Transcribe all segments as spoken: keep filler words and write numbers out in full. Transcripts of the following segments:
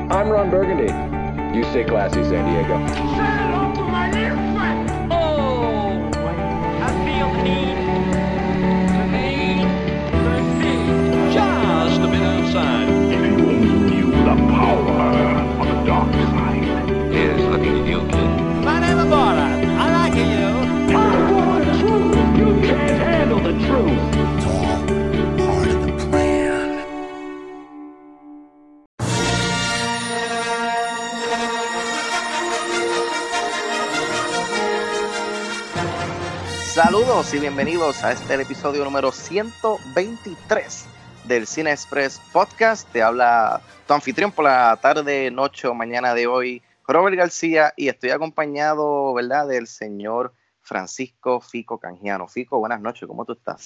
I'm Ron Burgundy. You stay classy, San Diego. Say hello to my little friend. Oh, I feel the need, the need, the need. Just a bit outside. If you only knew the power of the dark side. Here's looking at you, kid. My name is Bora. I like you. I want the truth. You can't handle the truth. It's all part of the plan. Saludos y bienvenidos a este el episodio número ciento veintitrés del Cine Express Podcast. Te habla tu anfitrión por la tarde, noche o mañana de hoy, Robert García, y estoy acompañado, ¿verdad?, del señor Francisco Fico Canjiano. Fico, buenas noches, ¿cómo tú estás?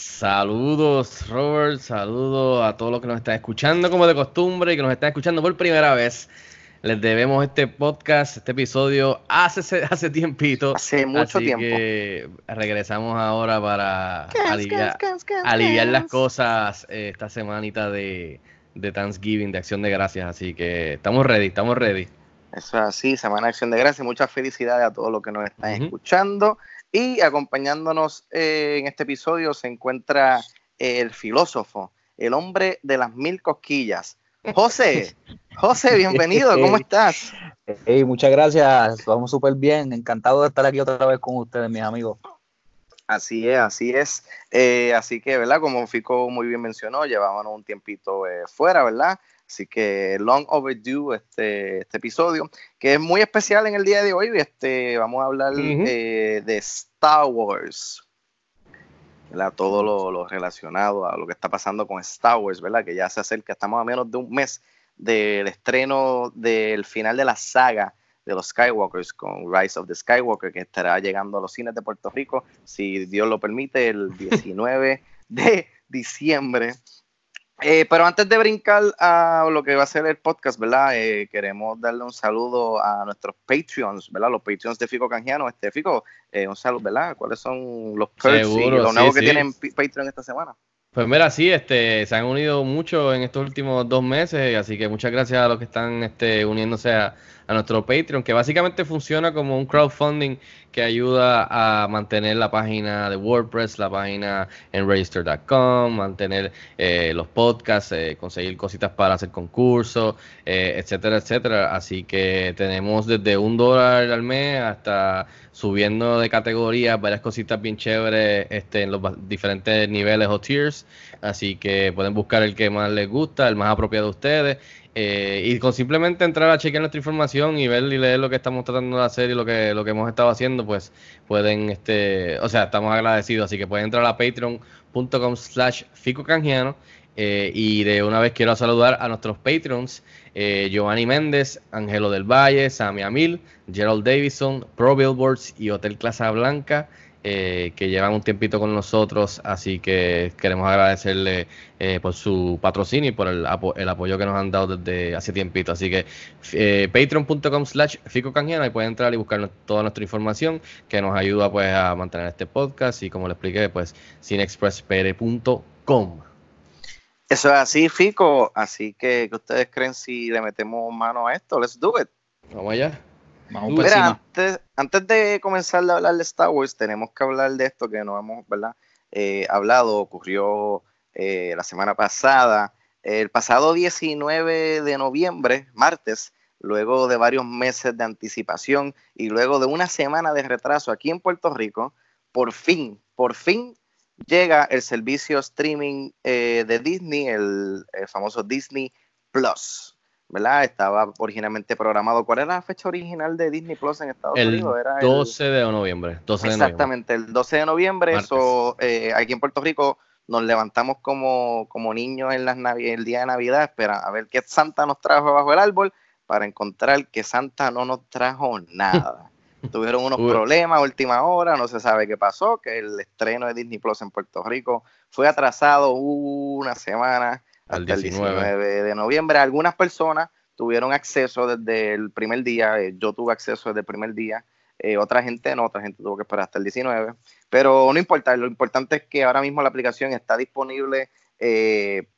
Saludos, Robert, saludos a todos los que nos están escuchando como de costumbre y que nos están escuchando por primera vez. Les debemos este podcast, este episodio hace, hace tiempito. Hace mucho así tiempo. Que regresamos ahora para Cas, aliviar, cas, cas, cas, aliviar las cas. cosas eh, esta semanita de, de Thanksgiving, de Acción de Gracias. Así que estamos ready, estamos ready. Eso es así, Semana de Acción de Gracias. Muchas felicidades a todos los que nos están Ujú. escuchando. Y acompañándonos eh, en este episodio se encuentra el filósofo, el hombre de las mil cosquillas, José. José, bienvenido, ¿cómo estás? Hey, muchas gracias, vamos súper bien, encantado de estar aquí otra vez con ustedes, mis amigos. Así es, así es. Eh, así que, ¿verdad? Como Fico muy bien mencionó, llevábamos un tiempito eh, fuera, ¿verdad? Así que long overdue este, este episodio, que es muy especial en el día de hoy. Este, vamos a hablar Ujú. eh, de Star Wars, ¿verdad? Todo lo, lo relacionado a lo que está pasando con Star Wars, ¿verdad? Que ya se acerca, estamos a menos de un mes del estreno del final de la saga de los Skywalkers con Rise of the Skywalker, que estará llegando a los cines de Puerto Rico, si Dios lo permite, el diecinueve de diciembre. Eh, pero antes de brincar a lo que va a ser el podcast, ¿verdad? Eh, queremos darle un saludo a nuestros Patreons, ¿verdad? Los Patreons de Fico Canjiano. Este, Fico, eh, un saludo, ¿verdad? ¿Cuáles son los perks Seguro, y lo sí, nuevo que sí. tienen P- Patreon esta semana? Pues mira, sí, este, se han unido mucho en estos últimos dos meses, así que muchas gracias a los que están este, uniéndose a, a nuestro Patreon, que básicamente funciona como un crowdfunding que ayuda a mantener la página de WordPress, la página en register punto com, mantener eh, los podcasts, eh, conseguir cositas para hacer concursos, eh, etcétera, etcétera. Así que tenemos desde un dólar al mes hasta subiendo de categoría varias cositas bien chéveres este, en los ba- diferentes niveles o tiers. Así que pueden buscar el que más les gusta, el más apropiado a ustedes. Eh, y con simplemente entrar a chequear nuestra información y ver y leer lo que estamos tratando de hacer y lo que, lo que hemos estado haciendo, pues pueden, este, o sea, estamos agradecidos. Así que pueden entrar a patreon punto com slash Fico Canjiano. Eh, y de una vez quiero saludar a nuestros Patreons, eh, Giovanni Méndez, Ángelo del Valle, Sammy Amil, Gerald Davison, Pro Billboards y Hotel Casablanca, eh, que llevan un tiempito con nosotros, así que queremos agradecerle eh, por su patrocinio y por el, apo- el apoyo que nos han dado desde hace tiempito. Así que eh, patreon punto com slash Fico Canjiano, ahí pueden entrar y buscar nu- toda nuestra información que nos ayuda pues a mantener este podcast y, como le expliqué, pues cinexpress p r punto com. Eso es así, Fico. Así que, ¿qué ustedes creen si le metemos mano a esto? Let's do it. Vamos allá. Vamos Mira, por Mira, encima. antes, antes de comenzar a hablar de Star Wars, tenemos que hablar de esto que no hemos, ¿verdad? Eh, hablado, ocurrió eh, la semana pasada, el pasado diecinueve de noviembre, martes, luego de varios meses de anticipación y luego de una semana de retraso aquí en Puerto Rico, por fin, por fin llega el servicio streaming eh, de Disney, el, el famoso Disney Plus. ¿Verdad? Estaba originalmente programado. ¿Cuál era la fecha original de Disney Plus en Estados El Unidos? Era el- doce de noviembre. doce de noviembre. Exactamente, el doce de noviembre. Martes. Eso, eh, aquí en Puerto Rico nos levantamos como, como niños en las navi- el día de Navidad, espera a ver qué Santa nos trajo bajo el árbol, para encontrar que Santa no nos trajo nada. Tuvieron unos Uy. problemas a última hora, no se sabe qué pasó, que el estreno de Disney Plus en Puerto Rico fue atrasado una semana Al hasta el diecinueve. diecinueve de noviembre. Algunas personas tuvieron acceso desde el primer día, eh, yo tuve acceso desde el primer día, eh, otra gente no, otra gente tuvo que esperar hasta el diecinueve, pero no importa, lo importante es que ahora mismo la aplicación está disponible eh,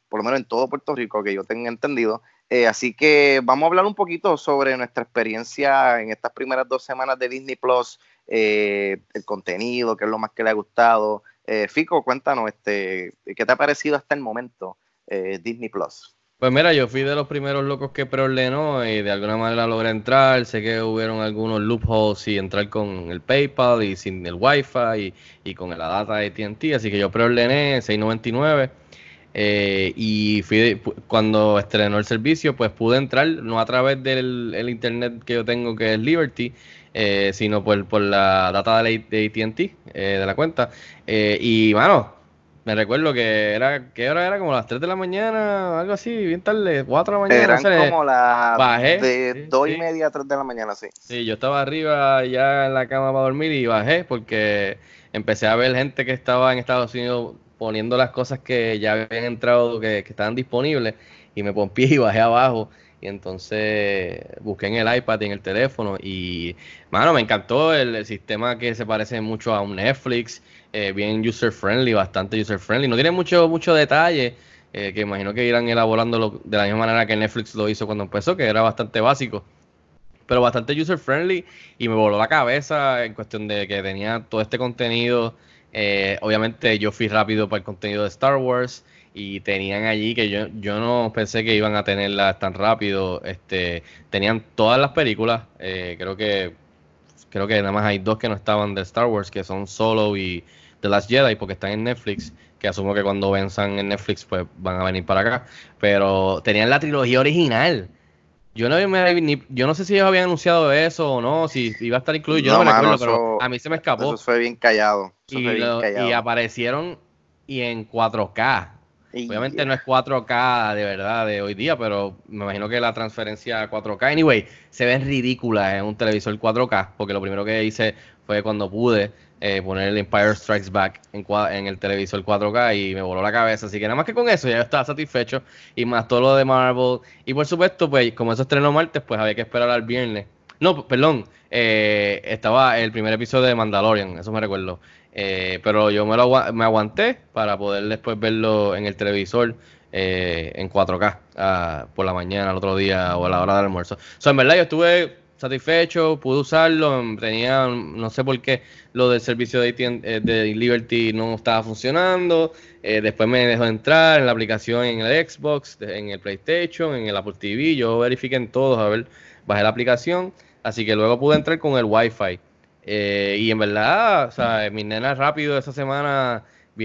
por lo menos en todo Puerto Rico, que yo tenga entendido. Eh, así que vamos a hablar un poquito sobre nuestra experiencia en estas primeras dos semanas de Disney Plus, eh, el contenido, qué es lo más que le ha gustado. Eh, Fico, cuéntanos, este, ¿qué te ha parecido hasta el momento eh, Disney Plus? Pues mira, yo fui de los primeros locos que preordenó y de alguna manera logré entrar. Sé que hubieron algunos loopholes y entrar con el PayPal y sin el Wi-Fi y, y con la data de A T and T, así que yo preordené seis noventa y nueve eh, y fui de, cuando estrenó el servicio, pues pude entrar no a través del el internet que yo tengo, que es Liberty, eh, sino por, por la data de, de A T and T, eh, de la cuenta. Eh, y mano, me recuerdo que era, ¿qué hora era? Como las tres de la mañana, algo así, bien tarde, cuatro de la mañana. Eran no sé, como las bajé, de sí, dos sí. y media a tres de la mañana, sí. Sí, yo estaba arriba ya en la cama para dormir y bajé porque empecé a ver gente que estaba en Estados Unidos poniendo las cosas que ya habían entrado, que, que estaban disponibles, y me pompié y bajé abajo. Y entonces busqué en el iPad y en el teléfono y, mano, me encantó el, el sistema, que se parece mucho a un Netflix, eh, bien user friendly, bastante user friendly. No tiene mucho mucho detalle, eh, que imagino que irán elaborándolo de la misma manera que Netflix lo hizo cuando empezó, que era bastante básico, pero bastante user friendly, y me voló la cabeza en cuestión de que tenía todo este contenido. Eh, obviamente yo fui rápido para el contenido de Star Wars y tenían allí, que yo, yo no pensé que iban a tenerlas tan rápido. Este, tenían todas las películas, eh, creo que creo que nada más hay dos que no estaban de Star Wars, que son Solo y The Last Jedi, porque están en Netflix, que asumo que cuando venzan en Netflix pues van a venir para acá, pero tenían la trilogía original. Yo no, me, ni, yo no sé si ellos habían anunciado eso o no, si iba a estar incluido, yo no, no me mano, recuerdo, eso, pero a mí se me escapó. Eso fue bien callado. Eso y, fue bien lo, callado. y aparecieron y en cuatro K. Y Obviamente yeah. no es cuatro K de verdad de hoy día, pero me imagino que la transferencia a cuatro K, anyway, se ven ridículas en un televisor cuatro K, porque lo primero que hice fue cuando pude eh, poner el Empire Strikes Back en, en el televisor cuatro K y me voló la cabeza. Así que nada más que con eso ya yo estaba satisfecho, y más todo lo de Marvel. Y por supuesto, pues como eso estrenó martes, pues había que esperar al viernes. No, perdón, eh, estaba el primer episodio de Mandalorian, eso me recuerdo. Eh, pero yo me lo agu- me aguanté para poder después verlo en el televisor eh, en cuatro K uh, por la mañana, al otro día o a la hora del almuerzo. O sea, en verdad yo estuve satisfecho, pude usarlo, tenía, no sé por qué lo del servicio de, A T and T, de Liberty no estaba funcionando. Eh, después me dejó entrar en la aplicación, en el Xbox, en el PlayStation, en el Apple T V. Yo verifiqué en todos, a ver, bajé la aplicación, así que luego pude entrar con el Wi-Fi. Eh, y en verdad, o sea, mis nenas rápido esa semana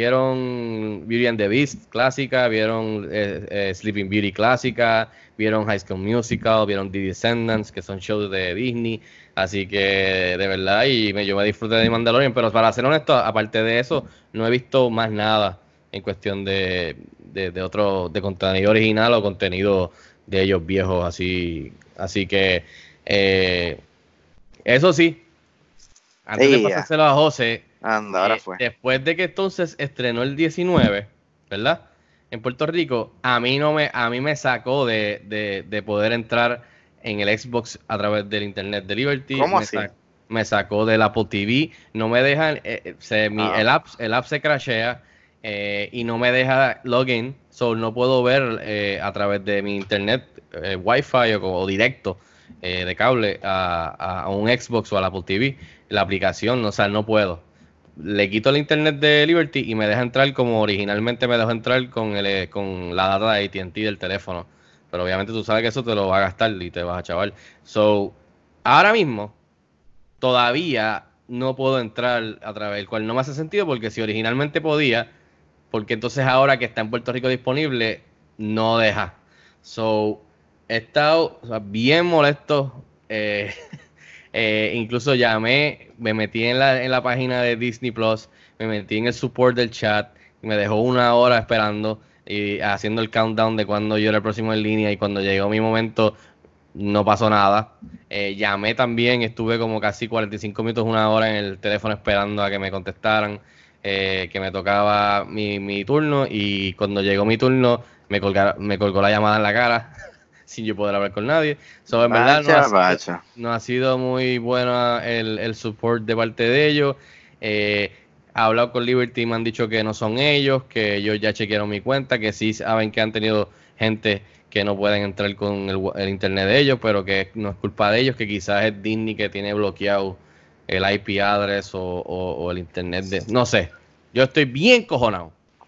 vieron Beauty and the Beast clásica, vieron eh, eh, Sleeping Beauty clásica, vieron High School Musical, vieron The Descendants, que son shows de Disney. Así que de verdad, y me, yo me disfruté de Mandalorian, pero para ser honesto, aparte de eso, no he visto más nada en cuestión de, de, de otro, de contenido original o contenido de ellos viejos, así, así que eh, eso sí. Antes Ella. de pasárselo a José, Anda, ahora eh, fue. después de que entonces estrenó el diecinueve, ¿verdad? En Puerto Rico, a mí no me, a mí me sacó de, de, de poder entrar en el Xbox a través del internet de Liberty. ¿Cómo me así? Sac, me sacó del Apple T V, no me dejan, eh, se, mi, Ah. el app, el app se crashea eh, y no me deja login, so no puedo ver eh, a través de mi internet eh, Wi-Fi o, o directo eh, de cable a, a un Xbox o al Apple T V. La aplicación, o sea, no puedo. Le quito el internet de Liberty y me deja entrar como originalmente me dejó entrar con el con la data de A T and T del teléfono. Pero obviamente tú sabes que eso te lo va a gastar y te vas a chaval. So, ahora mismo todavía no puedo entrar a través del cual no me hace sentido, porque si originalmente podía, porque entonces ahora que está en Puerto Rico disponible, no deja. So, he estado, o sea, bien molesto. Eh, Eh, incluso llamé, me metí en la, en la página de Disney Plus, me metí en el support del chat y me dejó una hora esperando y haciendo el countdown de cuando yo era el próximo en línea, y cuando llegó mi momento no pasó nada. Eh, llamé también, estuve como casi cuarenta y cinco minutos, una hora en el teléfono esperando a que me contestaran, eh, que me tocaba mi, mi turno, y cuando llegó mi turno me, colgar, me colgó la llamada en la cara. Sin yo poder hablar con nadie. So, en verdad no ha, sido, no ha sido muy bueno el, el support de parte de ellos. Eh, hablado con Liberty y me han dicho que no son ellos, que ellos ya chequearon mi cuenta, que sí saben que han tenido gente que no pueden entrar con el, el internet de ellos, pero que no es culpa de ellos, que quizás es Disney que tiene bloqueado el I P address o, o, o el internet de... No sé, yo estoy bien cojonado.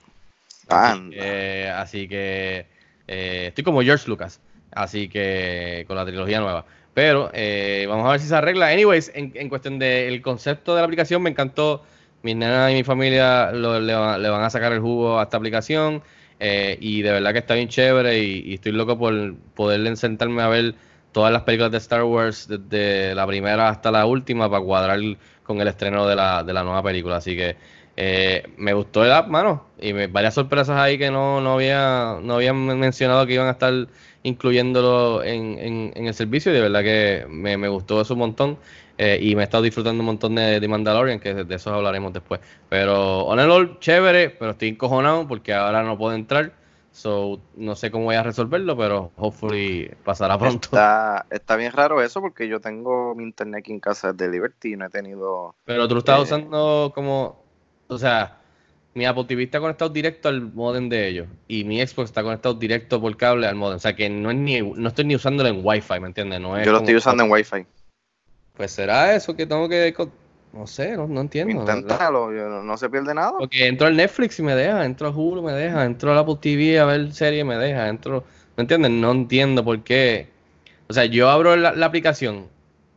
Así que, así que eh, estoy como George Lucas, así que con la trilogía nueva. Pero eh, vamos a ver si se arregla. Anyways, en, en cuestión del concepto de la aplicación, me encantó. Mis nenas y mi familia lo, le, va, le van a sacar el jugo a esta aplicación. Eh, y de verdad que está bien chévere. Y, y estoy loco por poderle sentarme a ver todas las películas de Star Wars, desde la primera hasta la última, para cuadrar con el estreno de la, de la nueva película. Así que eh, me gustó el app, mano. Y me, varias sorpresas ahí que no, no, había, no habían mencionado que iban a estar incluyéndolo en, en, en el servicio, y de verdad que me, me gustó eso un montón, eh, y me he estado disfrutando un montón de, de Mandalorian, que de, de eso hablaremos después. Pero on and all, chévere, pero estoy encojonado porque ahora no puedo entrar, so no sé cómo voy a resolverlo, pero hopefully pasará pronto. Está, está bien raro eso, porque yo tengo mi internet aquí en casa de Liberty y no he tenido... Pero tú lo estás eh, usando como, o sea... Mi Apple T V está conectado directo al modem de ellos. Y mi Xbox está conectado directo por cable al modem. O sea que no es ni no estoy ni usándolo en Wi-Fi, ¿me entiendes? No es yo lo como- estoy usando en Wi-Fi. Pues será eso que tengo que... co- No sé, no, no entiendo. ¿verdad? Inténtalo, yo- no, no se pierde nada. Porque entro al Netflix y me deja, entro a Hulu me deja, entro al Apple T V a ver serie me deja, entro... ¿Me entiendes? No entiendo por qué. O sea, yo abro la, la aplicación,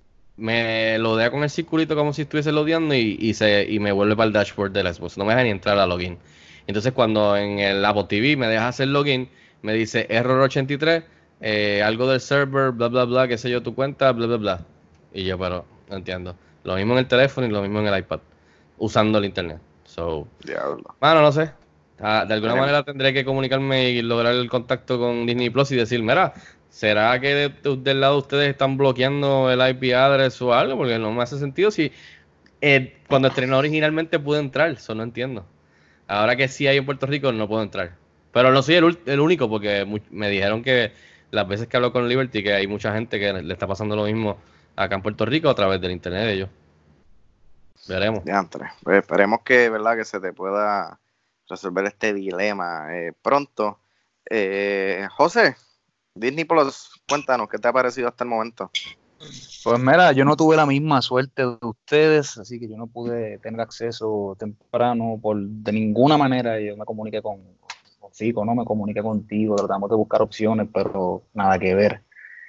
me loadea con el circulito como si estuviese loadeando y, y, se, y me vuelve para el dashboard del Xbox. No me deja ni entrar a login. Entonces cuando en el Apple T V me deja hacer login, me dice error ochenta y tres, eh, algo del server, bla, bla, bla, qué sé yo, tu cuenta, bla, bla, bla. Y yo, pero no entiendo. Lo mismo en el teléfono y lo mismo en el iPad, usando el internet. So, Diablo. bueno, no sé. Ah, de alguna Veremos. manera tendré que comunicarme y lograr el contacto con Disney Plus y decir, mira, ¿será que de- de- del lado de ustedes están bloqueando el I P address o algo? Porque no me hace sentido si eh, cuando estrenó originalmente pude entrar, eso no entiendo. Ahora que sí hay en Puerto Rico no puedo entrar. Pero no soy el, ul- el único, porque mu- me dijeron que las veces que hablo con Liberty que hay mucha gente que le está pasando lo mismo acá en Puerto Rico a través del internet de ellos. Veremos. Diantre. Pues esperemos que, ¿verdad?, que se te pueda resolver este dilema eh, pronto. Eh, José, Disney Plus, cuéntanos, ¿qué te ha parecido hasta el momento? Pues mira, yo no tuve la misma suerte de ustedes, así que yo no pude tener acceso temprano por de ninguna manera. Yo me comuniqué con, con Fico, no me comuniqué contigo, tratamos de buscar opciones, pero nada que ver.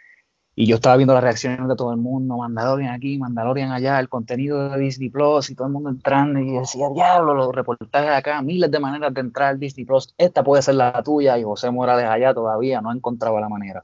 Y yo estaba viendo las reacciones de todo el mundo, Mandalorian aquí, Mandalorian allá, el contenido de Disney Plus, y todo el mundo entrando y decía, diablo, los reportajes acá, miles de maneras de entrar al Disney Plus, esta puede ser la tuya, y José Morales allá todavía no encontraba la manera.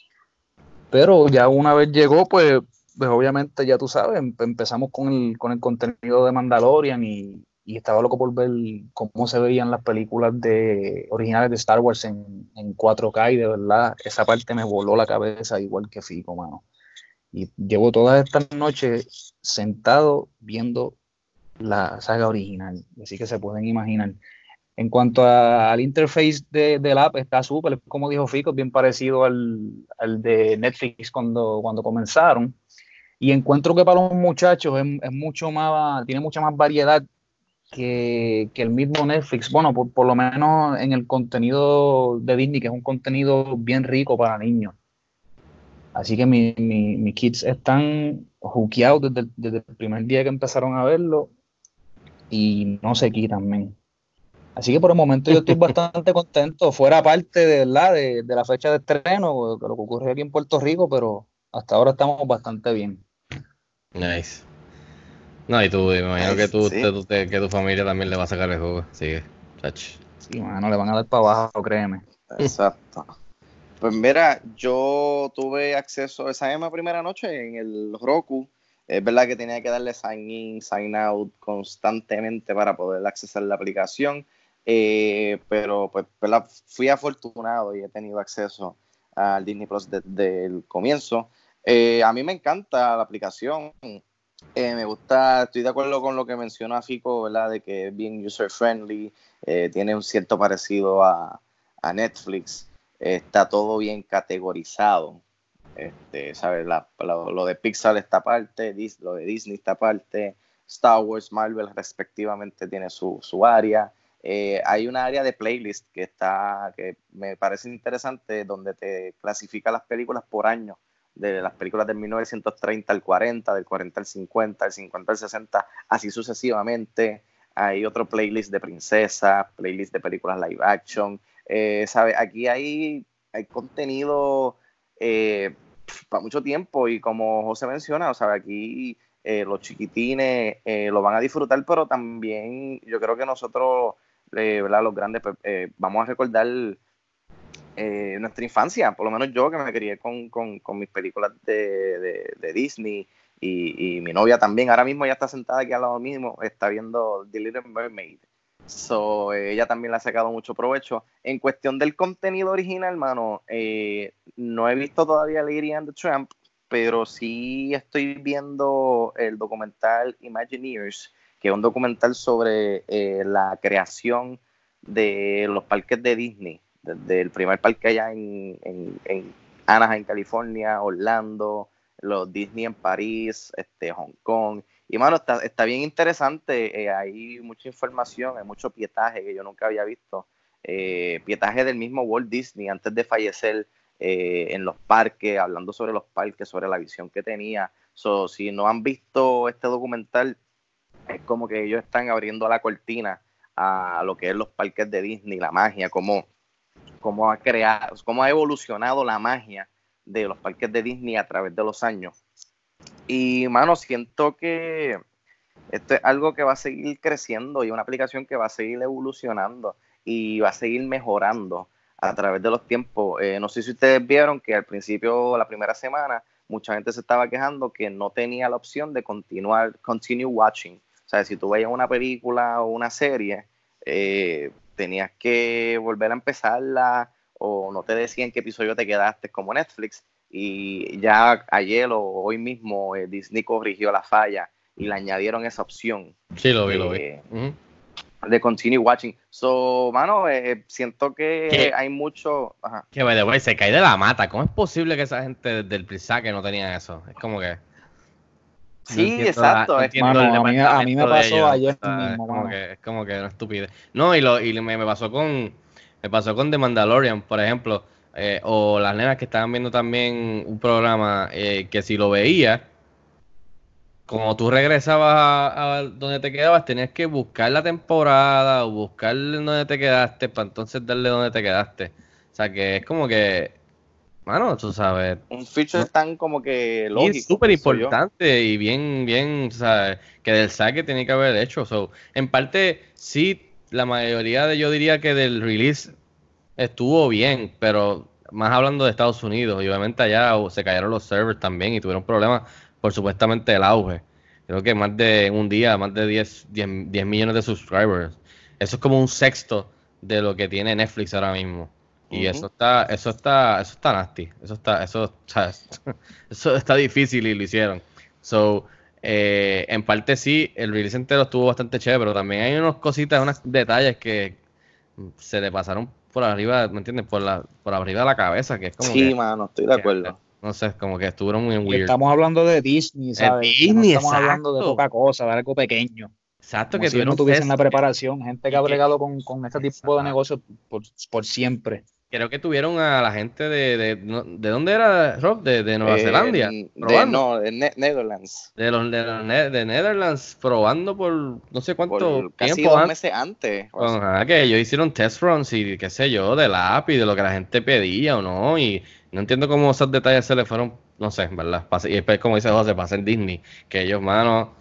Pero ya una vez llegó, pues, pues obviamente ya tú sabes, em- empezamos con el, con el contenido de Mandalorian y, y estaba loco por ver cómo se veían las películas de, originales de Star Wars en, en cuatro K, y de verdad esa parte me voló la cabeza igual que Fico, mano. Y llevo todas estas noches sentado viendo la saga original, así que se pueden imaginar. En cuanto a- al interface de, del app, está súper, como dijo Fico, bien parecido al, al de Netflix cuando, cuando comenzaron. Y encuentro que para los muchachos es, es mucho más, tiene mucha más variedad que, que el mismo Netflix. Bueno, por, por lo menos en el contenido de Disney, que es un contenido bien rico para niños. Así que mi- mi- mis kids están hookeados desde, el- desde el primer día que empezaron a verlo y no se quitan, men. Así que por el momento yo estoy bastante contento, fuera parte de verdad de, de la fecha de estreno, de lo que ocurre aquí en Puerto Rico, pero hasta ahora estamos bastante bien. Nice. No, y tú, me imagino que tú, Sí. te- tú te- que tu familia también le va a sacar el juego. Así que, chach. Sí, mano, le van a dar para abajo, créeme. Exacto. Pues mira, yo tuve acceso esa misma primera noche en el Roku. Es verdad que tenía que darle sign in, sign out constantemente para poder accesar la aplicación, eh, pero pues ¿verdad? Fui afortunado y he tenido acceso al Disney Plus desde el comienzo. Eh, a mí me encanta la aplicación. Eh, me gusta, estoy de acuerdo con lo que mencionó Fico, ¿verdad? De que es bien user friendly, eh, tiene un cierto parecido a, a Netflix, eh, está todo bien categorizado. Este, ¿sabes? La, la, lo de Pixar está aparte, Dis, lo de Disney está aparte, Star Wars, Marvel, respectivamente, tiene su, su área. Eh, hay una área de playlist que está que me parece interesante, donde te clasifica las películas por año, de las películas del mil novecientos treinta al cuarenta, del cuarenta al cincuenta, del cincuenta al sesenta, así sucesivamente. Hay otro playlist de princesas, playlist de películas live action. Eh, ¿sabe? Aquí hay, hay contenido eh, para mucho tiempo, y como José menciona, o sea, aquí eh, los chiquitines eh, lo van a disfrutar, pero también yo creo que nosotros, eh, ¿verdad? Los grandes, pues, eh, vamos a recordar eh, nuestra infancia. Por lo menos yo, que me crié con, con, con mis películas de, de, de Disney, y, y mi novia también. Ahora mismo ya está sentada aquí al lado mismo, está viendo The Little Mermaid. So, eh, ella también le ha sacado mucho provecho. En cuestión del contenido original, hermano, eh, no he visto todavía Lady and the Tramp, pero sí estoy viendo el documental Imagineers, que es un documental sobre eh, la creación de los parques de Disney, desde el primer parque allá en, en, en Anaheim, California, Orlando, los Disney en París, este, Hong Kong. Y, mano, está, está bien interesante. Eh, hay mucha información, hay mucho pietaje que yo nunca había visto. Eh, pietaje del mismo Walt Disney antes de fallecer, eh, en los parques, hablando sobre los parques, sobre la visión que tenía. So, si no han visto este documental, es como que ellos están abriendo la cortina a lo que es los parques de Disney, la magia, cómo, cómo ha creado, cómo ha evolucionado la magia de los parques de Disney a través de los años. Y, mano, siento que esto es algo que va a seguir creciendo, y una aplicación que va a seguir evolucionando y va a seguir mejorando a través de los tiempos. Eh, no sé si ustedes vieron que al principio, la primera semana, mucha gente se estaba quejando que no tenía la opción de continuar, continue watching. O sea, si tú veías una película o una serie, eh, tenías que volver a empezarla, o no te decían qué episodio te quedaste, como Netflix. Y ya ayer o hoy mismo eh, Disney corrigió la falla y le añadieron esa opción. Sí, lo vi, eh, lo vi. Uh-huh. De continue watching. So, mano, eh, siento que ¿Qué? hay mucho... Ajá. Que, by the way, se cae de la mata. ¿Cómo es posible que esa gente del Prisaque no tenía eso? Es como que... Sí, no exacto. La, no es, entiendo mano, el a, mí, a mí me pasó ellos, ayer o sea, mismo, es como mano. que, es como que una estupidez. No, y, lo, y me, me pasó con me pasó con The Mandalorian, por ejemplo, eh, o las nenas que estaban viendo también un programa eh, que si lo veías, como tú regresabas a, a donde te quedabas, tenías que buscar la temporada o buscar donde te quedaste para entonces darle donde te quedaste. O sea, que es como que, mano, tú sabes, un feature no, tan como que y lógico. es súper pienso yo. importante y bien, bien, o sea, que del saque tenía que haber hecho. So, en parte, sí, la mayoría de, yo diría que del release estuvo bien, pero más hablando de Estados Unidos, y obviamente allá oh, se cayeron los servers también y tuvieron problemas por supuestamente el auge. Creo que más de en un día, más de diez millones de subscribers. Eso es como un sexto de lo que tiene Netflix ahora mismo. Y Ujú. eso está, eso está, eso está nasty. Eso está, eso, o sea, eso está difícil y lo hicieron. So, eh, en parte sí, el release entero estuvo bastante chévere, pero también hay unas cositas, unos detalles que se le pasaron por arriba, ¿me entiendes? Por la, por arriba de la cabeza, que es como Sí, que, mano, estoy de que, acuerdo. no sé, como que estuvieron muy Y weird. estamos hablando de Disney, ¿sabes? Disney, no estamos hablando de exacto. poca cosa, de algo pequeño. Exacto, Como que si ellos no tuvieron tuviesen la test- preparación, gente y que ha que- bregado con, con este tipo Exacto. de negocios por, por siempre. Creo que tuvieron a la gente de, de, no- ¿de dónde era, Rob? De, de Nueva Eh, Zelanda, de, probando. no, de Ne- Netherlands. De los de, los Ne- de Netherlands, probando por no sé cuánto Por casi tiempo dos antes. meses antes. o así. Ajá, que ellos hicieron test runs y qué sé yo, del app y de lo que la gente pedía o no. Y no entiendo cómo esos detalles se le fueron, no sé, ¿verdad? Pasa- Y después, como dice José, pasa en Disney, que ellos, mano,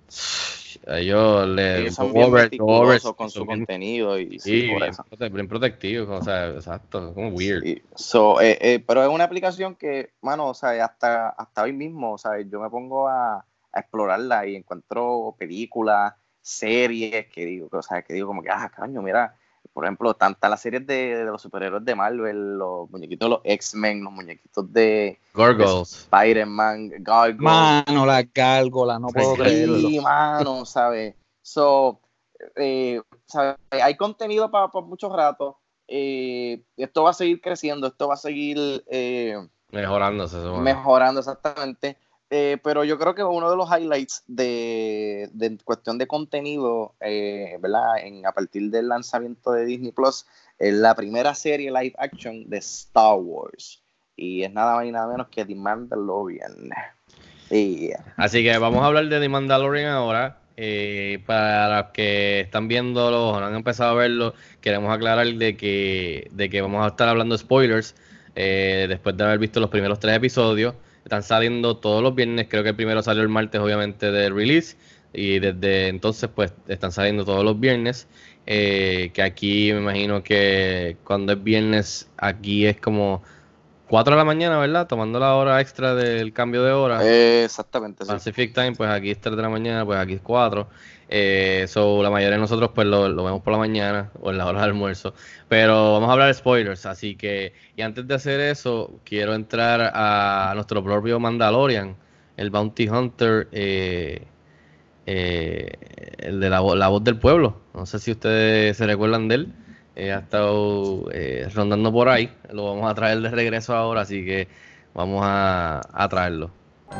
ellos le... Ellos son go bien over- go over- meticulosos con su son bien- contenido, y sí, Sí, por bien, eso. prote- bien protectivos, o sea, exacto, como weird. Sí. So, eh, eh, pero es una aplicación que, mano, o sea, hasta, hasta hoy mismo, o sea, yo me pongo a, a explorarla y encuentro películas, series que digo, o sea, que digo como que, ah, caño, mira, por ejemplo, tantas las series de, de los superhéroes de Marvel, los muñequitos de los X-Men, los muñequitos de, Gargoyles. de Spider-Man, Gargoyles. Mano, la gárgola, no puedo Sí, creerlo. Sí, mano, ¿sabes? So, eh, ¿sabe? Hay contenido para muchos ratos. Eh, esto va a seguir creciendo, esto va a seguir eh, Mejorándose, eso, bueno. mejorando exactamente. Eh, pero yo creo que uno de los highlights de, de cuestión de contenido, eh, ¿verdad? En, a partir del lanzamiento de Disney Plus, es la primera serie live action de Star Wars. Y es nada más y nada menos que The Mandalorian. Yeah. Así que vamos a hablar de The Mandalorian ahora. Eh, para los que están viéndolo o no han empezado a verlo, queremos aclarar de que, de que vamos a estar hablando de spoilers eh, después de haber visto los primeros tres episodios. Están saliendo todos los viernes, creo que el primero salió el martes obviamente del release y desde entonces pues están saliendo todos los viernes. Eh, que aquí me imagino que cuando es viernes aquí es como cuatro de la mañana, ¿verdad? Tomando la hora extra del cambio de hora. Eh, exactamente, sí. Pacific Time, pues aquí es tres de la mañana, pues aquí es cuatro. Eh, so, la mayoría de nosotros pues lo, lo vemos por la mañana o en la hora de almuerzo. Pero vamos a hablar de spoilers, así que... Y antes de hacer eso, quiero entrar a nuestro propio Mandalorian, el Bounty Hunter, eh, eh, el de la, vo- la voz del pueblo. No sé si ustedes se recuerdan de él. Eh, ha estado eh, rondando por ahí. Lo vamos a traer de regreso ahora, así que vamos a, a traerlo.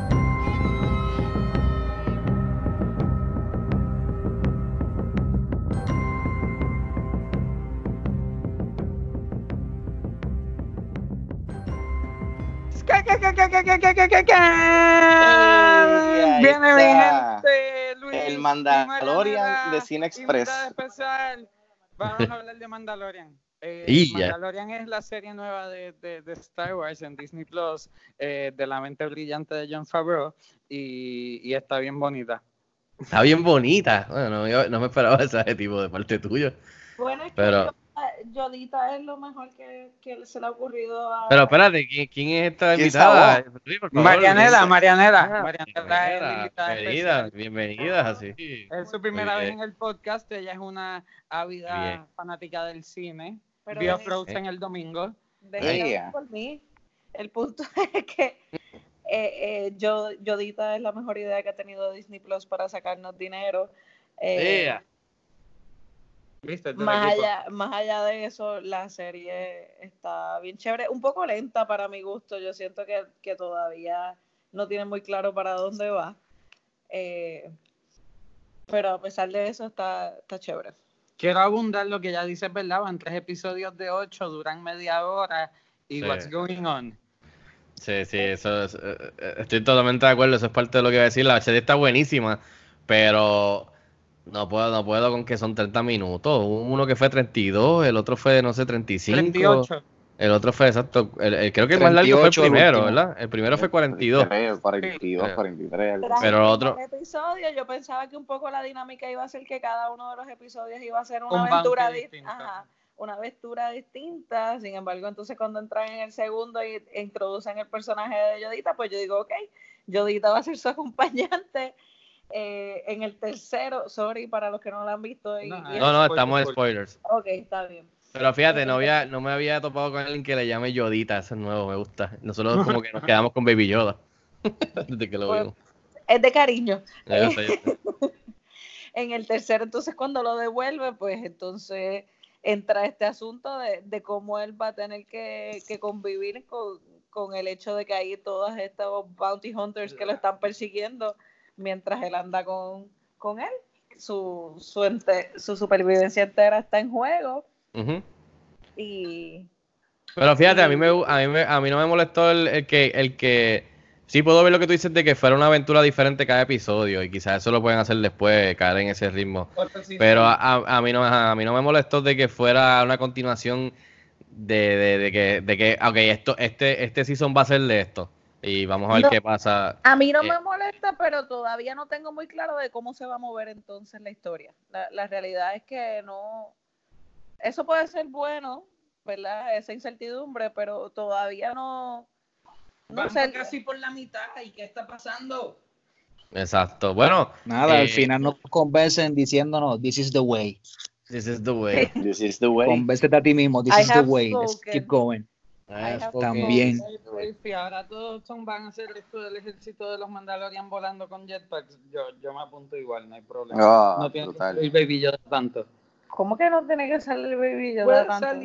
ahí Viene mi está. gente, Luis. El y Mandalorian Marianela, de Cine Express. invitada especial. Vamos a hablar de Mandalorian. Eh, Y ya. Mandalorian es la serie nueva de, de, de Star Wars en Disney Plus, eh, de la mente brillante de Jon Favreau, y, y está bien bonita. Está bien bonita. Bueno, yo no me esperaba ese adjetivo de parte tuya. Bueno, es que Pero- yo- Yodita es lo mejor que, que se le ha ocurrido a... Pero espérate, ¿quién, quién es esta ¿Quién invitada? sabe? Sí, por favor, Marianela, ¿quién- Marianela. Ah, Marianela es la Marianela, invitada bienvenida, especial. bienvenida, así. Es su primera Muy vez bien. en el podcast. Ella es una ávida Bien. fanática del cine. Pero Vio de- Frozen el domingo. Déjala Ella. por mí. El punto es que eh, eh, yo, Yodita es la mejor idea que ha tenido Disney Plus para sacarnos dinero. Eh, Ea. ¿Viste? Del más, equipo. allá, más allá de eso, la serie está bien chévere. Un poco lenta para mi gusto. Yo siento que, que todavía no tiene muy claro para dónde va. Eh, pero a pesar de eso, está, está chévere. Quiero abundar lo que ya dice, ¿verdad? Van tres episodios de ocho, duran media hora. ¿Y Sí. what's going on? Sí, sí, eso es, eh, eh, estoy totalmente de acuerdo, eso es parte de lo que iba a decir, la serie está buenísima, pero no puedo, no puedo con que son treinta minutos, hubo uno que fue treinta y dos, el otro fue, no sé, treinta y cinco, treinta y ocho. el otro fue, exacto, el, el- creo que el más largo fue el treinta y ocho el primero, último. ¿verdad? El primero fue cuarenta y dos. cuarenta y dos, Sí. cuarenta y tres. algo Tras así. Pero el lo otro- primer episodio, yo pensaba que un poco la dinámica iba a ser que cada uno de los episodios iba a ser una Un aventura bounty di- distinto. ajá, una aventura distinta. Sin embargo, entonces cuando entran en el segundo y e introducen el personaje de Yodita, pues yo digo, ok, Yodita va a ser su acompañante. Eh, en el tercero, sorry para los que no lo han visto. Y, No, y- No, no, Spoiler, estamos en spoiler. spoilers. ok, está bien. Pero fíjate, no había, no me había topado con alguien que le llame Yodita, eso es nuevo, me gusta. Nosotros como que nos quedamos con Baby Yoda. Desde que lo Pues, vimos. Es de cariño. Ya yo sé, yo sé. En el tercero, entonces cuando lo devuelve, pues entonces entra este asunto de, de cómo él va a tener que, que convivir con, con el hecho de que hay todos estos bounty hunters que lo están persiguiendo mientras él anda con, con él. Su, su, ente- su supervivencia entera está en juego Ujú. y Pero fíjate, a mí, me, a mí, me- a mí no me molestó el, el que, el que... Sí puedo ver lo que tú dices de que fuera una aventura diferente cada episodio y quizás eso lo pueden hacer después, caer en ese ritmo. Pero a, a- a mí no, a mí no me molestó de que fuera una continuación de, de, de que, de que, ok, esto, este, este season va a ser de esto y vamos a ver No. qué pasa. a mí no Eh. me molesta, pero todavía no tengo muy claro de cómo se va a mover entonces la historia. La, la realidad es que no, eso puede ser bueno, ¿verdad? Esa incertidumbre, pero todavía no, no Vamos sé. casi por la mitad. ¿Y qué está pasando? Exacto. Bueno, Nada, Eh, al final nos convencen diciéndonos, this is the way. this is the way. This is the way. Convéncete a ti mismo, this I is the have way. Let's spoken. keep going. I have También. Si ahora todos son, van a hacer esto del ejército de los Mandalorian volando con jetpacks, yo, yo me apunto igual, no hay problema. Ah, no tiene brutal. que ser Baby Yoda tanto. ¿Cómo que no tiene que salir el Baby Yoda Puede tanto? salir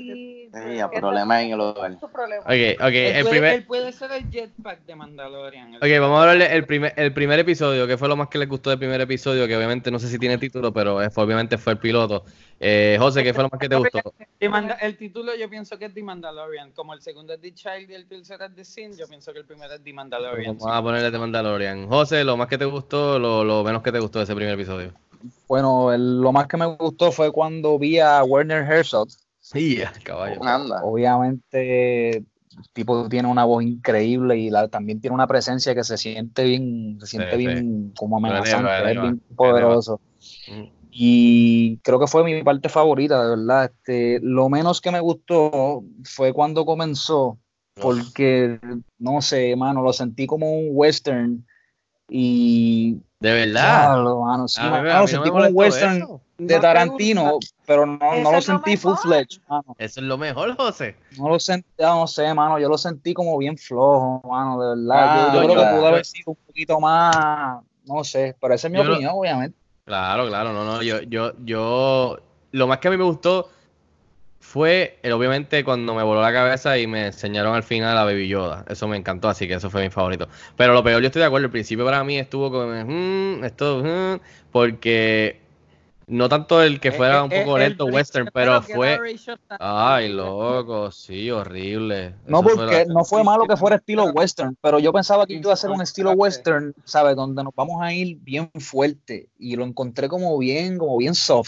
Sí, Sí, el problema en el hogar. su problema. Ok, ok, Él el puede, primer... él puede ser el jetpack de Mandalorian. Él Ok, puede vamos a ser- hablarle el primer, el primer episodio, que fue lo más que les gustó del primer episodio, que obviamente no sé si tiene título, pero es- obviamente fue el piloto. Eh, José, ¿qué fue lo más que te gustó? The Manda- el título yo pienso que es The Mandalorian. Como el segundo es The Child y el tercero es The Sin, yo pienso que el primero es The Mandalorian. Vamos a ponerle de Mandalorian. José, lo más que te gustó, lo, lo menos que te gustó de ese primer episodio. Bueno, el- lo más que me gustó fue cuando vi a Werner Herzog. Sí, caballo. Anda. Obviamente, el tipo tiene una voz increíble y la- también tiene una presencia que se siente bien, se siente Sí, sí. bien como Lo eleva, amenazante, eleva, es bien eleva. poderoso. Mm. Y creo que fue mi parte favorita, de verdad. Este, lo menos que me gustó fue cuando comenzó, porque, no sé, mano, lo sentí como un western y... De verdad. Claro, mano, sí, A mí, mano, me- a lo mí no sentí me como un molestó western eso. de ¿No te Tarantino, gusta? pero no, Eso no lo es lo sentí full mejor. fledged, mano. Eso es lo mejor, José. No lo sentí, ah, no sé, mano, yo lo sentí como bien flojo, mano, de verdad. Ah, yo yo yo- creo que ya. pudo haber sido un poquito más, no sé, pero esa es mi Yo no- opinión, obviamente. Claro, claro, no, no, yo, yo, yo, lo más que a mí me gustó fue, eh, obviamente, cuando me voló la cabeza y me enseñaron al final a Baby Yoda. Eso me encantó, así que eso fue mi favorito. Pero lo peor, yo estoy de acuerdo, el principio para mí estuvo como, mm, esto, mm, porque no tanto el que fuera un Eh, eh, poco el lento western, primero pero que fue, era Ray Shotton, ay, horrible. loco, sí, horrible. No, Eso fue porque la- no fue malo que fuera estilo western, pero yo pensaba que iba a ser un estilo Insoportable. western, ¿sabes? Donde nos vamos a ir bien fuerte y lo encontré como bien, como bien soft.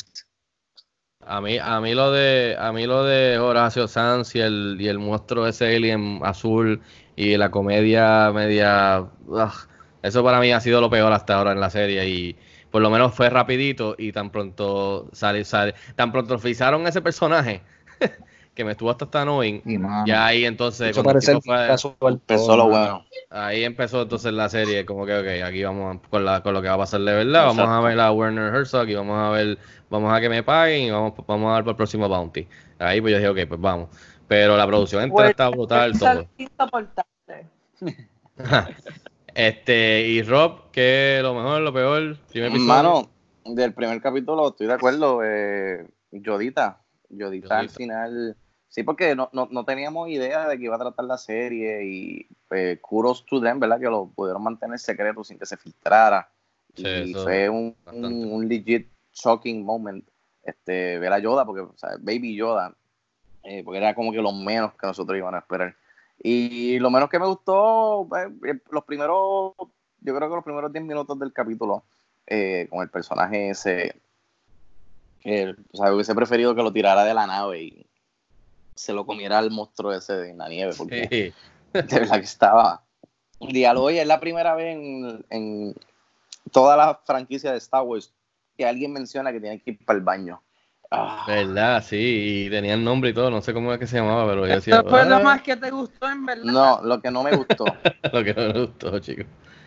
A mí, a mí lo de, a mí lo de Horacio Sanz y el, y el monstruo ese alien azul y la comedia media, ugh, eso para mí ha sido lo peor hasta ahora en la serie y por lo menos fue rapidito y tan pronto sale, sale, tan pronto oficiaron ese personaje que me estuvo hasta hasta annoying. Y mano, Ya ahí entonces eso cuando el parece tipo el fue, casual Empezó todo, lo mano. bueno. ahí empezó entonces la serie, como que ok, aquí vamos con la, con lo que va a pasar de verdad, vamos a Exacto. ver a Werner Herzog y vamos a ver, vamos a que me paguen y vamos, vamos a dar por el próximo Bounty. Ahí pues yo dije, ok, pues vamos. Pero la producción entera está brutal, todo. Insoportable. Este, y Rob, ¿qué es lo mejor, lo peor? Primer episodio. Mano, del primer capítulo estoy de acuerdo. Eh, Yodita. Yodita al Yodita. final. Sí, porque no, no, no teníamos idea de que iba a tratar la serie y eh, kudos to them, ¿verdad? Que lo pudieron mantener secreto sin que se filtrara. Sí, Y eso, fue un, bastante. un, un legit shocking moment este, ver a Yoda, porque, o sea, Baby Yoda, eh, porque era como que lo menos que nosotros íbamos a esperar. Y lo menos que me gustó, eh, los primeros, yo creo que los primeros diez minutos del capítulo, eh, con el personaje ese, que o sea, hubiese preferido que lo tirara de la nave y se lo comiera al monstruo ese de la nieve, porque Sí. de verdad que estaba. Dígalo, oye, es la primera vez en, en toda la franquicia de Star Wars que alguien menciona que tiene que ir para el baño. Ah, ¿Verdad? Sí, y tenía el nombre y todo, no sé cómo es que se llamaba, pero yo decía, Esto fue lo "Ah", más que te gustó, en verdad. no, lo que no me gustó. lo que no me gustó, chicos.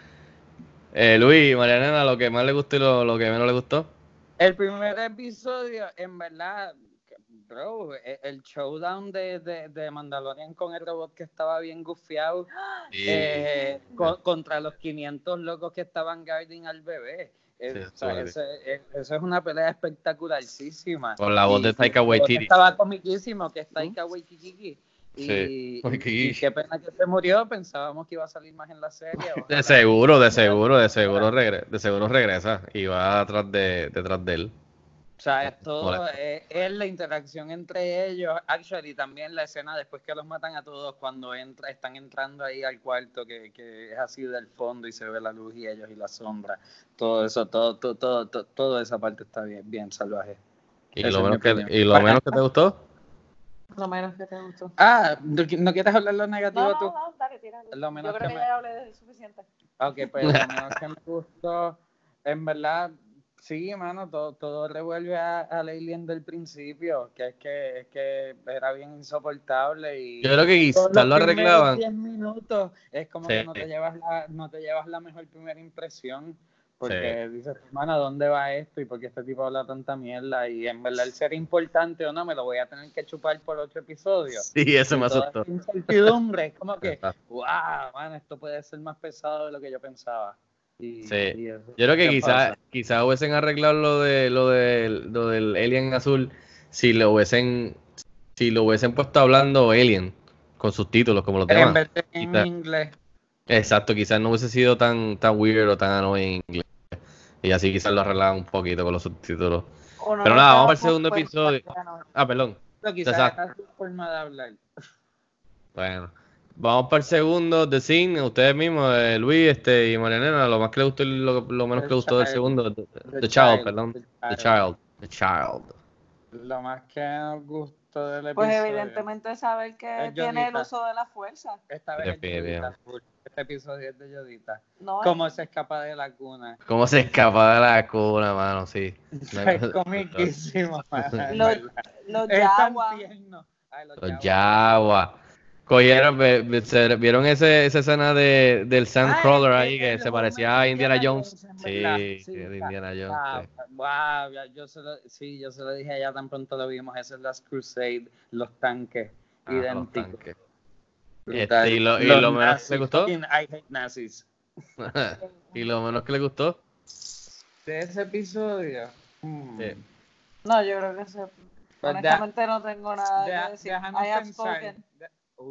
Eh, Luis, Marianela, lo que más le gustó y lo, lo que menos le gustó. El primer episodio, en verdad, bro, e- el showdown de, de, de Mandalorian con el robot que estaba bien gufiado Sí. eh, co- contra los quinientos locos que estaban guarding al bebé. Eh, Sí, o sea, estuvo bien. ese- eh, eso es una pelea espectacularísima. Con la voz Y- de Taika y el robot Waititi. Estaba comiquísimo, que es Taika Waititi. Y, Sí. y- y qué pena que se murió, pensábamos que iba a salir más en la serie. De ojalá. seguro, de seguro, de seguro, regre- de seguro regresa y va atrás de, detrás de él. O sea, es todo, Molesto. es, es la interacción entre ellos, actually también la escena después que los matan a todos cuando entra, están entrando ahí al cuarto que, que es así del fondo y se ve la luz y ellos y la sombra, todo eso, todo, todo, todo, todo toda esa parte está bien, bien salvaje. ¿Y Esa lo, es menos mi que, opinión. ¿Y lo menos que te gustó? Lo menos que te gustó. Ah, ¿no, no quieres hablar lo negativo No, tú? no, no, dale, tíralo. Lo menos Yo creo que que, me- ya hablé de suficiente. Ok, pues lo menos que me gustó, en verdad, sí, mano, todo, todo revuelve a- al alien del principio, que es que, es que era bien insoportable y Yo creo que todos quizás los lo primeros arreglaban. diez minutos es como Sí. que no te llevas la, no te llevas la mejor primera impresión, porque dices, hermano, ¿dónde va esto? Y porque este tipo habla tanta mierda y en verdad el ser importante o no, me lo voy a tener que chupar por ocho episodios. Sí, eso me Y toda asustó. esa incertidumbre, es como que, Exacto. wow, man, esto puede ser más pesado de lo que yo pensaba. Y, Sí. y eso- Yo creo que ¿qué quizás pasa? quizá hubiesen arreglado lo de lo de lo del alien azul si lo hubiesen si lo hubiesen puesto hablando Alien con sus títulos como los En demás. vez de en Quizá- inglés. Exacto, quizás no hubiese sido tan, tan weird o tan annoying en inglés. Y así quizás lo arreglaban un poquito con los subtítulos. O no Pero lo nada, vamos para el estaba segundo puesto, episodio. ya no. Ah, perdón. Pero quizás Exacto. esta es su forma de hablar. Bueno, vamos para el segundo, The Scene, ustedes mismos, eh, Luis este, y Marianela, lo más que le gustó y lo, lo menos The que le gustó del Child. segundo, The, The the Child, Child, perdón, The The Child. Child, The Child. Lo más que nos gustó del episodio. Pues evidentemente saber que Es tiene el Yodita. uso de la fuerza. Esta vez es Definitivamente. Yodita full. Este episodio es de Yodita. No, Cómo es- se escapa de la cuna. ¿Cómo se escapa de la cuna, mano? Sí. Es comiquísimo, man, en Los, verdad. los Es tan Jawa. tierno. Ay, los Los Jawa. Jawa. Cogieron, ve- ve- se- ¿vieron ese, esa escena de, del Sandcrawler Ah, ahí el- que el se home parecía a de Indiana Indiana Jones? Jones, en Sí, verdad. sí, Sí, de está- Indiana Jones. Wow, sí. wow, ya- yo se lo, sí, yo se lo dije allá tan pronto lo vimos. Ese es Last Crusade, los tanques Ah, los idénticos. tanques. Brutal. Este, y lo- y Los lo menos que nazis, le gustó. fucking I hate nazis. Y lo menos que le gustó. De ese episodio. hmm, Sí. No, yo creo que se. Pues Honestamente no tengo nada deja- que decir. déjanos I have pensar. spoken. De-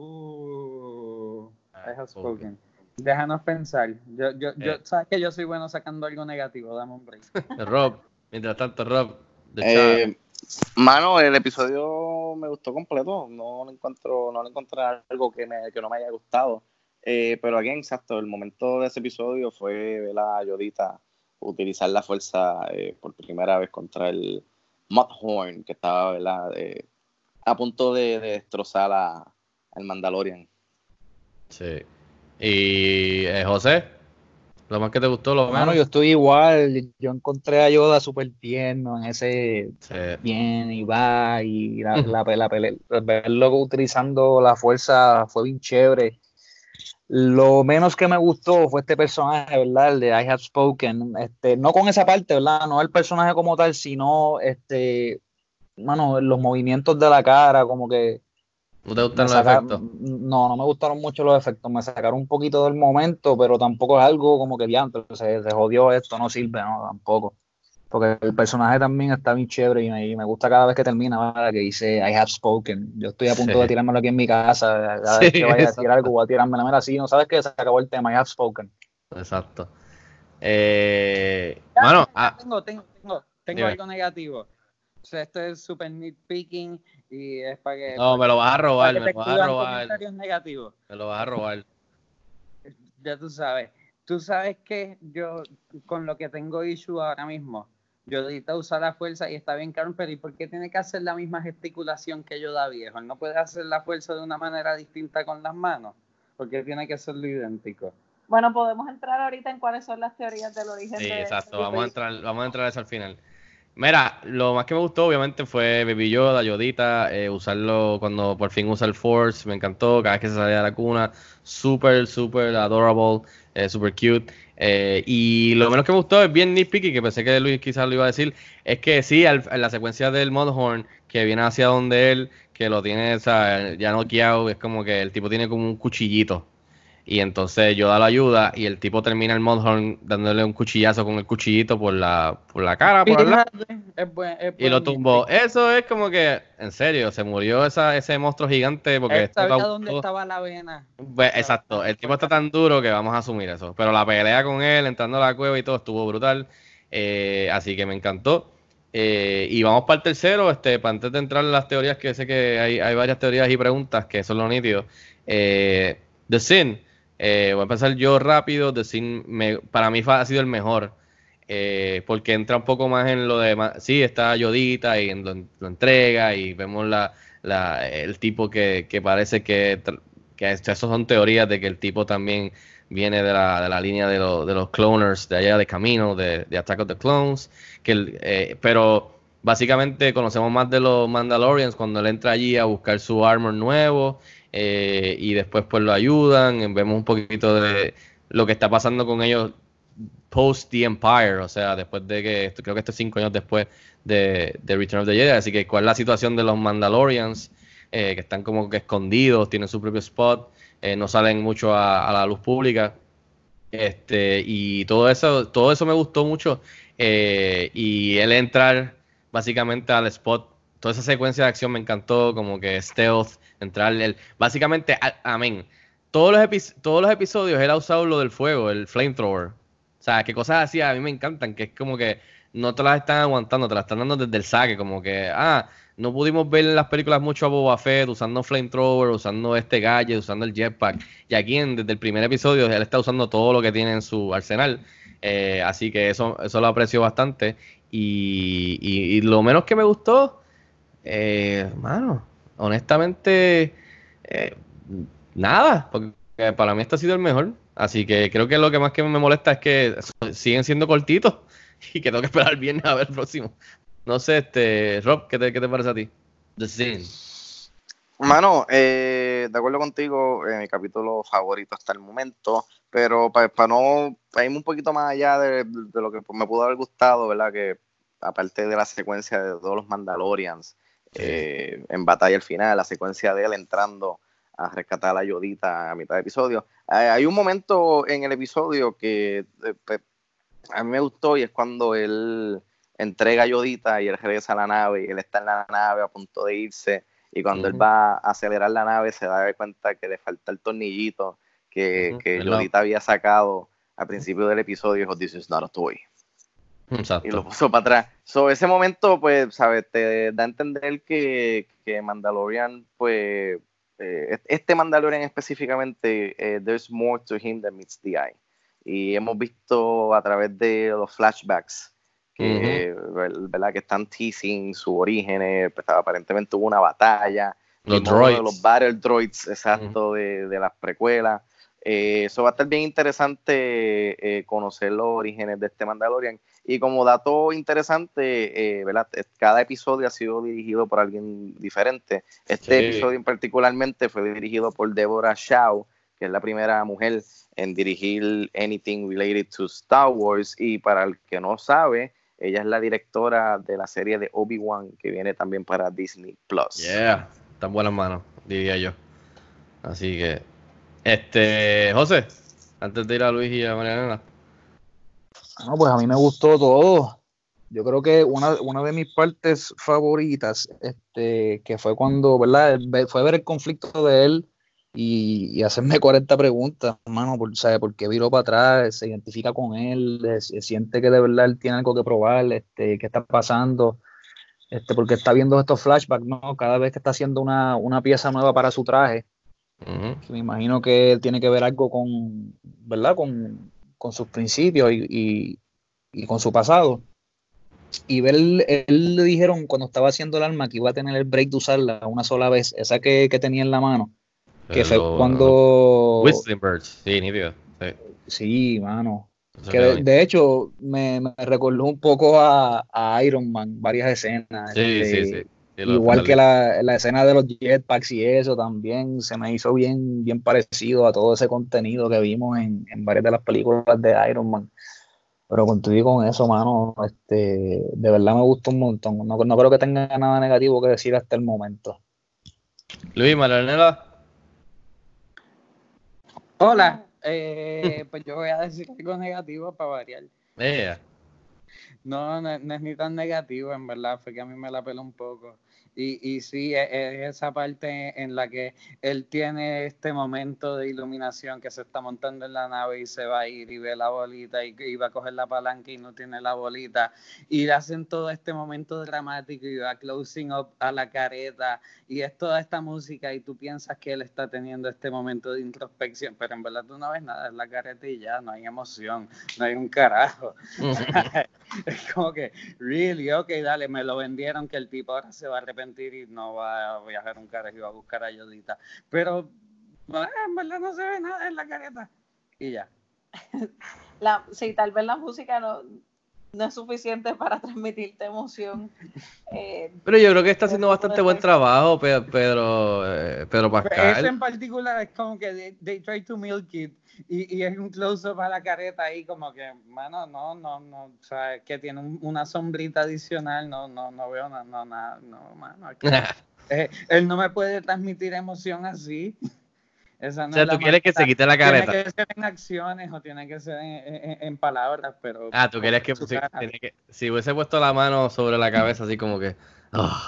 Uh, I have spoken. spoken. Déjanos pensar. Yo, yo, yo, Eh. sabes que yo soy bueno sacando algo negativo, dame un break. Rob, mientras tanto, Rob, The Child. Eh, mano, el episodio me gustó completo. No le encuentro, no le encontré algo que, me, que no me haya gustado. Eh, pero aquí, exacto, el momento de ese episodio fue ver a Yodita utilizar la fuerza eh, por primera vez contra el Mudhorn, que estaba, ¿verdad? Eh, a punto de, de destrozar a, al Mandalorian. Sí. Y eh, José, lo más que te gustó, lo Hermano, menos. yo estoy igual. Yo encontré a Yoda súper tierno en ese Sí. bien y va. Y la, la, la, pele- verlo utilizando la fuerza fue bien chévere. Lo menos que me gustó fue este personaje, ¿verdad? El de I Have Spoken. Este, no con esa parte, ¿verdad? No el personaje como tal, sino este, mano, los movimientos de la cara, como que ¿No te me gustan los saca- efectos? no, no me gustaron mucho los efectos, me sacaron un poquito del momento, pero tampoco es algo como que diantre, se, se jodió esto, no sirve, no, tampoco. Porque el personaje también está bien chévere y me, y me gusta cada vez que termina, ¿verdad? Que dice I have spoken. Yo estoy a punto Sí. de tirármelo aquí en mi casa. Cada Sí, vez que vaya a exacto. decir algo, voy a tirármelo. Mira, sí, no sabes que se acabó el tema, I have spoken. Exacto. Eh, Ya, mano, ya, ah, tengo, tengo, tengo, tengo dime. algo negativo. O sea, esto es super nitpicking y es para que, no, me lo vas a para robar, que me te lo vas a escriban robar, comentarios negativos. me lo vas a robar. Ya tú sabes. Tú sabes que yo, con lo que tengo issue ahora mismo, Yodita usa la fuerza y está bien caro, pero ¿y por qué tiene que hacer la misma gesticulación que Yoda viejo? ¿Él no puede hacer la fuerza de una manera distinta con las manos? ¿Por qué tiene que hacerlo idéntico? Bueno, podemos entrar ahorita en cuáles son las teorías del origen Sí, de exacto, de vamos a Baby. entrar, vamos a entrar a eso al final. Mira, lo más que me gustó obviamente fue Baby Yoda, Yodita, eh, usarlo cuando por fin usa el Force, me encantó, cada vez que se salía de la cuna, súper, súper adorable, eh, súper cute. Eh, y lo menos que me gustó es bien nitpicky, que pensé que Luis quizás lo iba a decir, es que sí, al- en la secuencia del Mudhorn, que viene hacia donde él, que lo tiene, o sea, ya noqueado, es como que el tipo tiene como un cuchillito. Y entonces Yoda lo ayuda y el tipo termina el Mudhorn dándole un cuchillazo con el cuchillito por la, por la cara, por al lado, Fíjate, es buen, es y lo buen tumbó. nitpick. Eso es como que, en serio, se murió esa, ese monstruo gigante porque Él esto sabía está- dónde todo- estaba la vena. Pues, exacto, el tipo está tan duro que vamos a asumir eso. Pero la pelea con él, entrando a la cueva y todo, estuvo brutal. Eh, así que me encantó. Eh, y vamos para el tercero, este, para antes de entrar en las teorías, que sé que hay, hay varias teorías y preguntas que son lo nítido. Eh, The Sin, eh, voy a empezar yo rápido. The Sin me, para mí fa- ha sido el mejor. eh, porque entra un poco más en lo de, ma- sí, está Yodita y en- lo, lo entrega y vemos la, la, el tipo que, que parece que, tr- que esto- eso son teorías de que el tipo también viene de la, de la línea de, lo- de los cloners de allá de Camino, de, de Attack of the Clones, que el- eh, pero básicamente conocemos más de los Mandalorians cuando él entra allí a buscar su armor nuevo eh, y después pues lo ayudan, eh, vemos un poquito de lo que está pasando con ellos post The Empire, o sea, después de que, esto- creo que esto es cinco años después de, de Return of the Jedi, así que cuál es la situación de los Mandalorians, eh, que están como que escondidos, tienen su propio spot, eh, no salen mucho a, a la luz pública, este, y todo eso, todo eso me gustó mucho, eh, y él entrar básicamente al spot toda esa secuencia de acción me encantó, como que stealth, entrar, el, básicamente, a- amén. Todos los, epi- todos los episodios él ha usado lo del fuego, el flamethrower. O sea, que cosas así a mí me encantan, que es como que no te las están aguantando, te las están dando desde el saque, como que, ah, no pudimos ver en las películas mucho a Boba Fett usando flamethrower, usando este gadget, usando el jetpack. Y aquí en, desde el primer episodio él está usando todo lo que tiene en su arsenal. Eh, así que eso, eso lo aprecio bastante. Y, y, y lo menos que me gustó, eh, mano, honestamente, eh, nada, porque para mí este ha sido el mejor. Así que creo que lo que más que me molesta es que siguen siendo cortitos y que tengo que esperar el viernes a ver el próximo. No sé, este, Rob, ¿qué te, qué te parece a ti? The Sin. Mano, eh, de acuerdo contigo, eh, mi capítulo favorito hasta el momento, pero para pa no pa irme un poquito más allá de, de lo que me pudo haber gustado, ¿verdad? Que aparte de la secuencia de todos los Mandalorians Sí. eh, en batalla al final, la secuencia de él entrando a rescatar a la Yodita a mitad de episodio, eh, hay un momento en el episodio que eh, pues, a mí me gustó y es cuando él entrega a Yodita y él regresa a la nave y él está en la nave a punto de irse. Y cuando Ujú. él va a acelerar la nave, se da cuenta que le falta el tornillito que, Ujú, que ¿verdad? Yodita había sacado al principio del episodio y dijo, "This is not a toy." Y lo Exacto. puso para atrás. So, ese momento, pues, ¿sabes? Te da a entender que, que Mandalorian, pues, eh, este Mandalorian específicamente, eh, there's more to him than meets the eye. Y hemos visto a través de los flashbacks que, Ujú. ¿verdad? Que están teasing su origen, pues, aparentemente hubo una batalla, Los vimos uno de droids. los battle droids, exacto, de, de las precuelas. Eh, eso va a estar bien interesante eh, conocer los orígenes de este Mandalorian. Y como dato interesante, eh, ¿verdad? Cada episodio ha sido dirigido por alguien diferente. Este Sí. episodio en particularmente fue dirigido por Deborah Shaw, que es la primera mujer en dirigir anything related to Star Wars. Y para el que no sabe, ella es la directora de la serie de Obi-Wan, que viene también para Disney Plus. Yeah, están buenas manos, diría yo. Así que, este, José, antes de ir a Luis y a Mariana. No, pues a mí me gustó todo. Yo creo que una, una de mis partes favoritas, este, que fue cuando, ¿verdad? Ve- Fue ver el conflicto de él y, y hacerme cuarenta preguntas, hermano, por, ¿sabe? ¿Por qué viró para atrás? Se identifica con él, eh, se siente que de verdad él tiene algo que probar, este, qué está pasando, este, porque está viendo estos flashbacks, ¿no? Cada vez que está haciendo una, una pieza nueva para su traje, Ujú. que me imagino que él tiene que ver algo con, ¿verdad? Con, con sus principios y, y, y con su pasado. Y ver, él le dijeron cuando estaba haciendo el arma que iba a tener el break de usarla una sola vez, esa que, que tenía en la mano, que fue Lo- cuando... Whistling Birds, sí, nítido. Sí, Sí, mano. eso Que quedó de, nítido. de hecho me, me recordó un poco a, a Iron Man, varias escenas. Sí, sí, sí. Este, Sí, lo igual que salí. la, la escena de los jetpacks y eso también se me hizo bien, bien parecido a todo ese contenido que vimos en, en varias de las películas de Iron Man. Pero contigo con eso, mano, este, de verdad me gustó un montón. No, no creo que tenga nada negativo que decir hasta el momento. Luis, Mariana. Hola, eh, pues yo voy a decir algo negativo para variar. Eh, No, no, no es ni tan negativo, en verdad, fue que a mí me la peló un poco. Y, y sí, es, es esa parte en la que él tiene este momento de iluminación que se está montando en la nave y se va a ir y ve la bolita y, y va a coger la palanca y no tiene la bolita. Y le hacen todo este momento dramático y va closing up a la careta y es toda esta música y tú piensas que él está teniendo este momento de introspección, pero en verdad tú no ves nada, es la careta y ya, no hay emoción, no hay un carajo. Es como que, really, ok, dale, me lo vendieron que el tipo ahora se va a arrepentir y no va a viajar un carajo y va a buscar a Yodita. Pero, bueno, en verdad no se ve nada en la careta. Y ya. La, sí, tal vez la música no, no es suficiente para transmitirte emoción. Eh, Pero yo creo que está haciendo bastante buen trabajo, Pe- Pedro, eh, Pedro Ese Pascal. en particular es como que they, they try to milk it y, y es un close-up a la careta ahí como que, mano, no, no, no, o sea, que tiene un, una sombrita adicional, no, no, no veo nada, no, nada, no, mano. Que, eh, él no me puede transmitir emoción así. Esa no O sea, es la tú quieres que manera. se quite la careta. Tiene que ser en acciones o tiene que ser en, en, en palabras, pero... Ah, tú querías que, su pusi- cara. tenía que- si hubiese puesto la mano sobre la cabeza así como que, ah,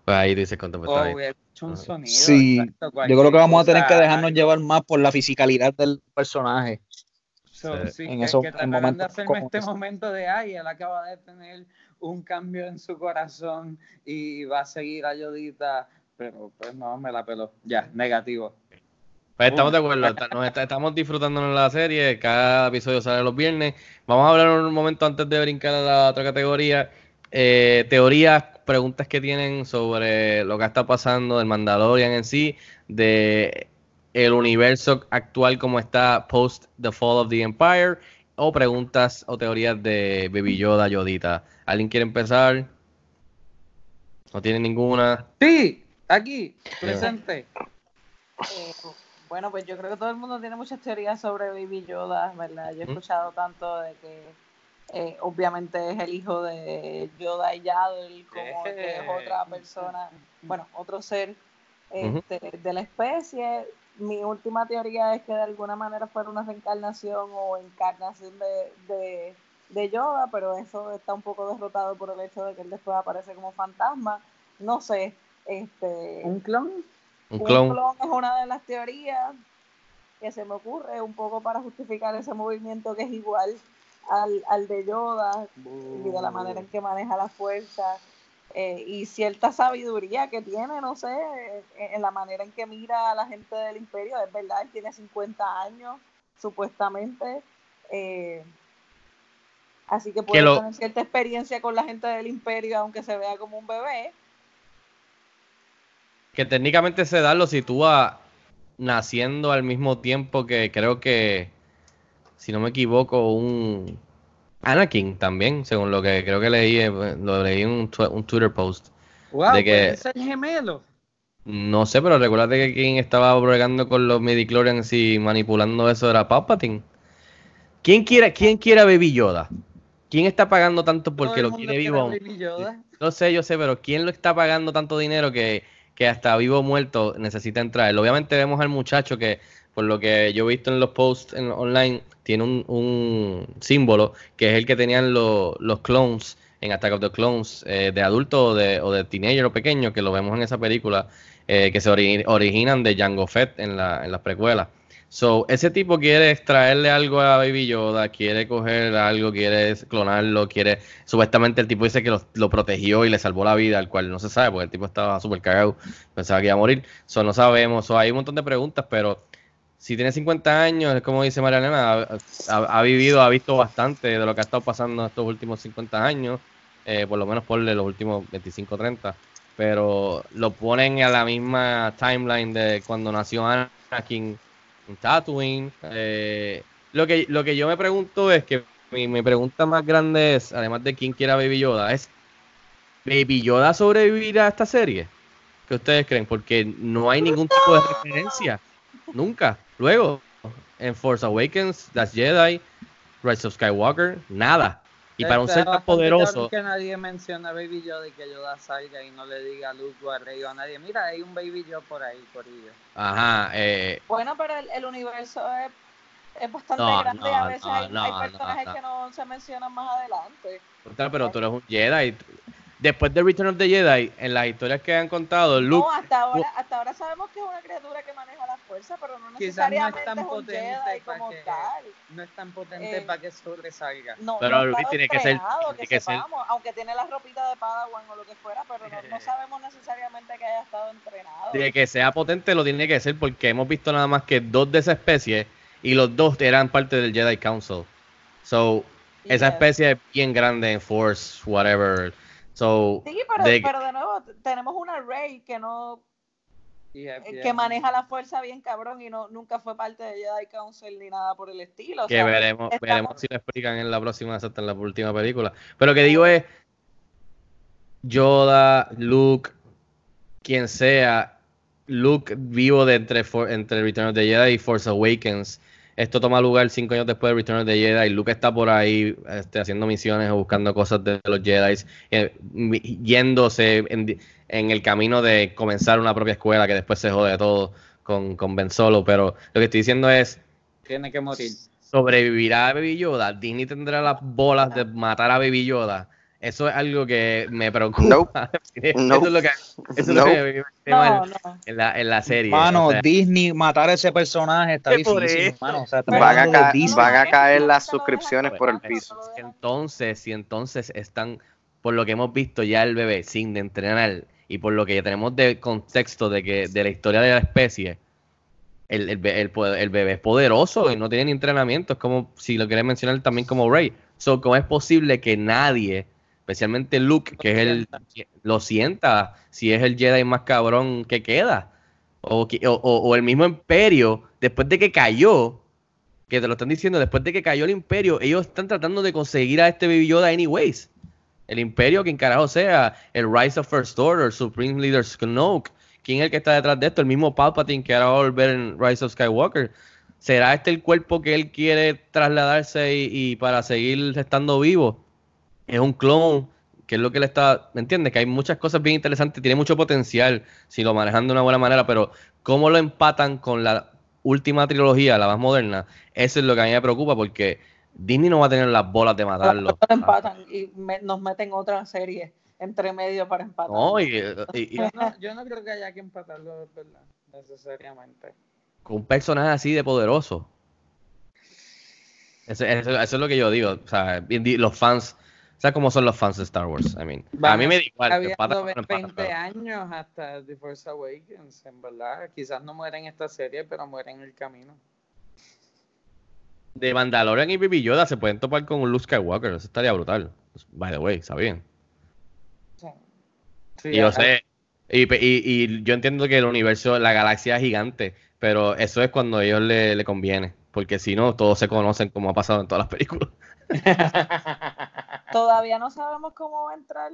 Pues ahí dices cuánto pues, está Oh, bien. hubiera hecho un sonido. Sí, exacto, yo cualquier creo que vamos a tener cosa, que dejarnos algo. llevar más por la fisicalidad del personaje. So, Sí. sí, En que, esos- que en trataran de momentos hacerme como este ese. momento de, ay, él acaba de tener un cambio en su corazón y va a seguir a Yodita, pero pues no, me la peló. Ya, negativo. Pues estamos de Uno. acuerdo, está- nos está- estamos disfrutándonos la serie, cada episodio sale los viernes. Vamos a hablar un momento antes de brincar a la otra categoría. Eh, teorías, preguntas que tienen sobre lo que está pasando del Mandalorian en sí, de el universo actual como está post The Fall of the Empire, o preguntas o teorías de Baby Yoda, Yodita. ¿Alguien quiere empezar? ¿No tiene ninguna? Sí, aquí, presente. Eh, bueno, pues yo creo que todo el mundo tiene muchas teorías sobre Baby Yoda, ¿verdad? Yo he escuchado tanto de que eh, obviamente es el hijo de Yoda y Yaddle, como que es otra persona, bueno, otro ser este, de la especie. Mi última teoría es que de alguna manera fuera una reencarnación o encarnación de, de, de Yoda, pero eso está un poco derrotado por el hecho de que él después aparece como fantasma. No sé, este... ¿Un clon? Un Un clon. clon es una de las teorías que se me ocurre, un poco para justificar ese movimiento que es igual al, al de Yoda y de la manera en que maneja la fuerza eh, y cierta sabiduría que tiene, no sé, en, en la manera en que mira a la gente del Imperio. Es verdad, él tiene cincuenta años, supuestamente, eh, así que puede lo- tener cierta experiencia con la gente del Imperio, aunque se vea como un bebé. Que técnicamente ese edad lo sitúa naciendo al mismo tiempo que creo que, si no me equivoco, un Anakin también, según lo que creo que leí, eh, lo leí en un, tw- un Twitter post. Wow, de que, puede ser gemelo. no sé, pero recuerda que quien estaba bregando con los midichlorians y manipulando eso era Palpatine. ¿Quién quiere, quién quiere a Baby Yoda? ¿Quién está pagando tanto Todo porque el lo mundo quiere quiere vivo? Baby Yoda. Lo sé, yo sé, pero ¿quién lo está pagando tanto dinero que, que hasta vivo o muerto necesita entrar? Obviamente vemos al muchacho que, por lo que yo he visto en los posts en, online, tiene un, un símbolo que es el que tenían los, los clones en Attack of the Clones, eh, de adulto o de, o de teenager o pequeño, que lo vemos en esa película, eh, que se ori- originan de Jango Fett en, la, en las precuelas. So, ese tipo quiere extraerle algo a Baby Yoda, quiere coger algo, quiere clonarlo, quiere... Supuestamente el tipo dice que lo, lo protegió y le salvó la vida, al cual no se sabe, porque el tipo estaba súper cagado, pensaba que iba a morir. So, no sabemos, so, hay un montón de preguntas, pero si tiene cincuenta años, es como dice María Elena, ha, ha, ha vivido, ha visto bastante de lo que ha estado pasando estos últimos cincuenta años, eh, por lo menos por los últimos veinticinco o treinta, pero lo ponen a la misma timeline de cuando nació Anakin en Tatooine. Eh, lo, que, lo que yo me pregunto es que mi, mi pregunta más grande es, además de quién quiera Baby Yoda, es ¿Baby Yoda sobrevivirá a esta serie? ¿Qué ustedes creen? Porque no hay ningún tipo de referencia. Nunca. Luego, en Force Awakens, Last Jedi, Rise of Skywalker, nada. Y para un Está ser tan bastante poderoso... cabrón que nadie menciona a Baby Yoda y que Yoda salga y no le diga a Luke o a Rey o a nadie, mira, hay un Baby Yoda por ahí, por ello. Ajá, eh... Bueno, pero el, el universo es, es bastante No, grande y no, a veces no, hay, no, hay no, personajes no. que no se mencionan más adelante. Pero tú eres un Jedi. Después de Return of the Jedi, en las historias que han contado, Luke... No, hasta ahora, hasta ahora sabemos que es una criatura que maneja la fuerza, pero no Quizás no es necesariamente tan es un potente Jedi para como que, tal. no es tan potente Eh, para que sobresalga. No, Pero no Luis está tiene que ser- entrenado, tiene que, que ser- sepamos, aunque tiene la ropita de Padawan o lo que fuera, pero no, no sabemos necesariamente que haya estado entrenado. De que sea potente lo tiene que ser porque hemos visto nada más que dos de esa especie y los dos eran parte del Jedi Council. So, esa Yes. especie es bien grande en Force, whatever. So, Sí, pero de, de, pero de nuevo, t- tenemos una Rey que no Yeah, eh, yeah. que maneja la fuerza bien cabrón y no nunca fue parte de Jedi Council ni nada por el estilo. O que sea, veremos, estamos- veremos si lo explican en la próxima, hasta en la última película. Pero lo que digo es, Yoda, Luke, quien sea, Luke vivo de entre, For- entre Return of the Jedi y Force Awakens. Esto toma lugar cinco años después de Return of the Jedi. Luke está por ahí este, haciendo misiones o buscando cosas de los Jedi, eh, yéndose en, en el camino de comenzar una propia escuela que después se jode todo con, con Ben Solo. Pero lo que estoy diciendo es, Tiene que morir. ¿sobrevivirá a Baby Yoda? ¿Disney tendrá las bolas de matar a Baby Yoda Eso es algo que me preocupa. Nope. eso Nope. es lo que, eso es lo Nope. que me me No, mal no. en la, en la serie. Mano, o sea, Disney, matar a ese personaje está Es por difícil, eso. mano. O sea, estamos Van a, hablando de ca- Disney. van a caer las Te lo dejan suscripciones por el pasar, piso. te lo si dejan. entonces, si entonces están, por lo que hemos visto ya el bebé sin de entrenar y por lo que ya tenemos de contexto de que de la historia de la especie, el, el, be- el, po- el bebé es poderoso y no tiene ni entrenamiento. Es como, si lo quieres mencionar también como Rey. So, ¿cómo es posible que nadie, especialmente Luke, que es el, lo sienta si es el Jedi más cabrón que queda? O, que- o, o- o el mismo Imperio, después de que cayó, que te lo están diciendo, después de que cayó el Imperio, ellos están tratando de conseguir a este Baby Yoda anyways. El Imperio, quien carajo sea, el Rise of First Order, Supreme Leader Snoke, ¿quién es el que está detrás de esto? El mismo Palpatine que ahora va a volver en Rise of Skywalker. ¿Será este el cuerpo que él quiere trasladarse y, y para seguir estando vivo? Es un clon, que es lo que le está, ¿me entiendes? Que hay muchas cosas bien interesantes, tiene mucho potencial si lo manejan de una buena manera, pero cómo lo empatan con la última trilogía, la más moderna, eso es lo que a mí me preocupa, porque Disney no va a tener las bolas de matarlo. Lo empatan y me- nos meten otra serie entre medio para empatar. No, y, y- y Yo no, yo no creo que haya que empatarlo, de verdad, necesariamente. con un personaje así de poderoso. Eso, eso- eso es lo que yo digo. O sea, bien di- los fans, ¿sabes cómo son los fans de Star Wars? I mean, a mí me da igual. que Habiendo empatan o no empatan, veinte pero- años hasta The Force Awakens, en verdad. Quizás no mueren en esta serie, pero mueren en el camino. De Mandalorian y Baby Yoda se pueden topar con un Luke Skywalker. Eso estaría brutal. By the way, ¿sabían? Sí. Y yo a- sé, y, pe- y, y yo entiendo que el universo, la galaxia es gigante, pero eso es cuando a ellos le, le conviene, porque si no, todos se conocen como ha pasado en todas las películas. Todavía no sabemos cómo va a entrar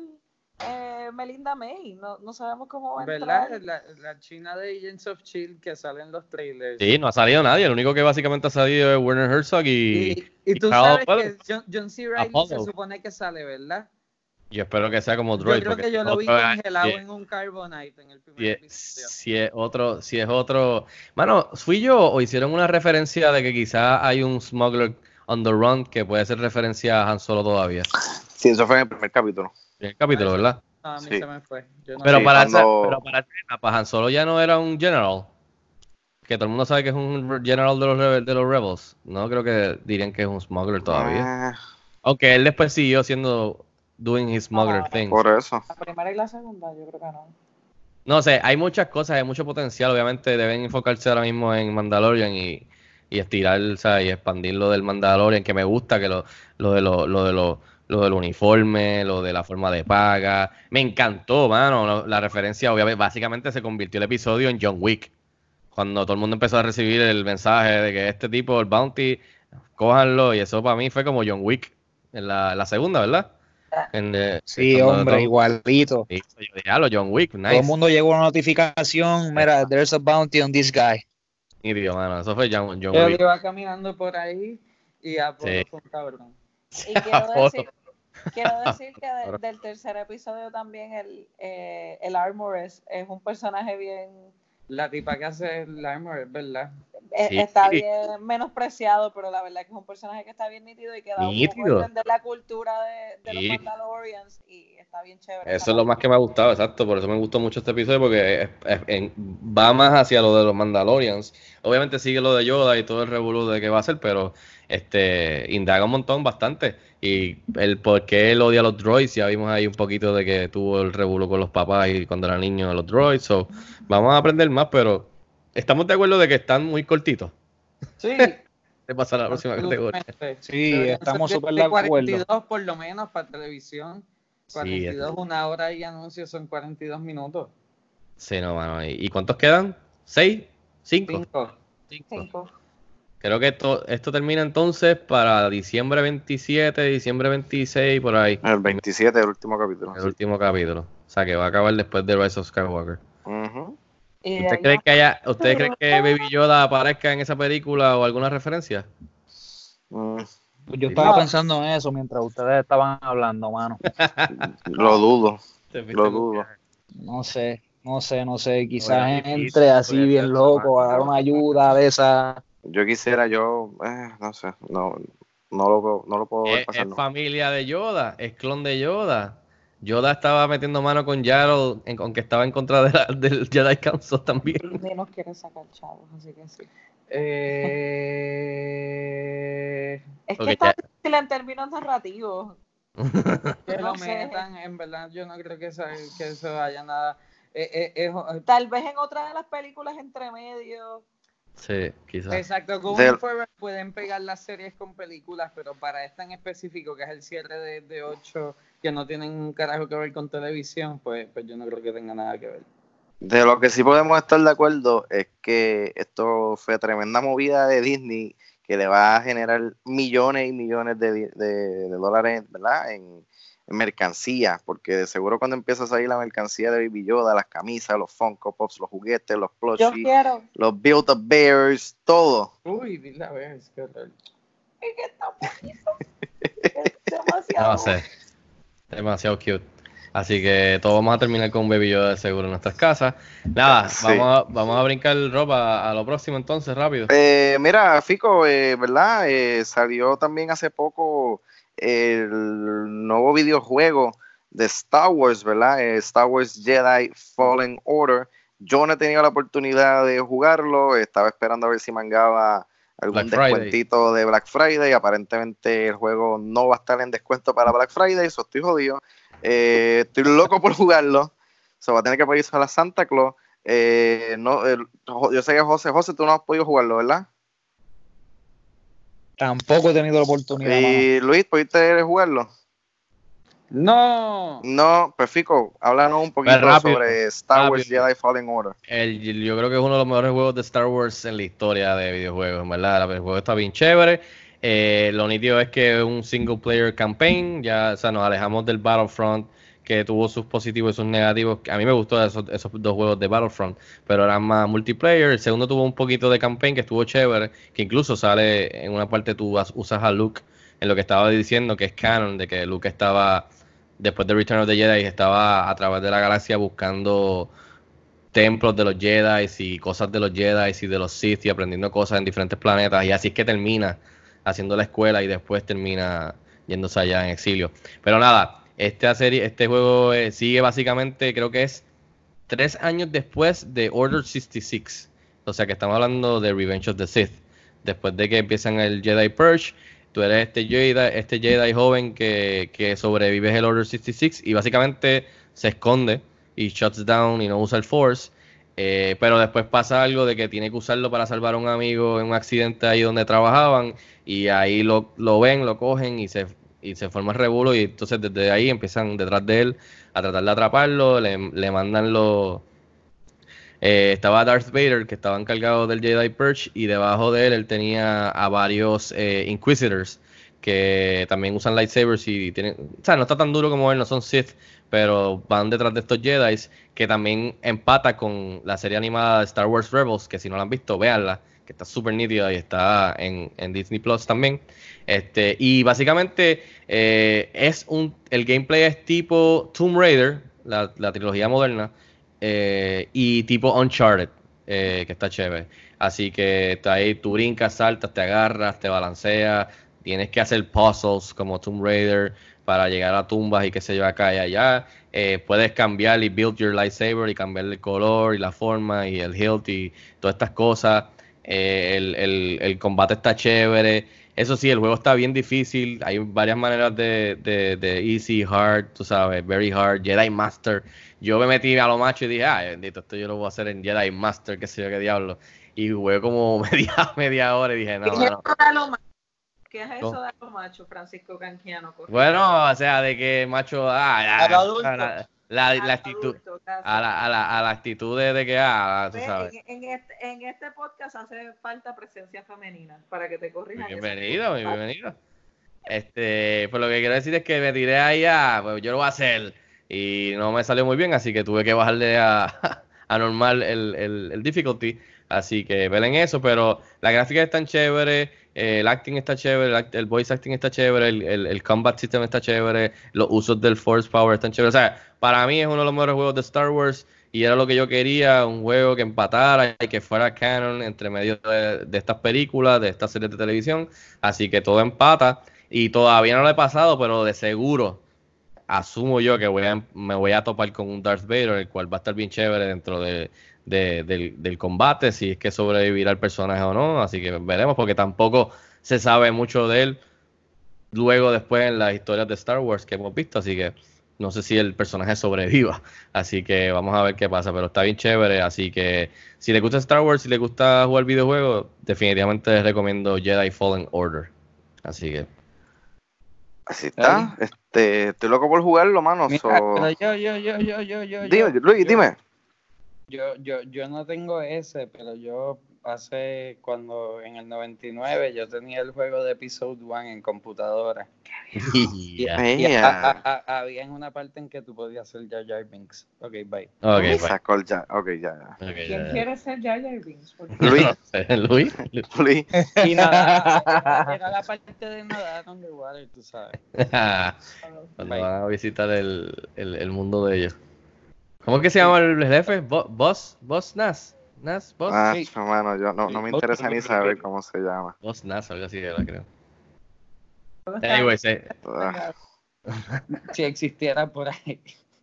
eh, Melinda May. No, no sabemos cómo va a ¿Verdad? entrar. La, la china de Agents of Shield que sale en los trailers. Sí, no ha salido nadie, el único que básicamente ha salido es Werner Herzog y, Y, y tú Carl sabes Weathers. que John, John C. Reilly Apollo. se supone que sale, ¿verdad? Yo espero que sea como Yo Droid. creo porque que yo si lo vi otro es- congelado si- en un Carbonite en el si primer es, episodio. si es otro, si es otro. Mano, ¿fui yo o hicieron una referencia de que quizás hay un smuggler on the run que puede ser referencia a Han Solo todavía? Sí, eso fue en el primer capítulo. En el capítulo, ¿verdad? No, a mí Sí. se me fue. Yo no Pero, Sí, para esa, cuando- pero para esa etapa, Han Solo ya no era un general. Que todo el mundo sabe que es un general de los, rebel- de los Rebels. No creo que dirían que es un smuggler todavía. Ah, Aunque él después siguió siendo doing his smuggler Ah, things. por eso. La primera y la segunda, yo creo que no. No sé, hay muchas cosas, hay mucho potencial. Obviamente deben enfocarse ahora mismo en Mandalorian y, y estirar, o sea, y expandir lo del Mandalorian, que me gusta, que lo, lo de lo, lo de lo, lo del uniforme, lo de la forma de paga. Me encantó, mano, lo- la referencia. Obviamente, básicamente se convirtió el episodio en John Wick. Cuando todo el mundo empezó a recibir el mensaje de que este tipo, el Bounty, cójanlo. Y eso para mí fue como John Wick en la, en la segunda, ¿verdad? En, eh, Sí, cuando hombre, todo- igualito. Sí, yo dije, "Ah, lo John Wick, nice". Todo el mundo llegó a una notificación, mira, there's a bounty on this guy. Nítido, mano. Eso fue John, John Yo Wick. iba caminando por ahí y Apolo Sí. fue un cabrón. Y quiero Apolo. decir, quiero decir que de- del tercer episodio también el, eh, el Armor es, es un personaje bien, La tipa que hace el armor, es verdad. eh, Sí. está bien menospreciado, pero la verdad que es un personaje que está bien nítido y que da un Nítido. poco a entender la cultura de, de Sí. los Mandalorians y está bien chévere. Eso es lo más que me ha gustado, exacto. Por eso me gustó mucho este episodio, porque es- es- en- va más hacia lo de los Mandalorians. Obviamente sigue lo de Yoda y todo el revolú de qué va a ser, pero este indaga un montón, bastante. Y el por qué él odia a los droids, ya vimos ahí un poquito de que tuvo el revolú con los papás y cuando era niño de los droids. So, vamos a aprender más, pero estamos de acuerdo de que están muy cortitos. Sí. Te pasa a la próxima categoría. absolutamente. Sí, Deberían estamos ser súper de acuerdo. cuarenta y dos por lo menos para televisión. Sí, cuarenta y dos, es- una hora y anuncios son cuarenta y dos minutos. Sí, no, mano. ¿Y y cuántos quedan? ¿Seis? ¿Cinco? Cinco. Cinco. Cinco. Creo que esto, esto termina entonces para diciembre veintisiete, diciembre veintiséis, por ahí. El veintisiete, el último capítulo. El último capítulo. O sea, que va a acabar después de Rise of Skywalker. Ujú. Y de ¿Usted ahí cree va- que haya, ¿Usted cree que Baby Yoda aparezca en esa película o alguna referencia? Mm, Yo estaba No. pensando en eso mientras ustedes estaban hablando, mano. lo dudo, Te fuiste lo con- dudo. No sé, no sé, no sé. Quizás Oye, difícil, entre así puede bien ser, loco a dar mamá. una ayuda de esa. Yo quisiera, yo, eh, no sé, no, no lo, no lo puedo ver Es, pasar. es No. familia de Yoda, es clon de Yoda. Yoda estaba metiendo mano con Yaddle, en- aunque estaba en contra de la- del Jedi Council también. Disney nos quiere sacar chavos, así que sí. Eh, Es que Ok, está ya. difícil en términos narrativos. que No lo sé. metan, en verdad, yo no creo que eso, que eso haya nada. Eh, eh, eh, Tal vez en otra de las películas entre medio. Sí, quizás. Exacto, going Del- forward pueden pegar las series con películas, pero para esta en específico, que es el cierre de, de ocho, que no tienen un carajo que ver con televisión, pues, pues yo no creo que tenga nada que ver. De lo que sí podemos estar de acuerdo es que esto fue tremenda movida de Disney que le va a generar millones y millones de, di- de- de dólares, ¿verdad? En, en mercancía, porque de seguro cuando empieza a salir la mercancía de Baby Yoda, las camisas, los Funko Pops, los juguetes, los Yo plushies, quiero. los Build-A-Bears, todo. Uy, dile a ver, es que horror. Es que está bonito. Es demasiado. No sé. Demasiado cute. Así que todos vamos a terminar con un Baby Yoda de seguro en nuestras casas. Nada, Sí. vamos, a, vamos a brincar ropa a lo próximo entonces, rápido. Eh, mira, Fico, eh, ¿verdad? Eh, salió también hace poco el nuevo videojuego de Star Wars, ¿verdad? Eh, Star Wars Jedi Fallen Order. Yo no he tenido la oportunidad de jugarlo, estaba esperando a ver si mangaba algún Black Friday. descuentito de Black Friday. Aparentemente el juego no va a estar en descuento para Black Friday, eso estoy jodido. Eh, estoy loco por jugarlo, se va a tener que pedir a la Santa Claus. Eh, no, el- yo sé que José, José, tú no has podido jugarlo, ¿verdad? Tampoco he tenido la oportunidad, mano. Y Luis, ¿pudiste jugarlo? No, No, pues Fico, háblanos un poquito Pues rápido, sobre Star Wars rápido. Jedi Fallen Order. El, yo creo que es uno de los mejores juegos de Star Wars en la historia de videojuegos, en verdad. El juego está bien chévere. Eh, lo nítido es que es un single player campaign. Ya, o sea, nos alejamos del Battlefront, que tuvo sus positivos y sus negativos. A mí me gustó esos, esos dos juegos de Battlefront, pero eran más multiplayer. El segundo tuvo un poquito de campaign que estuvo chévere, que incluso sale en una parte tú as- usas a Luke, en lo que estaba diciendo que es canon, de que Luke estaba, después de Return of the Jedi, estaba a través de la galaxia buscando templos de los Jedi y cosas de los Jedi y de los Sith y aprendiendo cosas en diferentes planetas, y así es que termina haciendo la escuela y después termina yéndose allá en exilio. Pero nada, esta serie, este juego eh, sigue básicamente, creo que es tres años después de Order sesenta y seis. O sea que estamos hablando de Revenge of the Sith. Después de que empiezan el Jedi Purge, tú eres este Jedi, este Jedi joven que, que sobrevive el Order sesenta y seis y básicamente se esconde y shuts down y no usa el Force. Eh, pero después pasa algo de que tiene que usarlo para salvar a un amigo en un accidente ahí donde trabajaban, y ahí lo, lo ven, lo cogen y se, y se forma el revuelo, y entonces desde ahí empiezan detrás de él a tratar de atraparlo, le, le mandan los... Eh, estaba Darth Vader, que estaba encargado del Jedi Purge, y debajo de él él tenía a varios eh, Inquisitors que también usan lightsabers y tienen, o sea, no está tan duro como él, no son Sith, pero van detrás de estos Jedi, que también empata con la serie animada de Star Wars Rebels, que si no la han visto, véanla, que está súper nítida y está en, en Disney Plus también. Este, y básicamente eh, es un, el gameplay es tipo Tomb Raider, la, la trilogía moderna, eh, y tipo Uncharted, eh, que está chévere. Así que está ahí, tú brincas, saltas, te agarras, te balanceas, tienes que hacer puzzles como Tomb Raider para llegar a tumbas y qué sé yo, acá y allá. Eh, puedes cambiar y build your lightsaber y cambiar el color y la forma y el hilt y todas estas cosas. Eh, el, el, el combate está chévere. Eso sí, el juego está bien difícil. Hay varias maneras de, de, de easy, hard, tú sabes, very hard, Jedi Master. Yo me metí a lo macho y dije, ah, bendito, esto yo lo voy a hacer en Jedi Master, qué sé yo, qué diablo. Y jugué como media, media hora y dije, no, no. ¿Qué es eso de lo macho, Francisco Canjiano? Bueno, o sea, de que macho, ah, A lo adulto. la, la, A la lo actitud, adulto, gracias. a la, a la, a la actitud de, de que, ah, tú Ve, sabes. En, en este, en este podcast hace falta presencia femenina para que te corrijan. eso. Bienvenido, muy bienvenido. Este, pues lo que quiero decir es que me tiré ahí a, pues yo lo voy a hacer y no me salió muy bien, así que tuve que bajarle a, a normal el, el, el difficulty, así que velen eso, pero la gráfica es tan chévere, eh, el acting está chévere, el, act- el voice acting está chévere, el, el, el combat system está chévere, los usos del force power están chéveres, o sea, para mí es uno de los mejores juegos de Star Wars y era lo que yo quería, un juego que empatara y que fuera canon entre medio de, de estas películas, de estas series de televisión, así que todo empata, y todavía no lo he pasado, pero de seguro asumo yo que voy a, me voy a topar con un Darth Vader, el cual va a estar bien chévere dentro de, de, del, del combate, si es que sobrevivirá el personaje o no, así que veremos, porque tampoco se sabe mucho de él luego después en las historias de Star Wars que hemos visto, así que no sé si el personaje sobreviva, así que vamos a ver qué pasa, pero está bien chévere, así que si le gusta Star Wars, si le gusta jugar videojuegos, definitivamente les recomiendo Jedi Fallen Order, así que así está, este, estoy loco por jugarlo, mano. Mira, so- pero yo, yo, yo, yo, yo, yo, Dime, yo, Luis, yo- dime. Yo, yo, yo no tengo ese, pero yo hace cuando en el noventa y nueve yo tenía el juego de Episode uno en computadora. Y, ya. y Ea. a- a- a- había en una parte en que tú podías hacer Jar Jar Binks. Ok, bye. Ok, Me bye. sacó el ya. Ok, ya, ya. Ok, ¿Quién ya. quiere ser Jar Jar Binks? Porque Luis, Luis, Luis. Y nada, era, era la parte de nadar underwater, tú sabes. cuando Bye. van a visitar el, el, el mundo de ellos. ¿Cómo es que se llama el jefe? Bo- Boss, Boss Nas, Nas, Boss, Ah, Sí. hermano, yo no, no me interesa ni saber cómo se llama. Boss Nas, algo así era, creo. todo está- Anyways, eh, Ah, Si existiera por ahí.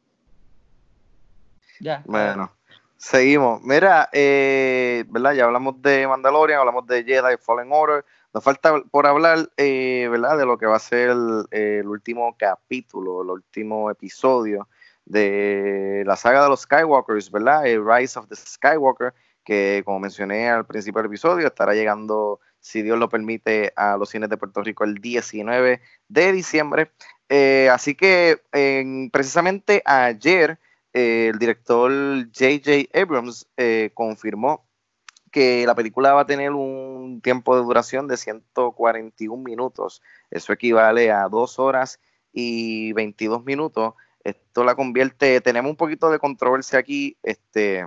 Ya. bueno, seguimos. Mira, eh, ¿verdad? Ya hablamos de Mandalorian, hablamos de Jedi Fallen Order. Nos falta por hablar, eh, ¿verdad? De lo que va a ser el, el último capítulo, el último episodio de la saga de los Skywalkers, ¿verdad? El Rise of the Skywalker, que como mencioné al principio del episodio, estará llegando, si Dios lo permite, a los cines de Puerto Rico el diecinueve de diciembre. Eh, así que en- precisamente ayer eh, el director J J Abrams eh, confirmó que la película va a tener un tiempo de duración de ciento cuarenta y un minutos. Eso equivale a dos horas y veintidós minutos. Esto la convierte, tenemos un poquito de controversia aquí, este,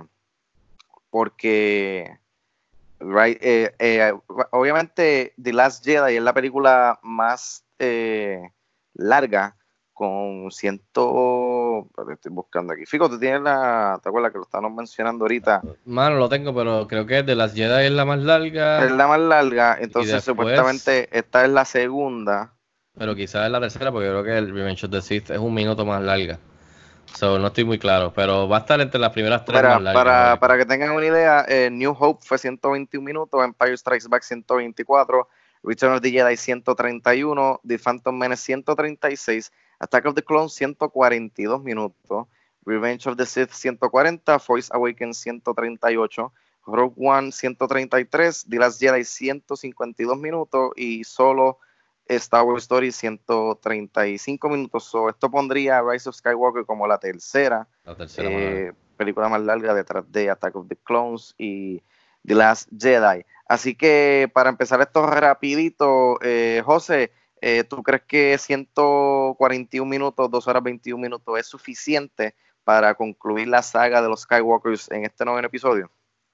porque right, eh, eh, obviamente The Last Jedi es la película más eh, larga, con ciento, estoy buscando aquí. Fico, tú tienes la, ¿te acuerdas que lo estábamos mencionando ahorita? mano, lo tengo, pero creo que de las Jedi es la más larga, Es la más larga, entonces después- supuestamente esta es la segunda. pero quizás es la tercera, porque creo que el Revenge of the Sith es un minuto más larga. So, no estoy muy claro, pero va a estar entre las primeras tres Para, más largas. para, ¿vale? para que tengan una idea, eh, New Hope fue ciento veintiún minutos, Empire Strikes Back ciento veinticuatro, Return of the Jedi ciento treinta y uno, The Phantom Menace ciento treinta y seis, Attack of the Clones ciento cuarenta y dos minutos, Revenge of the Sith ciento cuarenta, Force Awakens ciento treinta y ocho, Rogue One ciento treinta y tres, The Last Jedi ciento cincuenta y dos minutos y solo Star Wars Story ciento treinta y cinco minutos. So, esto pondría a Rise of Skywalker como la tercera, La tercera más larga. eh, película más larga detrás de Attack of the Clones y The Last Jedi. Así que para empezar esto rapidito, eh, José, eh, ¿tú crees que ciento cuarenta y un minutos, dos horas veintiún minutos es suficiente para concluir la saga de los Skywalkers en este noveno episodio?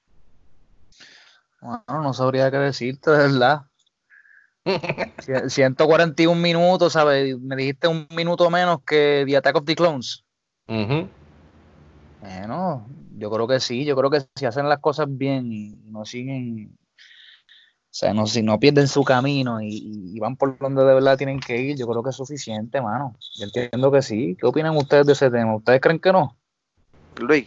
Bueno, no sabría qué decirte, de verdad. Cien- ciento cuarenta y un minutos, ¿sabes? Me dijiste un minuto menos que The Attack of the Clones. Ujú. Bueno, yo creo que sí, yo creo que si hacen las cosas bien y no siguen, o sea, no, si no pierden su camino y, y- y van por donde de verdad tienen que ir, yo creo que es suficiente, mano. Yo entiendo que sí. ¿Qué opinan ustedes de ese tema? ¿Ustedes creen que no? Luis,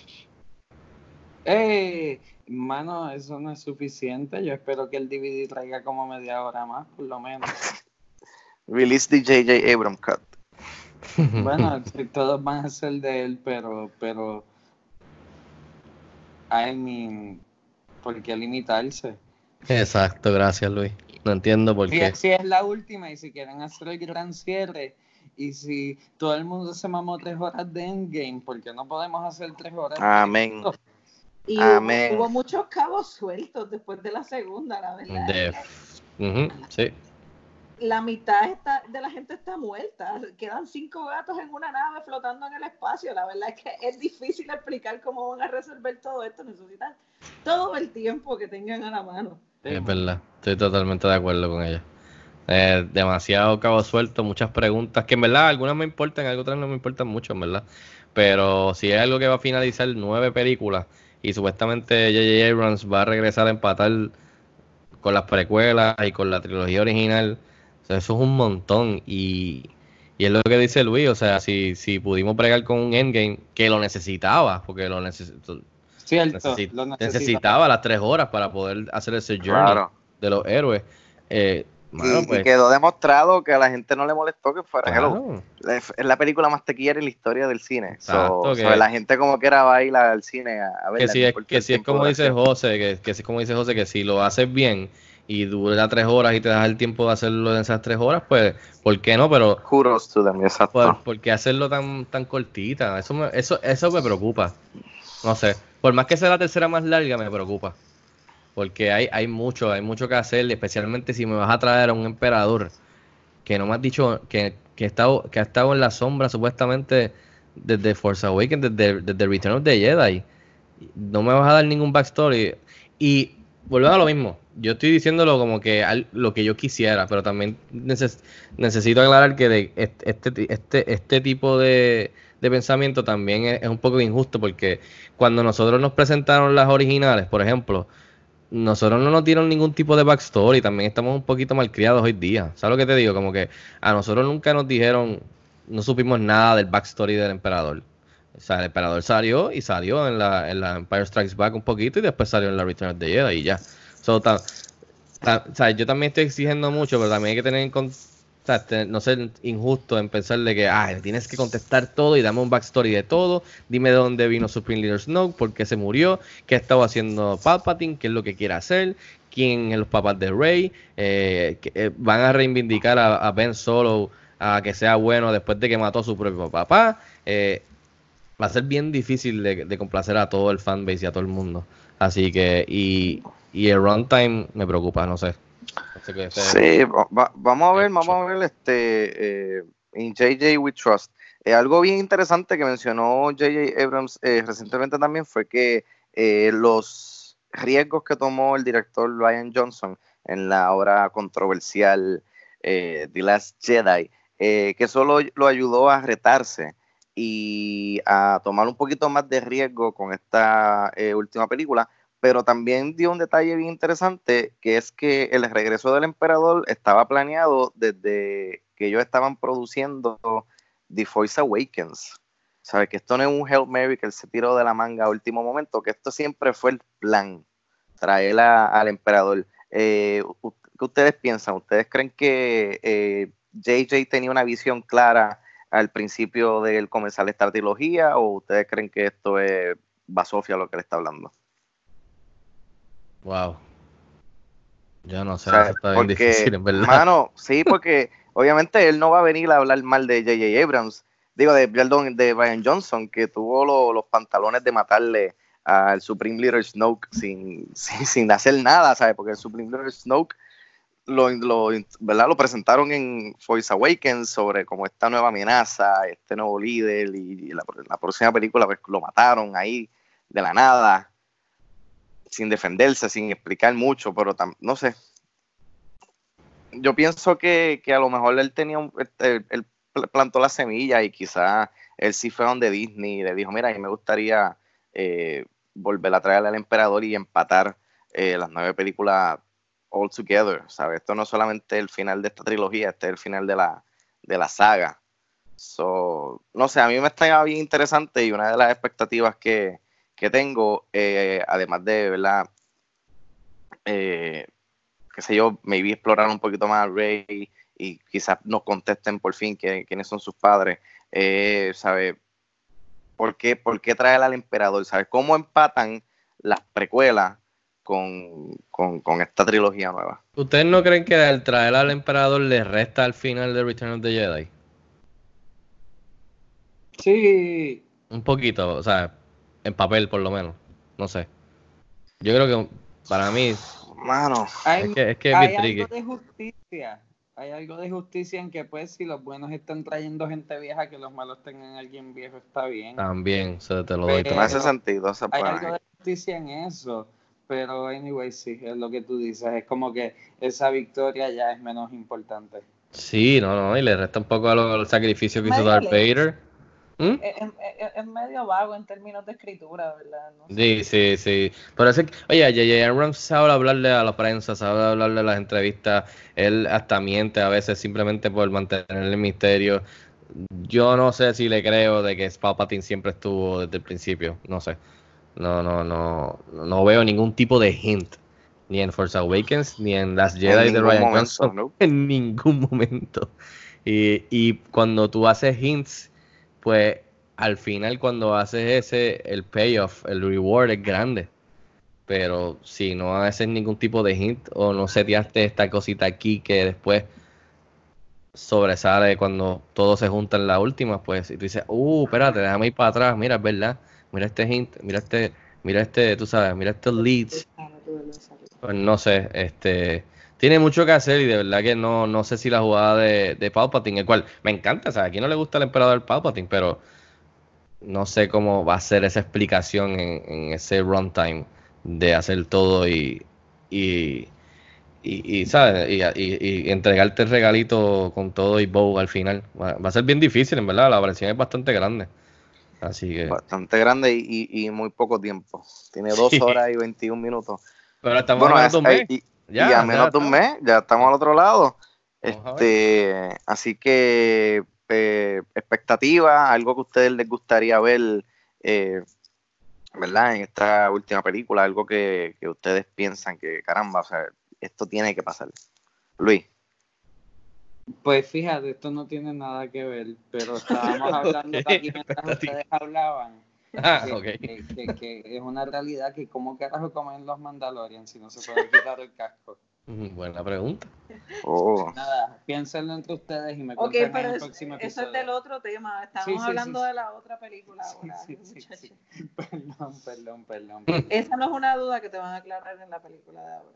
Eh, mano, eso no es suficiente. Yo espero que el D V D traiga como media hora más, por lo menos. release the J J Abrams cut. Bueno, sí, todos van a ser de él, pero, pero, I mean, ¿por qué limitarse? Exacto, gracias Luis. No entiendo por Si, qué. si es la última y si quieren hacer el gran cierre y si todo el mundo se mamó tres horas de Endgame, ¿por qué no podemos hacer tres horas? de Amén. esto? Y Amén. hubo, hubo muchos cabos sueltos después de la segunda, la verdad. De- Ujú, sí. La mitad está, de la gente está muerta. Quedan cinco gatos en una nave flotando en el espacio. La verdad es que es difícil explicar cómo van a resolver todo esto. Necesitan todo el tiempo que tengan a la mano. Es verdad, estoy totalmente de acuerdo con ella. Eh, demasiado cabo suelto, muchas preguntas, que en verdad algunas me importan, otras no me importan mucho, en verdad. pero si es algo que va a finalizar nueve películas y supuestamente J J Abrams va a regresar a empatar con las precuelas y con la trilogía original, o sea, eso es un montón. Y, y es lo que dice Luis, o sea, si, si pudimos bregar con un Endgame que lo necesitaba, porque lo necesitaba. Cierto, Necesi- lo necesitaba. necesitaba las tres horas para poder hacer ese journey Claro. de los héroes. Eh, mano, y, pues, y quedó demostrado que a la gente no le molestó que fuera claro. Hello. Es es la película más taquillera en la historia del cine. Exacto, So, que- so, la gente como que era va a ir al cine a, a verla. que si no es, importa que el si es tiempo como de dice duración. José, que, que si es como dice José, que si lo haces bien y dura tres horas y te das el tiempo de hacerlo en esas tres horas, pues, ¿por qué no? Pero Kudos to them, exacto. ¿por, por qué hacerlo tan, tan cortita? Eso me, eso, eso me preocupa. No sé, por más que sea la tercera más larga, me preocupa. Porque hay, hay mucho, hay mucho que hacer, especialmente si me vas a traer a un emperador que no me has dicho que, que, ha estado, que ha estado en la sombra supuestamente desde Force Awakens, desde, desde Return of the Jedi. No me vas a dar ningún backstory. Y volvemos a lo mismo. Yo estoy diciéndolo como que al- lo que yo quisiera, pero también neces- necesito aclarar que de este, este, este, este tipo de, de pensamiento también es, es un poco injusto, porque cuando nosotros nos presentaron las originales, por ejemplo, nosotros no nos dieron ningún tipo de backstory, también estamos un poquito malcriados hoy día. ¿Sabes lo que te digo? Como que a nosotros nunca nos dijeron, no supimos nada del backstory del emperador. O sea, el emperador salió y salió en la, en la Empire Strikes Back un poquito y después salió en la Return of the Jedi y ya. So, ta- ta- o sea, yo también estoy exigiendo mucho, pero también hay que tener en con- o sea, te- no ser injusto en pensar de que ah, tienes que contestar todo y dame un backstory de todo. Dime de dónde vino Supreme Leader Snoke, por qué se murió, qué estaba haciendo Palpatine, qué es lo que quiere hacer, quién es los papás de Rey. Eh, que, eh, van a reivindicar a, a Ben Solo a que sea bueno después de que mató a su propio papá. Eh, va a ser bien difícil de, de complacer a todo el fanbase y a todo el mundo. Así que, y, y el runtime me preocupa, no sé. No sé qué sea. Sí, va- va- vamos a ver, vamos a ver este eh, en J J We Trust. Eh, algo bien interesante que mencionó J J Abrams eh, recientemente también fue que eh, los riesgos que tomó el director Rian Johnson en la obra controversial eh, The Last Jedi, eh, que eso lo, lo ayudó a retarse y a tomar un poquito más de riesgo con esta eh, última película, pero también dio un detalle bien interesante, que es que el regreso del emperador estaba planeado desde que ellos estaban produciendo The Force Awakens. ¿Sabes? Que esto no es un Hail Mary que él se tiró de la manga a último momento, que esto siempre fue el plan, traer a- al emperador. Eh, u- ¿Qué ustedes piensan? ¿Ustedes creen que eh, J J tenía una visión clara al principio del comenzar esta trilogía, o ustedes creen que esto es basofia lo que le está hablando? Wow. Yo no sé, O sea, eso está bien porque, difícil, en verdad. mano, sí, porque obviamente él no va a venir a hablar mal de J J Abrams, digo, de, perdón, de Rian Johnson, que tuvo lo- los pantalones de matarle al Supreme Leader Snoke sin, sin, sin hacer nada, ¿sabes? Porque el Supreme Leader Snoke lo, lo, ¿verdad? Lo presentaron en Force Awakens sobre como esta nueva amenaza, este nuevo líder, y, y la, la próxima película pues, lo mataron ahí de la nada, sin defenderse, sin explicar mucho, pero tam, no sé. Yo pienso que, que a lo mejor él tenía un, él, él plantó la semilla y quizás él sí fue donde Disney y le dijo, mira, a mí me gustaría eh, volver a traer al emperador y empatar eh, las nueve películas all together, ¿sabes? Esto no es solamente el final de esta trilogía, este es el final de la, de la saga. So, no sé, a mí me está bien interesante y una de las expectativas que, que tengo, eh, además de, ¿verdad? Eh, qué sé yo, maybe explorar un poquito más a Rey y quizás nos contesten por fin que, quiénes son sus padres, eh, ¿sabes? ¿Por qué, ¿Por qué traer al emperador? ¿Sabes? ¿Cómo empatan las precuelas con, con, con esta trilogía nueva? ¿Ustedes no creen que al traer al emperador le resta al final de Return of the Jedi? Sí. Un poquito, o sea, en papel por lo menos. No sé. Yo creo que para mí Mano, Hay, es que es, que es hay bien tricky. algo de justicia. Hay algo de justicia en que, pues, si los buenos están trayendo gente vieja, que los malos tengan a alguien viejo, está bien. También, o sea, te lo doy Pero- no también. hace sentido. O sea, Hay pues, algo de justicia en eso. Pero, anyway, sí, es lo que tú dices. Es como que esa victoria ya es menos importante. Sí, no, no, y le resta un poco a lo- al sacrificio que hizo Medio Darth lejos. Vader. ¿Mm? Es, es- es medio vago en términos de escritura, ¿verdad? No sé. Sí, sí, sí. Pero es que, oye, J J Abrams sabe hablarle a la prensa, sabe hablarle a las entrevistas. Él hasta miente a veces simplemente por mantener el misterio. Yo no sé si le creo de que Palpatine siempre estuvo desde el principio. No sé. No, no, no. No veo ningún tipo de hint. Ni en Force Awakens, ni en Last En Jedi de ningún Ryan momento, Johnson. ¿no? En ningún momento. Y, y cuando tú haces hints, pues al final cuando haces ese, el payoff, el reward es grande. Pero si no haces ningún tipo de hint o no seteaste esta cosita aquí que después sobresale cuando todo se junta en la última, pues y tú dices, uh, espérate, déjame ir para atrás, mira, es verdad, mira este hint, mira este, mira este, tú sabes, mira estos leads. Pues no sé, este tiene mucho que hacer y de verdad que no, no sé si la jugada de, de Palpatine, el cual me encanta, o sea, aquí no le gusta el emperador Palpatine, pero no sé cómo va a ser esa explicación en, en ese runtime de hacer todo y, y, y, y, ¿sabes? Y, y- y entregarte el regalito con todo y bow al final. Va, va a ser bien difícil, en verdad, la presión es bastante grande. Así que, Bastante grande y, y- y muy poco tiempo. Tiene dos sí. horas y veintiún minutos. Pero estamos a Bueno, menos es- de un eh, mes. y, y Ya, a ya menos de un estamos. mes ya estamos al otro lado. Vamos a ver. Este, así que eh, expectativa, algo que a ustedes les gustaría ver, eh, ¿verdad? En esta última película, algo que, que ustedes piensan que, caramba, o sea, esto tiene que pasar. Luis. Pues fíjate, esto no tiene nada que ver, pero estábamos hablando Ok, aquí mientras expectativa. ustedes hablaban. Ah, Que, ok. que, que- que es una realidad que cómo carajo comen los Mandalorians si no se puede quitar el casco. Mm, Buena pregunta. Oh, Nada, piénsenlo entre ustedes y me Ok, cuentan en pero el es- próximo eso episodio. es del otro tema. Estamos Sí, sí, sí, hablando sí. de la otra película Sí, ahora, sí, sí, muchacho. sí. Perdón, perdón, perdón. Esa no es una duda que te van a aclarar en la película de ahora.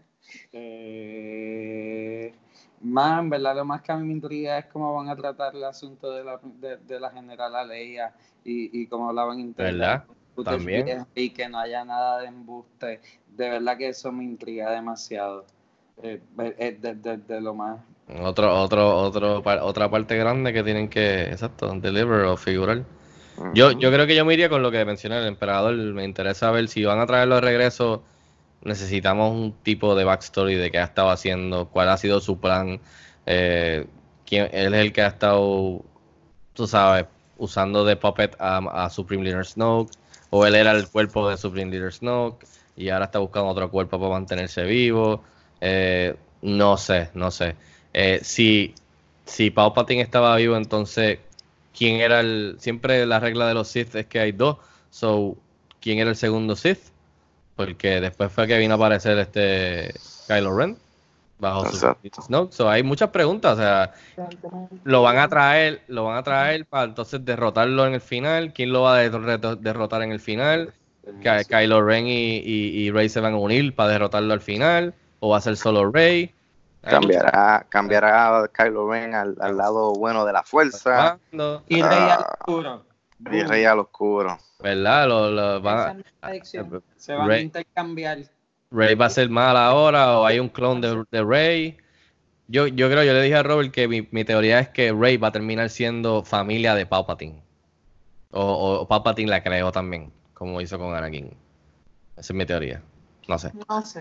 Eh, más, en verdad, lo más que a mí me intriga es cómo van a tratar el asunto de la, de, de la generala Leia y, y cómo la van a integrar. ¿Verdad? Footage También. viejo y que no haya nada de embuste. De verdad que eso me intriga demasiado. Eh, es de, de- de lo más. Otro, otro, otro, pa- otra parte grande que tienen que, exacto, deliver o figurar. Yo, yo creo que yo me iría con lo que mencioné el emperador. Me interesa ver si van a traerlo de regreso. Necesitamos un tipo de backstory de qué ha estado haciendo, cuál ha sido su plan. Eh, quién, él es el que ha estado, tú sabes, usando de puppet a, a Supreme Leader Snoke, o él era el cuerpo de Supreme Leader Snoke y ahora está buscando otro cuerpo para mantenerse vivo. Eh, no sé, no sé. Eh, si, si Palpatine estaba vivo, entonces, ¿quién era el...? Siempre la regla de los Sith es que hay dos. So, ¿quién era el segundo Sith? Porque después fue que vino a aparecer este Kylo Ren bajo su exacto. Snoke. So, hay muchas preguntas, o sea, lo van a traer, lo van a traer para entonces derrotarlo en el final. ¿Quién lo va a derro- derrotar en el final? Ky- Kylo Ren y, y, y Rey se van a unir para derrotarlo al final, o va a ser solo Rey. Hay muchas Cambiará, cambiará a Kylo Ren al, al lado bueno de la fuerza. preguntas, Y Rey al Ah, oscuro. y Rey al oscuro. ¿verdad? Lo, lo van Esa a- es mi predicción. Se van a Rey, intercambiar. Rey va a ser mal ahora, o hay un clon de, de Rey. Yo, yo creo, yo le dije a Robert que mi, mi teoría es que Rey va a terminar siendo familia de Palpatine. O, o, o Palpatine la creó también, como hizo con Anakin. Esa es mi teoría. No sé. No sé.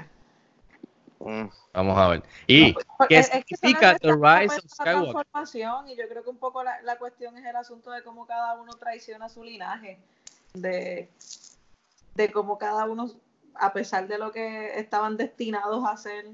Mm, Vamos a ver. ¿Y qué Es, es que significa The solamente está Rise of esta Skywalker? transformación y yo creo que un poco la, la cuestión es el asunto de cómo cada uno traiciona su linaje, de, de cómo cada uno, a pesar de lo que estaban destinados a hacer,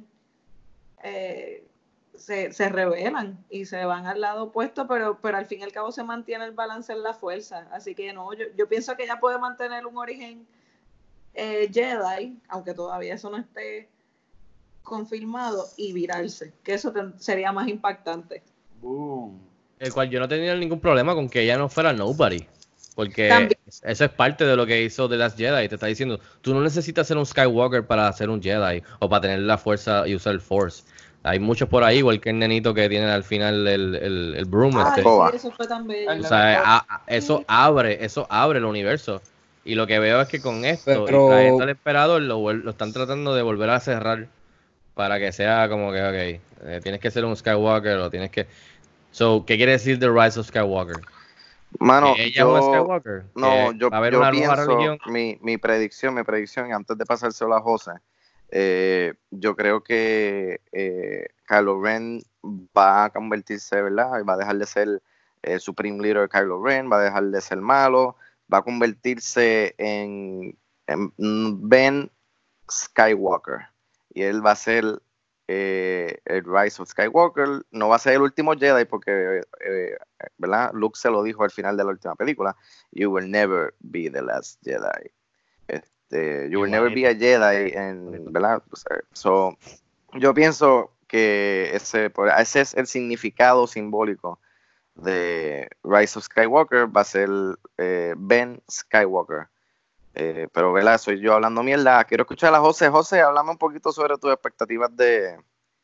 eh, se, se rebelan y se van al lado opuesto, pero, pero al fin y al cabo se mantiene el balance en la fuerza. Así que no, yo, yo pienso que ella puede mantener un origen eh, Jedi, aunque todavía eso no esté confirmado, y virarse, que eso te- sería más impactante. Boom. El cual yo no tenía ningún problema con que ella no fuera nobody. Porque También. eso es parte de lo que hizo The Last Jedi. Te está diciendo, tú no necesitas ser un Skywalker para ser un Jedi o para tener la fuerza y usar el Force. Hay muchos por ahí, igual que el nenito que tiene al final el, el, el broom. Ay, este. escoba. sí, eso fue tan bello. O sea, a- a- eso abre, eso abre el universo. Y lo que veo es que con esto, Pero- y trayendo al emperador, lo, vuel- lo están tratando de volver a cerrar para que sea como que, ok, eh, tienes que ser un Skywalker o tienes que... So, ¿qué quiere decir The Rise of Skywalker? Mano, que ella yo, es un Skywalker. no, que yo, va a haber yo una nueva pienso, religión. mi, mi predicción, mi predicción, y antes de pasárselo a José, eh, yo creo que eh, Kylo Ren va a convertirse, ¿verdad? Y va a dejar de ser el Supreme Leader Kylo Ren, va a dejar de ser malo, va a convertirse en, en Ben Skywalker. Y él va a ser eh, el Rise of Skywalker. No va a ser el último Jedi porque, eh, ¿verdad? Luke se lo dijo al final de la última película. You will never be the last Jedi. Este, you will never be a Jedi, en, ¿verdad? So, yo pienso que ese, ese es el significado simbólico de Rise of Skywalker. Va a ser eh, Ben Skywalker. Eh, pero, ¿verdad? Soy yo hablando mierda. Quiero escuchar a José. José, háblame un poquito sobre tus expectativas de,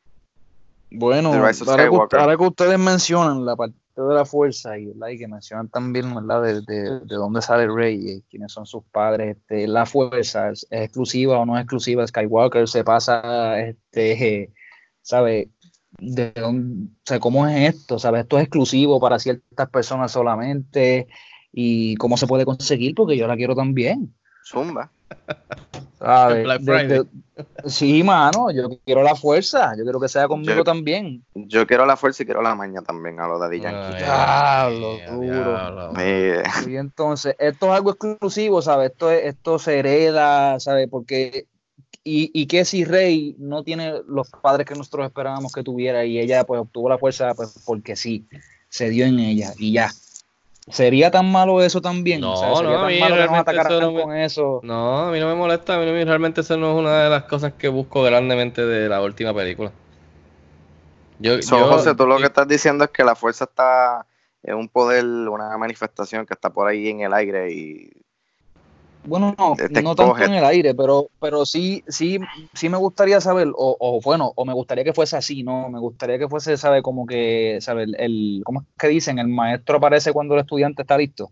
Bueno, de Rise of ahora que, Skywalker. ahora que ustedes mencionan la parte de la fuerza y, ¿verdad? Y que mencionan también, ¿verdad? De, de, de dónde sale Rey y quiénes son sus padres, este, la fuerza es, es exclusiva o no es exclusiva. Skywalker se pasa, este, ¿sabe? De dónde, o sea, ¿cómo es esto? ¿Sabes? Esto es exclusivo para ciertas personas solamente y cómo se puede conseguir porque yo la quiero también. Zumba. ¿Sabes? Black De- Friday. de- sí, mano, yo quiero la fuerza, yo quiero que sea conmigo Yo- también. Yo quiero la fuerza y quiero la maña también, a lo de Daddy Yankee. Ay, Diablo, María, duro. diablo. Eh, Y entonces, esto es algo exclusivo, ¿sabes? Esto, es- esto se hereda, ¿sabes? Porque, y, y que si Rey no tiene los padres que nosotros esperábamos que tuviera y ella pues obtuvo la fuerza pues porque sí, se dio en ella y ya. ¿Sería tan malo eso también? No, O sea, ¿sería no, a tan mí malo que nos realmente eso atacaran no me- con eso? No, a mí no me molesta, a mí no- realmente eso no es una de las cosas que busco grandemente de la última película. Yo, so, yo, José, tú lo yo- que estás diciendo es que la fuerza está en un poder, una manifestación que está por ahí en el aire y Bueno, no, te no tanto escoge. en el aire, pero, pero sí, sí, sí me gustaría saber, o, o bueno, o me gustaría que fuese así, ¿no? Me gustaría que fuese, ¿sabe? Como que, ¿sabe? El, el- ¿cómo es que dicen? El maestro aparece cuando el estudiante está listo.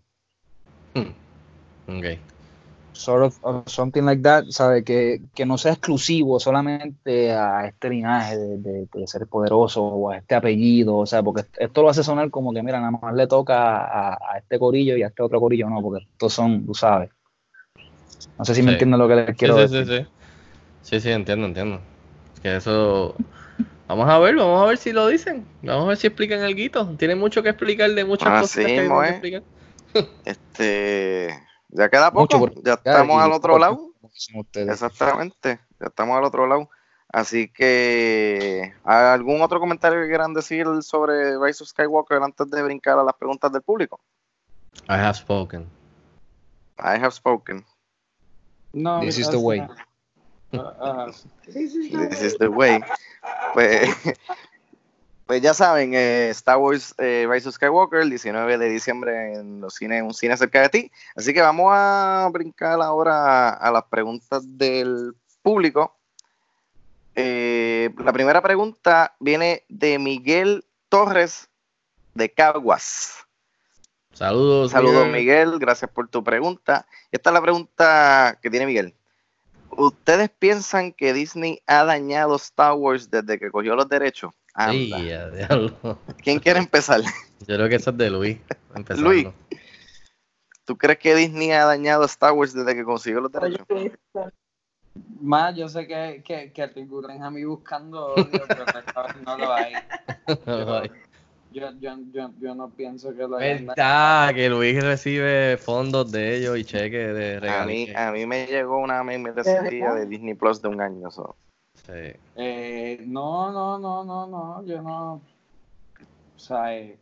Ok. Sort of, or something like that, ¿sabe? Que, que no sea exclusivo solamente a este linaje de, de, de ser poderoso o a este apellido, o sea, porque esto lo hace sonar como que, mira, nada más le toca a, a este corillo y a este otro corillo, no, porque estos son, tú sabes. No sé si me Sí. entienden lo que les Sí, quiero sí, decir. sí, sí. Sí, sí, entiendo, entiendo. Es que eso... Vamos a ver, vamos a ver si lo dicen. Vamos a ver si explican algo. Tienen mucho que explicar de muchas Así cosas que hay mismo que es. explicar. Este, ya queda Mucho poco, por ya explicar estamos y al otro poco lado. tiempo, como dicen ustedes. Exactamente, ya estamos al otro lado. Así que, ¿algún otro comentario que quieran decir sobre Rise of Skywalker antes de brincar a las preguntas del público? I have spoken. I have spoken. No, This is the gracias. way. Ah, ah, This is the way. Pues, pues ya saben, eh, Star Wars eh, Rise of Skywalker, el diecinueve de diciembre en los cines, un cine cerca de ti. Así que vamos a brincar ahora a las preguntas del público. Eh, la primera pregunta viene de Miguel Torres de Caguas. Saludos, Saludos, Miguel. Miguel, gracias por tu pregunta. Esta es la pregunta que tiene Miguel. ¿Ustedes piensan que Disney ha dañado Star Wars desde que cogió los derechos? Anda. Ay, a diablo. ¿Quién quiere empezar? Yo creo que eso es de Luis. empezando. Luis. ¿Tú crees que Disney ha dañado Star Wars desde que consiguió los derechos? Más, yo sé que, que, que recurren a mí buscando odio, pero esta vez no lo hay. Ay. Yo, yo, yo, yo no pienso que lo hayan dañado. Verdad, que Luis recibe fondos de ellos y cheques de A mí, regalías. a mí me llegó una membresía de Disney Plus de un año. So. Sí. Eh, no, no, no, no, no, yo no. O sea, eh,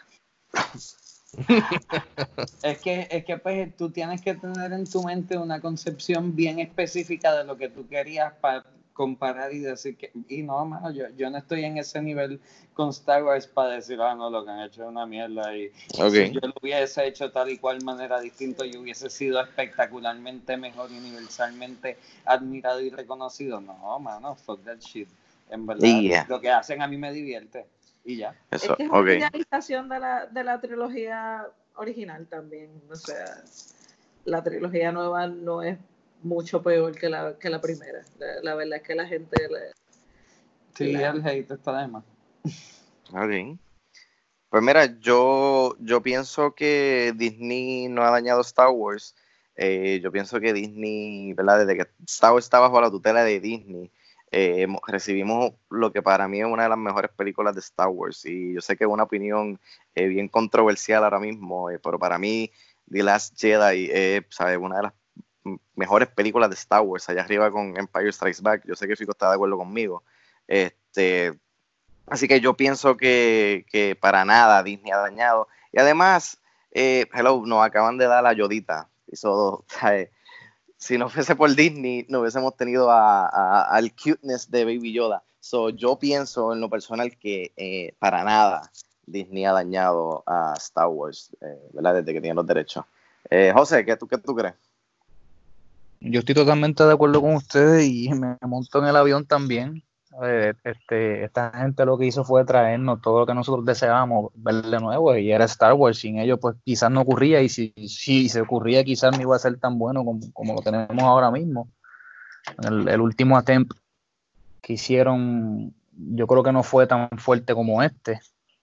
es que, es que pues, tú tienes que tener en tu mente una concepción bien específica de lo que tú querías para comparar y decir que, y no, mano, yo, yo no estoy en ese nivel con Star Wars para decir, ah, no, lo que han hecho es una mierda y Okay. si yo lo hubiese hecho tal y cual manera distinto y hubiese sido espectacularmente mejor y universalmente admirado y reconocido, no, mano, fuck that shit, en verdad, Yeah. lo que hacen a mí me divierte y ya. Eso, Es que es una ok. finalización de la, de la trilogía original también. O sea, la trilogía nueva no es mucho peor que la, que la primera. La, la verdad es que la gente... le- Sí, la- el hate está de más. Ok. Pues mira, yo, yo pienso que Disney no ha dañado Star Wars. Eh, yo pienso que Disney, ¿verdad? Desde que Star Wars está bajo la tutela de Disney, eh, hemos- recibimos lo que para mí es una de las mejores películas de Star Wars. Y yo sé que es una opinión eh, bien controversial ahora mismo, eh, pero para mí The Last Jedi es, ¿sabes? Una de las m- mejores películas de Star Wars, allá arriba con Empire Strikes Back. Yo sé que Fico está de acuerdo conmigo. Este, Así que yo pienso que, que para nada Disney ha dañado. Y además, eh, hello, nos acaban de dar la Yodita. Hizo, ¿sabes? Si no fuese por Disney, no hubiésemos tenido a, a- al cuteness de Baby Yoda. So, yo pienso en lo personal que eh, para nada Disney ha dañado a Star Wars, eh, ¿verdad? Desde que tiene los derechos. Eh, José, ¿qué tú, qué tú crees? Yo estoy totalmente de acuerdo con ustedes y me monto en el avión también. A ver, este, esta gente lo que hizo fue traernos todo lo que nosotros deseábamos ver de nuevo y era Star Wars. Sin ellos, pues quizás no ocurría y si, si se ocurría, quizás no iba a ser tan bueno como, como lo tenemos ahora mismo. El, el último attempt que hicieron, yo creo que no fue tan fuerte como este.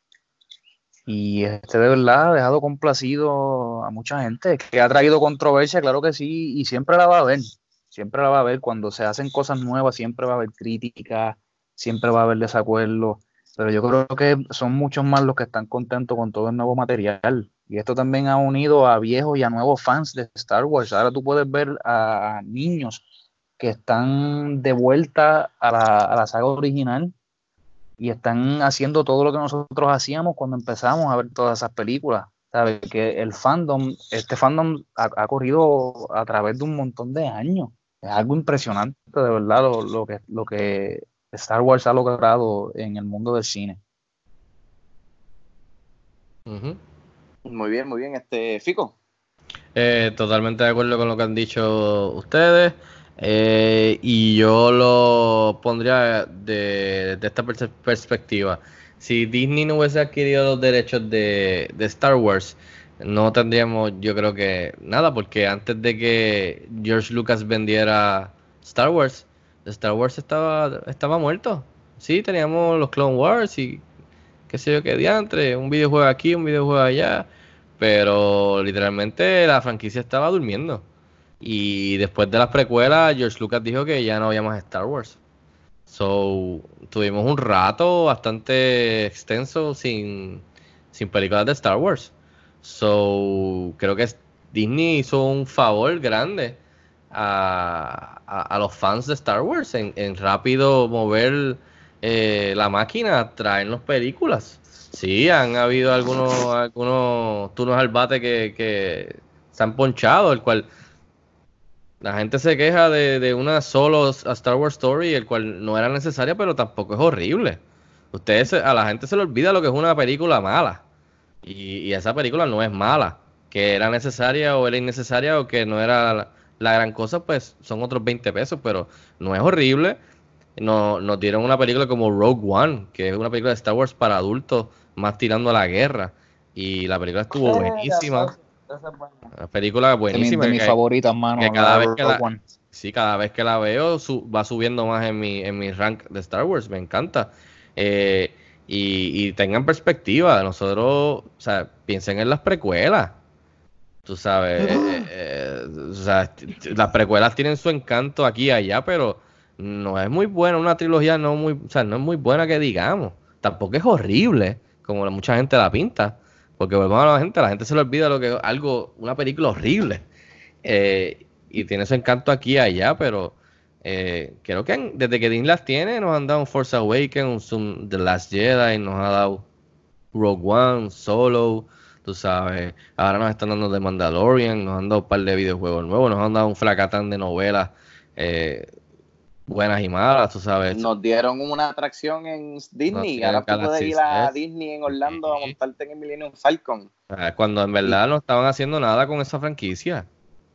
Y este de verdad ha dejado complacido a mucha gente, que ha traído controversia, claro que sí, y siempre la va a haber, siempre la va a haber, cuando se hacen cosas nuevas siempre va a haber críticas, siempre va a haber desacuerdos, pero yo creo que son muchos más los que están contentos con todo el nuevo material, y esto también ha unido a viejos y a nuevos fans de Star Wars. Ahora tú puedes ver a niños que están de vuelta a la, a la saga original, y están haciendo todo lo que nosotros hacíamos cuando empezamos a ver todas esas películas. ¿Sabes? Que el fandom, este fandom ha, ha corrido a través de un montón de años. Es algo impresionante, de verdad, lo, lo que, lo que Star Wars ha logrado en el mundo del cine. Ujú. Muy bien, muy bien. Este, Fico. Eh, totalmente de acuerdo con lo que han dicho ustedes. Eh, y yo lo pondría de, de esta pers- perspectiva. Si Disney no hubiese adquirido los derechos de, de Star Wars, no tendríamos, yo creo que nada, porque antes de que George Lucas vendiera Star Wars, Star Wars estaba, estaba muerto. Sí, teníamos los Clone Wars y qué sé yo qué diantre, un videojuego aquí, un videojuego allá, pero literalmente la franquicia estaba durmiendo. Y después de las precuelas, George Lucas dijo que ya no había más Star Wars. So, tuvimos un rato bastante extenso sin, sin películas de Star Wars. So, creo que Disney hizo un favor grande a, a- a los fans de Star Wars en, en rápido mover eh, la máquina a traernos películas. Sí, han habido algunos, algunos turnos al bate que, que se han ponchado, el cual la gente se queja de, de una solo a Star Wars Story, el cual no era necesaria, pero tampoco es horrible. Ustedes, se- a la gente se le olvida lo que es una película mala. Y, y esa película no es mala. Que era necesaria o era innecesaria o que no era la, la gran cosa, pues son otros veinte pesos, pero no es horrible. No, nos dieron una película como Rogue One, que es una película de Star Wars para adultos, más tirando a la guerra. Y la película estuvo buenísima. Una película De, mi, buenísima de mis que, favoritas, mano, que la cada de vez Rogue que la, One. sí, cada vez que la veo su- va subiendo más en mi, en mi rank de Star Wars, me encanta. Eh, y, y tengan perspectiva, nosotros, o sea, piensen en las precuelas. Tú sabes, eh, eh, o sea, t- t- las precuelas tienen su encanto aquí y allá, pero no es muy buena, una trilogía no muy, o sea, no es muy buena que digamos. Tampoco es horrible, como la- mucha gente la pinta. Porque volvemos a la gente, la gente se le olvida lo que es algo, una película horrible. Eh, y tiene su encanto aquí y allá, pero eh, creo que han- desde que Disney las tiene, nos han dado un Force Awakens, un The Last Jedi, nos ha dado Rogue One, Solo, tú sabes, ahora nos están dando The Mandalorian, nos han dado un par de videojuegos nuevos, nos han dado un flacatán de novelas eh, buenas y malas, tú sabes. Nos dieron una atracción en Nos Disney. dieron Ahora tú puedes Galaxy ir a Edge. Disney en Orlando a Sí. montarte en el Millennium Falcon. O sea, cuando en verdad no estaban haciendo nada con esa franquicia.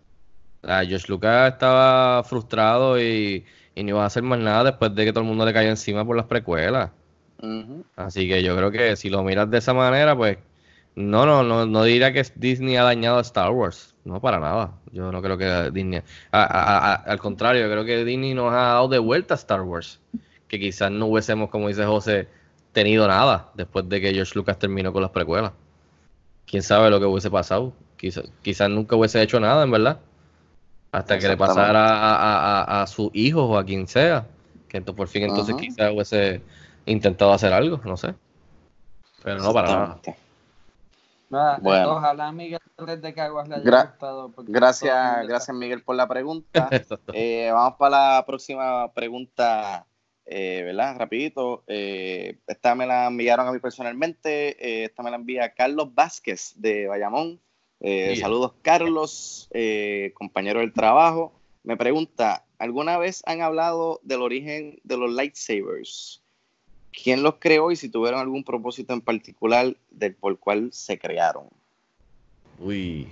O sea, George Lucas estaba frustrado y, y no iba a hacer más nada después de que todo el mundo le cayó encima por las precuelas. Ujú. Así que yo creo que si lo miras de esa manera, pues no, no, no, no diría que Disney ha dañado a Star Wars. No, para nada. Yo no creo que Disney. a- a- a- al contrario, yo creo que Disney nos ha dado de vuelta a Star Wars. Que quizás no hubiésemos, como dice José, tenido nada después de que George Lucas terminó con las precuelas. Quién sabe lo que hubiese pasado. Quizás quizás nunca hubiese hecho nada, en verdad. Hasta que le pasara a, a, a, a sus hijos o a quien sea. Que entonces, por fin entonces Ujú. quizás hubiese intentado hacer algo, no sé. Pero no para nada. Exactamente. Nada, Bueno. Ojalá Miguel Torres de Caguas le haya Gra- gustado. porque todo Gracias, el gracias Miguel por la pregunta. Exacto. Eh, vamos para la próxima pregunta, eh, ¿verdad? Rapidito. Eh, esta me la enviaron a mí personalmente. Eh, esta me la envía Carlos Vázquez de Bayamón. Eh, Yeah. Saludos, Carlos, eh, compañero del trabajo. Me pregunta, ¿alguna vez han hablado del origen de los lightsabers? ¿Quién los creó y si tuvieron algún propósito en particular del por cual se crearon? Uy.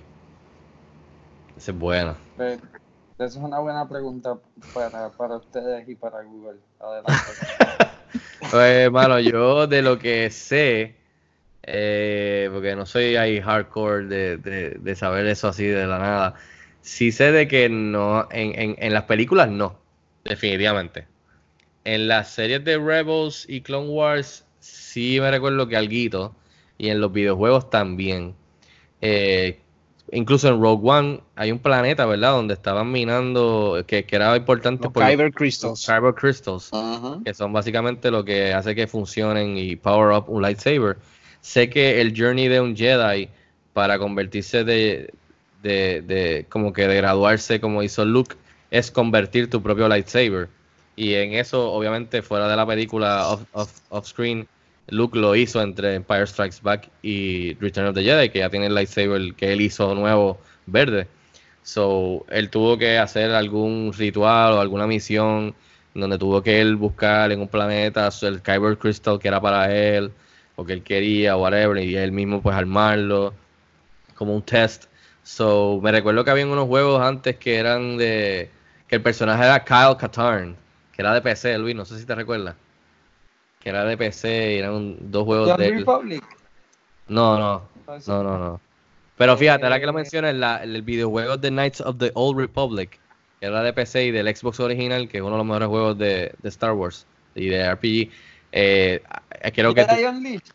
Esa es buena. Pues, esa es una buena pregunta para, para ustedes y para Google. Adelante. Pues, mano, yo de lo que sé, eh, porque no soy ahí hardcore de, de, de saber eso así de la nada, sí sé de que no, en, en, en las películas no, definitivamente. En las series de Rebels y Clone Wars sí me recuerdo que alguito, y en los videojuegos también. Eh, incluso en Rogue One hay un planeta, ¿verdad? Donde estaban minando, que, que era importante Los por los- Kyber los Crystals. Kyber Crystals, Ujú. que son básicamente lo que hace que funcionen y power up un lightsaber. Sé que el journey de un Jedi para convertirse de, de, de como que de graduarse como hizo Luke es convertir tu propio lightsaber. Y en eso, obviamente, fuera de la película off, off, off screen, Luke lo hizo entre Empire Strikes Back y Return of the Jedi, que ya tiene el lightsaber que él hizo nuevo verde. So, él tuvo que hacer algún ritual o alguna misión donde tuvo que él buscar en un planeta el Kyber Crystal que era para él o que él quería o whatever, y él mismo pues armarlo como un test. So, me recuerdo que había unos juegos antes que eran de que el personaje era Kyle Katarn, que era de P C, Luis, no sé si te recuerdas. Que era de P C y eran dos juegos John de él. Republic. No, no, No, eso- no, no, no. Pero fíjate, ahora que lo Eh, mencionas, la, el videojuego de Knights of the Old Republic, que era de P C y del Xbox original, que es uno de los mejores juegos de, de Star Wars y de R P G. Eh, creo que tú- Jedi Unleashed.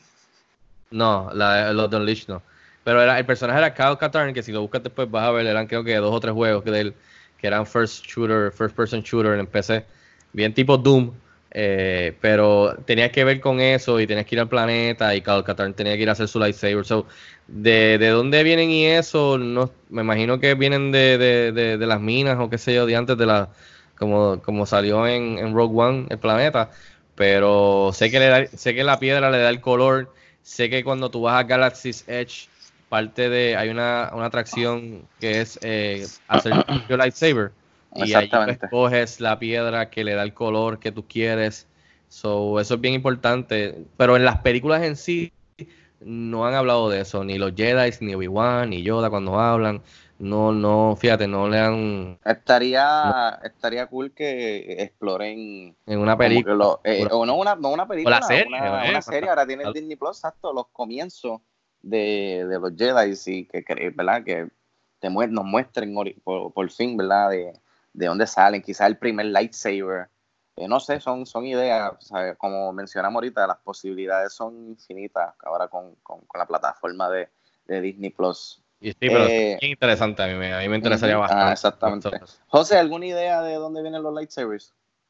no, la, los de Unleashed no. Pero era, el personaje era Kyle Katarn, que si lo buscas después vas a ver, eran creo que dos o tres juegos que de él, que eran first shooter, first person shooter en P C, bien tipo Doom, eh, pero tenías que ver con eso y tenías que ir al planeta y Kyle Katarn tenía que ir a hacer su lightsaber. So, de, de dónde vienen y eso, no, me imagino que vienen de, de, de, de las minas o qué sé yo, de antes de la, como, como salió en, en Rogue One, el planeta, pero sé que, le da, sé que la piedra le da el color. Sé que cuando tú vas a Galaxy's Edge, parte de, hay una, una atracción que es eh, hacer tu propio lightsaber. Y ahí tú Exactamente. escoges la piedra que le da el color que tú quieres. So, eso es bien importante. Pero en las películas en sí no han hablado de eso. Ni los Jedi, ni Obi-Wan, ni Yoda cuando hablan. No, no, fíjate, no le han... Estaría, estaría cool que exploren En una como que película. lo, eh, o no una, no una película, serie, una, eh, una serie. Ahora tiene el Disney Plus, exacto, los comienzos de, de los Jedi y que, que, ¿verdad? Que te mu- nos muestren ori- por, por fin, ¿verdad? De, de dónde salen, quizás el primer lightsaber. Eh, no sé, son, son ideas, ¿sabes? Como mencionamos ahorita, las posibilidades son infinitas ahora con, con, con la plataforma de, de Disney Plus. Y sí, pero Eh, es bien interesante. A mí me, a mí me interesaría Ujú. bastante. Ah, exactamente. José, ¿alguna idea de dónde vienen los lightsabers?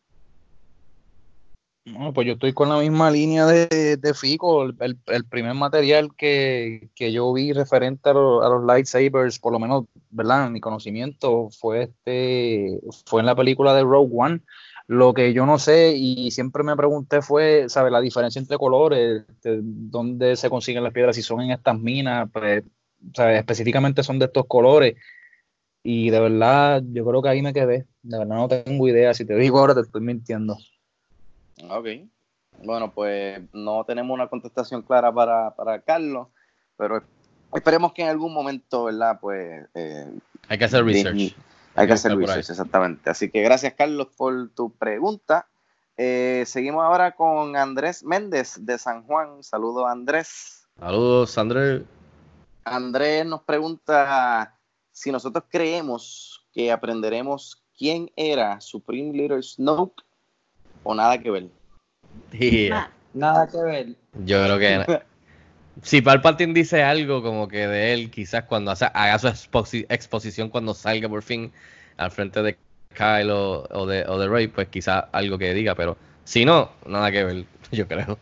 No, pues yo estoy con la misma línea de, de Fico. El, el- el primer material que, que yo vi referente a, lo- a los lightsabers, por lo menos, ¿verdad? Mi conocimiento fue este, fue en la película de Rogue One. Lo que yo no sé y siempre me pregunté fue, ¿sabes? La diferencia entre colores, de dónde se consiguen las piedras, si son en estas minas, pues, ¿sabes? Específicamente son de estos colores. Y de verdad, yo creo que ahí me quedé. De verdad no tengo idea. Si te digo ahora, te estoy mintiendo. Ok. Bueno, pues no tenemos una contestación clara para, para Carlos, pero esperemos que en algún momento, ¿verdad? Pues eh, Hay que hacer research. Disney- hay que hacer buscar por ahí. research, exactamente. Así que gracias, Carlos, por tu pregunta. Eh, seguimos ahora con Andrés Méndez de San Juan. Saludos, Andrés. Saludos, André. Andrés nos pregunta si nosotros creemos que aprenderemos quién era Supreme Leader Snoke o nada que ver. Yeah. Nada que ver. Yo creo que si Palpatine dice algo como que de él, quizás cuando hace, haga su exposi- exposición cuando salga por fin al frente de Kyle o, o de, o de Rey, pues quizás algo que diga, pero si no, nada que ver, yo creo.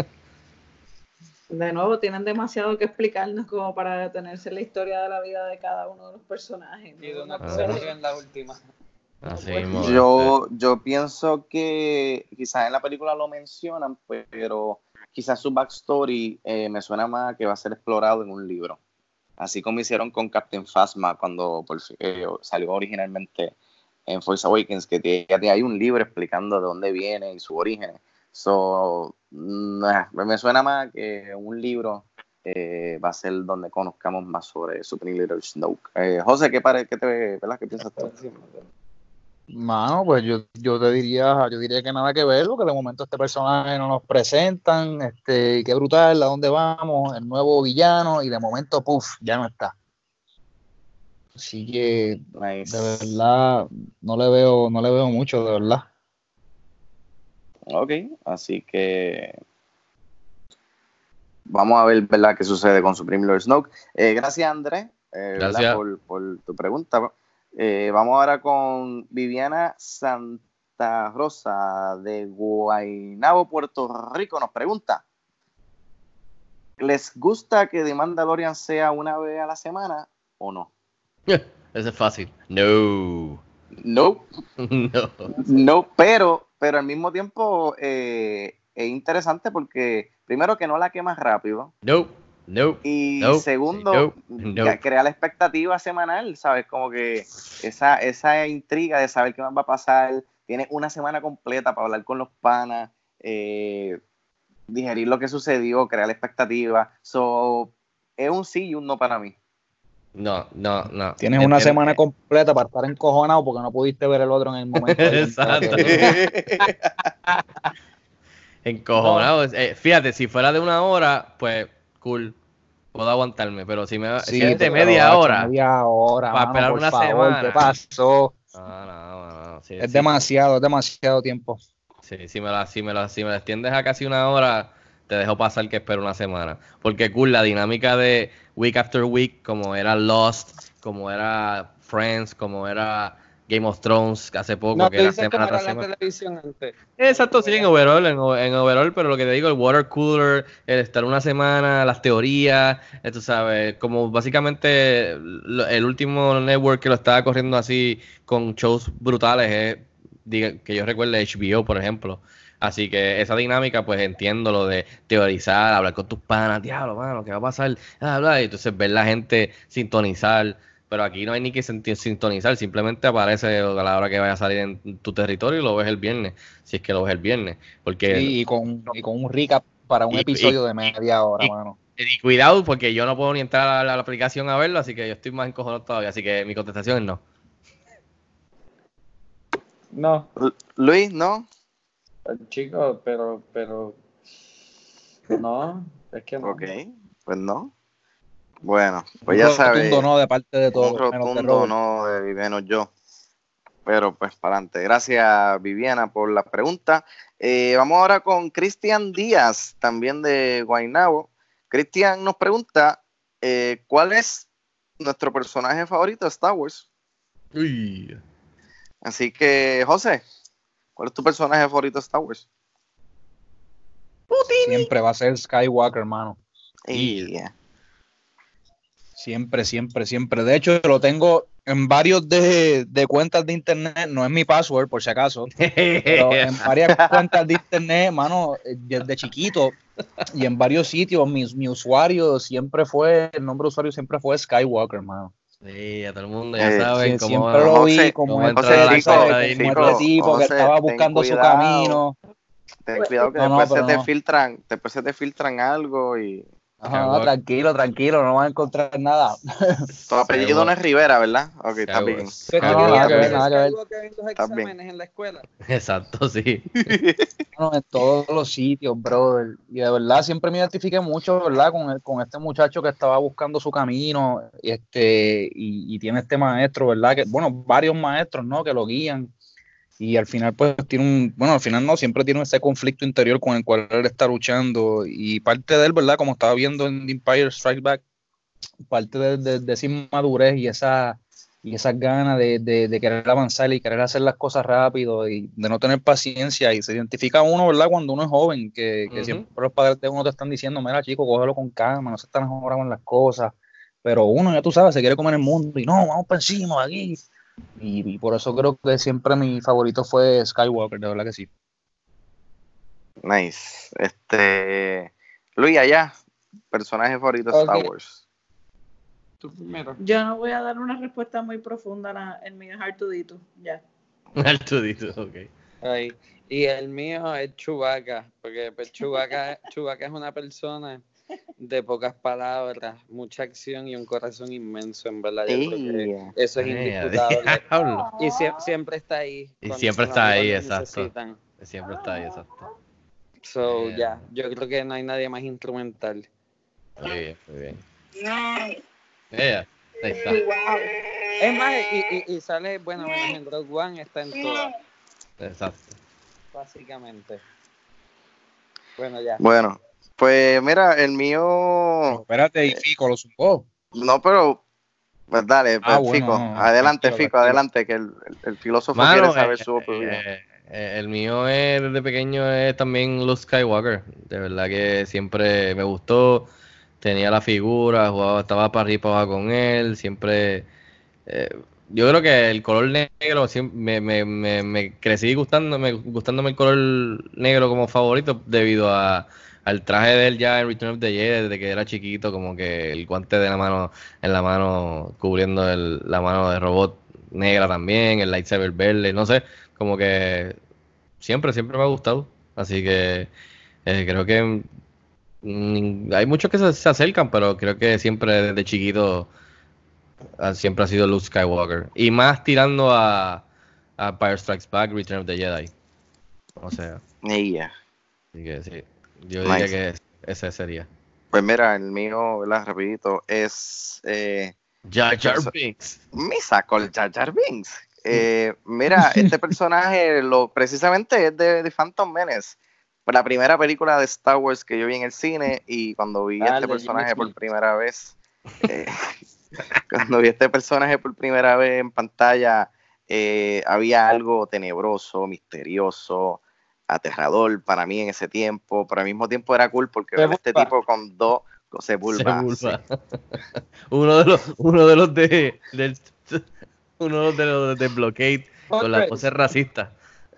De nuevo, tienen demasiado que explicarnos como para detenerse en la historia de la vida de cada uno de los personajes. Y de una No cosa puede- en la última. Así pues, mismo, Yo, yo pienso que quizás en la película lo mencionan, pero quizás su backstory eh, me suena más que va a ser explorado en un libro. Así como hicieron con Captain Phasma cuando por fin, eh, salió originalmente en Force Awakens, que te- ya te- hay un libro explicando de dónde viene y su origen. So, nah, me suena más que un libro eh, va a ser donde conozcamos más sobre Supreme Leader Snoke. Eh, José, ¿qué, pare, qué, te, ¿verdad? ¿Qué piensas tú? Mano, pues yo, yo te diría, yo diría que nada que ver, porque de momento este personaje no nos presentan, este, qué brutal, a dónde vamos, el nuevo villano, y de momento, puff, ya no está. Así que Nice. de verdad no le veo, no le veo mucho, de verdad. Ok, así que vamos a ver, ¿verdad?, qué sucede con Supreme Lord Snoke. Eh, gracias, Andrés, eh, ¿verdad?, Gracias. por, por tu pregunta. Eh, vamos ahora con Viviana Santa Rosa de Guaynabo, Puerto Rico. Nos pregunta: ¿les gusta que The Mandalorian sea una vez a la semana o no? Ese es fácil. No. No, No. no, pero, pero al mismo tiempo eh, es interesante porque primero que no la quemas rápido. No. No. Y no, segundo, no, no. que crea la expectativa semanal, ¿sabes? Como que esa, esa intriga de saber qué más va a pasar. Tienes una semana completa para hablar con los panas, eh, digerir lo que sucedió, crear la expectativa. So, es un sí y un no para mí. No, no, no. Tienes una Depende. semana completa para estar encojonado porque no pudiste ver el otro en el momento. ahí, Exacto. que- Encojonado. Eh, fíjate, si fuera de una hora, pues cool. Puedo aguantarme. Pero si, me, Sí, si es de pero, media hacho, hora, media hora, para mano, esperar por una favor, semana. ¿qué pasó? No, no, no. Sí, Es sí, demasiado, es demasiado tiempo. Sí, si me la, si me la, si me la extiendes a casi una hora, te dejo pasar que espero una semana. Porque cool, la dinámica de week after week, como era Lost, como era Friends, como era Game of Thrones hace poco, No, que tú era dices como semana era tras la semana. televisión antes. Exacto, sí, en overall, en, o- en overall, pero lo que te digo, el water cooler, el estar una semana, las teorías, eh, tú sabes, como básicamente lo- el último network que lo estaba corriendo así con shows brutales es, diga- que yo recuerde, H B O, por ejemplo. Así que esa dinámica, pues entiendo lo de teorizar, hablar con tus panas, diablo, mano, ¿qué va a pasar? Ah, bla, y entonces ver la gente sintonizar. Pero aquí no hay ni que senti- sintonizar, simplemente aparece a la hora que vaya a salir en tu territorio y lo ves el viernes, si es que lo ves el viernes. Porque, Sí, y con, y con un recap para un Y- episodio y- de media hora, y- mano. y cuidado, porque yo no puedo ni entrar a la, a la aplicación a verlo, así que yo estoy más encojonado todavía. Así que mi contestación es no. No, Lu- Luis, ¿no? chicos, pero, pero, no, es que no. Ok, pues no. Bueno, pues Un ya rotundo sabes, no de parte de todos, un menos de rotundo Robert. no de Viviano yo. Pero pues para adelante. Gracias, Viviana, por la pregunta. Eh, vamos ahora con Cristian Díaz, también de Guaynabo. Cristian nos pregunta, eh, ¿cuál es nuestro personaje favorito de Star Wars? Uy. Así que, José, ¿cuál es tu personaje favorito de Star Wars? Siempre va a ser Skywalker, hermano. Y, Siempre, siempre, siempre. De hecho, lo tengo en varios de, de cuentas de internet. No es mi password, por si acaso. Pero en varias cuentas de internet, mano, eh, desde chiquito y en varios sitios, mi, mi usuario siempre fue, el nombre de usuario siempre fue Skywalker, hermano. Sí, a todo el mundo ya Eh, saben Sie- cómo, siempre lo vi José, como cómo este, entrar a la tú sabes, cuenta de como Chico, este tipo José, que estaba ten buscando su cuidado. camino. ten cuidado que No, no, después se pero te no. filtran, después se te filtran algo y Ajá, no, tranquilo, tranquilo, no vas a encontrar nada. tu apellido no es Rivera, ¿verdad? Ok, está bien. ¿Qué No, no, querías nada que ver, ser nada que ver. Skywalker en los Está bien. exámenes en la escuela? Exacto, sí. Bueno, en todos los sitios, brother. Y de verdad siempre me identifiqué mucho, ¿verdad? Con, el- con este muchacho que estaba buscando su camino, y este, y, y tiene este maestro, ¿verdad? Que, bueno, varios maestros, ¿no? Que lo guían. y al final pues tiene un, bueno, al final no, siempre tiene ese conflicto interior con el cual él está luchando, y parte de él, ¿verdad? Como estaba viendo en The Empire Strikes Back, parte de, de, de esa inmadurez y esa y esas ganas de, de, de querer avanzar y querer hacer las cosas rápido y de no tener paciencia, y se identifica uno, ¿verdad? Cuando uno es joven, que, que uh-huh. siempre los padres de uno te están diciendo, mira chico, cógelo con calma, no se están ahora con las cosas, pero uno, ya tú sabes, se quiere comer el mundo y no, vamos para encima aquí, y, y por eso creo que siempre mi favorito fue Skywalker, de verdad que sí. Nice. Este, Luis, allá, personaje favorito de okay. Star Wars. Tú primero. Yo no voy a dar una respuesta muy profunda, la, el mío es Artudito, ya. Artudito, ok. Ay, y el mío es Chewbacca, porque pues, Chewbacca, Chewbacca es una persona de pocas palabras, mucha acción y un corazón inmenso, en verdad. Yo creo que eso es indiscutable. Y sie- siempre está ahí. Y siempre está ahí, exacto. Necesitan. Siempre está ahí, exacto. So, ya, yeah, yo creo que no hay nadie más instrumental. Muy bien, muy bien. Yeah, ahí está. Es más, y, y, y sale, bueno, bueno, en Rogue One está en todas. Exacto. Básicamente. Bueno, ya. Bueno, pues mira, el mío... Pero espérate, y Fico lo zumbó. No, pero... Pues dale, pues, ah, bueno, Fico, no, adelante, tranquilo, Fico, tranquilo. Adelante, que el, el, el filósofo Mano, quiere saber eh, su opinión. Eh, eh, el mío es, desde pequeño es también Luke Skywalker. De verdad que siempre me gustó. Tenía la figura, jugaba, estaba para arriba para abajo con él, siempre... Eh, yo creo que el color negro, siempre, me, me, me, me crecí gustándome, gustándome el color negro como favorito debido a, al traje de él ya en Return of the Jedi, desde que era chiquito, como que el guante de la mano en la mano cubriendo el, la mano de robot negra también, el lightsaber verde, no sé, como que siempre, siempre me ha gustado, así que eh, creo que hay muchos que se, se acercan, pero creo que siempre desde chiquito siempre ha sido Luke Skywalker. Y más tirando a, a Empire Strikes Back, Return of the Jedi. O sea. Yeah. Así que sí. Yo nice. diría que ese sería. Pues mira, el mío, ¿verdad? Rapidito, es... Eh, Jar Jar Binks. Me sacó el Jar Jar Binks. Eh, mira, este personaje lo precisamente es de, de Phantom Menace. La primera película de Star Wars que yo vi en el cine, y cuando vi Dale, este personaje por primera vez, eh, cuando vi este personaje por primera vez en pantalla, eh, había algo tenebroso, misterioso, aterrador para mí en ese tiempo, pero al mismo tiempo era cool porque ver este tipo con dos Sebulba. Sí. uno de los, uno de los de, del, uno de los de Blockade okay. con las poses racistas.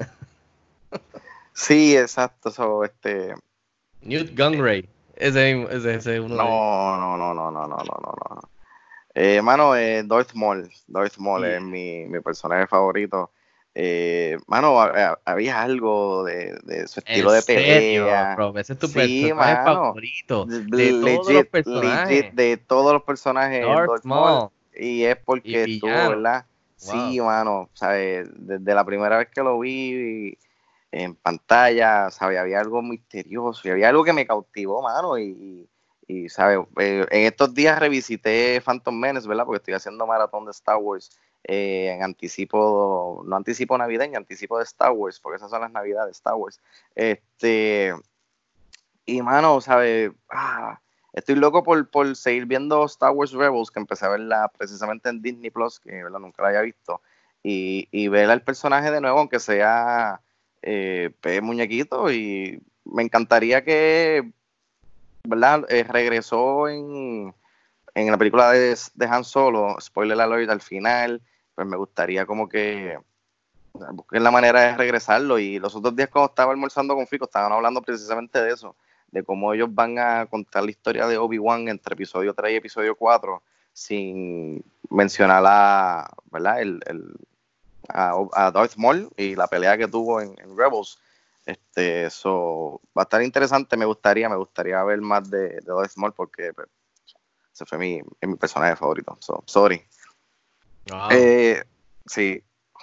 Sí, exacto, so, este... Newt Gunray, ese, ese, ese uno no, de... no, no, no, no, no, no, no, eh, mano, eh, Darth Maul, Darth Maul sí. es mi, mi personaje favorito, eh, mano, a, a, había algo de, de su estilo de pelea, bro, ese es tu sí, personaje mano, favorito, de legit, todos los personajes, legit, de todos los personajes, Darth, Darth Maul, Maul. Y es porque y tú, ¿verdad? Wow. Sí, mano, ¿sabes? Desde la primera vez que lo vi en pantalla, ¿sabes? Había algo misterioso y había algo que me cautivó, mano, y, y ¿sabes? Eh, en estos días revisité Phantom Menace, ¿verdad? Porque estoy haciendo maratón de Star Wars eh, en anticipo, no anticipo navideño, anticipo de Star Wars, porque esas son las navidades de Star Wars. Este, y, mano, ¿sabes? Ah, estoy loco por, por seguir viendo Star Wars Rebels, que empecé a verla precisamente en Disney Plus, que ¿verdad? Nunca la había visto, y, y ver al personaje de nuevo, aunque sea eh, pues, muñequito, y me encantaría que, ¿verdad? Eh, regresó en, en la película de, de Han Solo, spoiler alert al final, pues me gustaría como que busquen la manera de regresarlo. Y los otros días cuando estaba almorzando con Fico, estaban hablando precisamente de eso, de cómo ellos van a contar la historia de Obi-Wan entre episodio tres y episodio cuatro sin mencionar a, ¿verdad? El, el, a, a Darth Maul y la pelea que tuvo en, en Rebels. Este, eso va a estar interesante. Me gustaría, me gustaría ver más de, de Darth Maul porque pues, ese fue mi, mi personaje favorito. So, sorry. Wow. Eh, sí.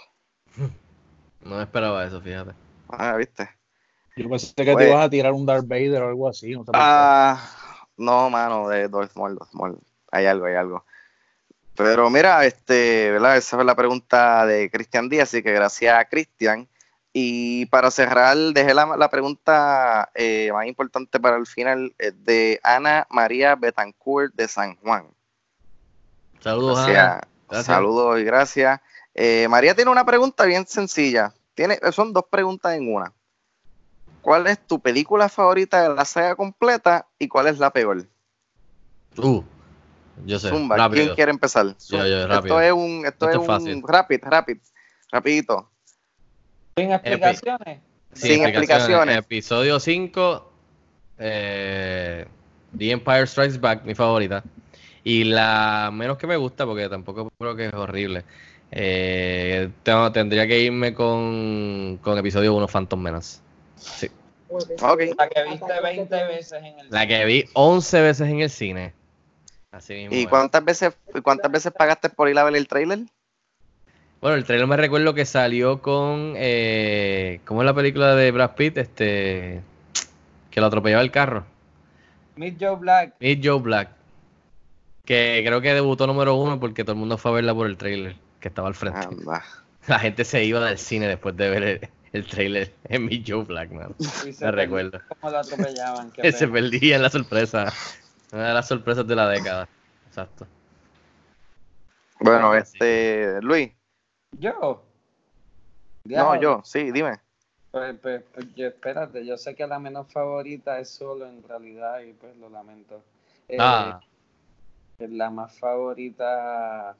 No esperaba eso, fíjate. Ah, ¿viste? Yo pensé que pues, te ibas a tirar un Darth Vader o algo así. No, ah, no mano, de Darth Maul, Darth Maul. Hay algo, hay algo. Pero mira, este, ¿verdad? Esa fue la pregunta de Cristian Díaz, así que gracias a Cristian. Y para cerrar, dejé la, la pregunta eh, más importante para el final, eh, de Ana María Betancourt de San Juan. Saludos, Gracias. Ana. Gracias. Saludos y gracias. Eh, María tiene una pregunta bien sencilla. Tiene, son dos preguntas en una. ¿Cuál es tu película favorita de la saga completa y cuál es la peor? Uh, yo sé. Zumba, rápido. ¿quién quiere empezar? Yo, yo, rápido. Esto es un, esto Esto es es un fácil. rapid, rapid, rapidito. ¿Sin explicaciones? Sin, Sin explicaciones. explicaciones. Episodio cinco, eh, The Empire Strikes Back, mi favorita. Y la menos que me gusta, porque tampoco creo que es horrible, eh, tengo- tendría que irme con, con episodio uno, Phantom Menace. Sí. Ok. La que viste veinte veces en el La que vi once veces en el cine. Así mismo. ¿Y es. cuántas veces, cuántas veces pagaste por ir a ver el trailer? Bueno, el trailer me recuerdo que salió con, eh, ¿cómo es la película de Brad Pitt? Este, que lo atropellaba el carro. Meet Joe Black. Meet Joe Black. Que creo que debutó número uno porque todo el mundo fue a verla por el trailer que estaba al frente. Anda. La gente se iba del cine después de ver el, el trailer en Meet Joe Black, man. Y se Me perdía recuerdo. cómo lo atropellaban. qué Se pena. perdía en la sorpresa. Una de las sorpresas de la década. Exacto. Bueno, Bueno, este, Luis. ¿Yo? No, Diablo. yo, sí, dime. Pues, pues, pues, yo- espérate, yo sé que la menos favorita es Solo en realidad y pues lo lamento. Eh, Ah, La más favorita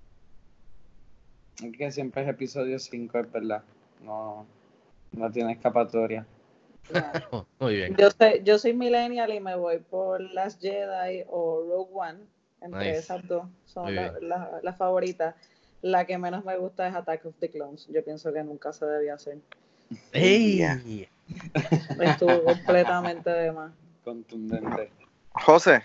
es que siempre es episodio cinco, es verdad. No, no tiene escapatoria. oh, muy bien. Yo soy, yo soy millennial y me voy por Last Jedi o Rogue One. Entre Nice. esas dos son Muy las bien. la, la favoritas. La que menos me gusta es Attack of the Clones. Yo pienso que nunca se debía hacer. ¡Ey! Estuvo completamente de más. Contundente. José.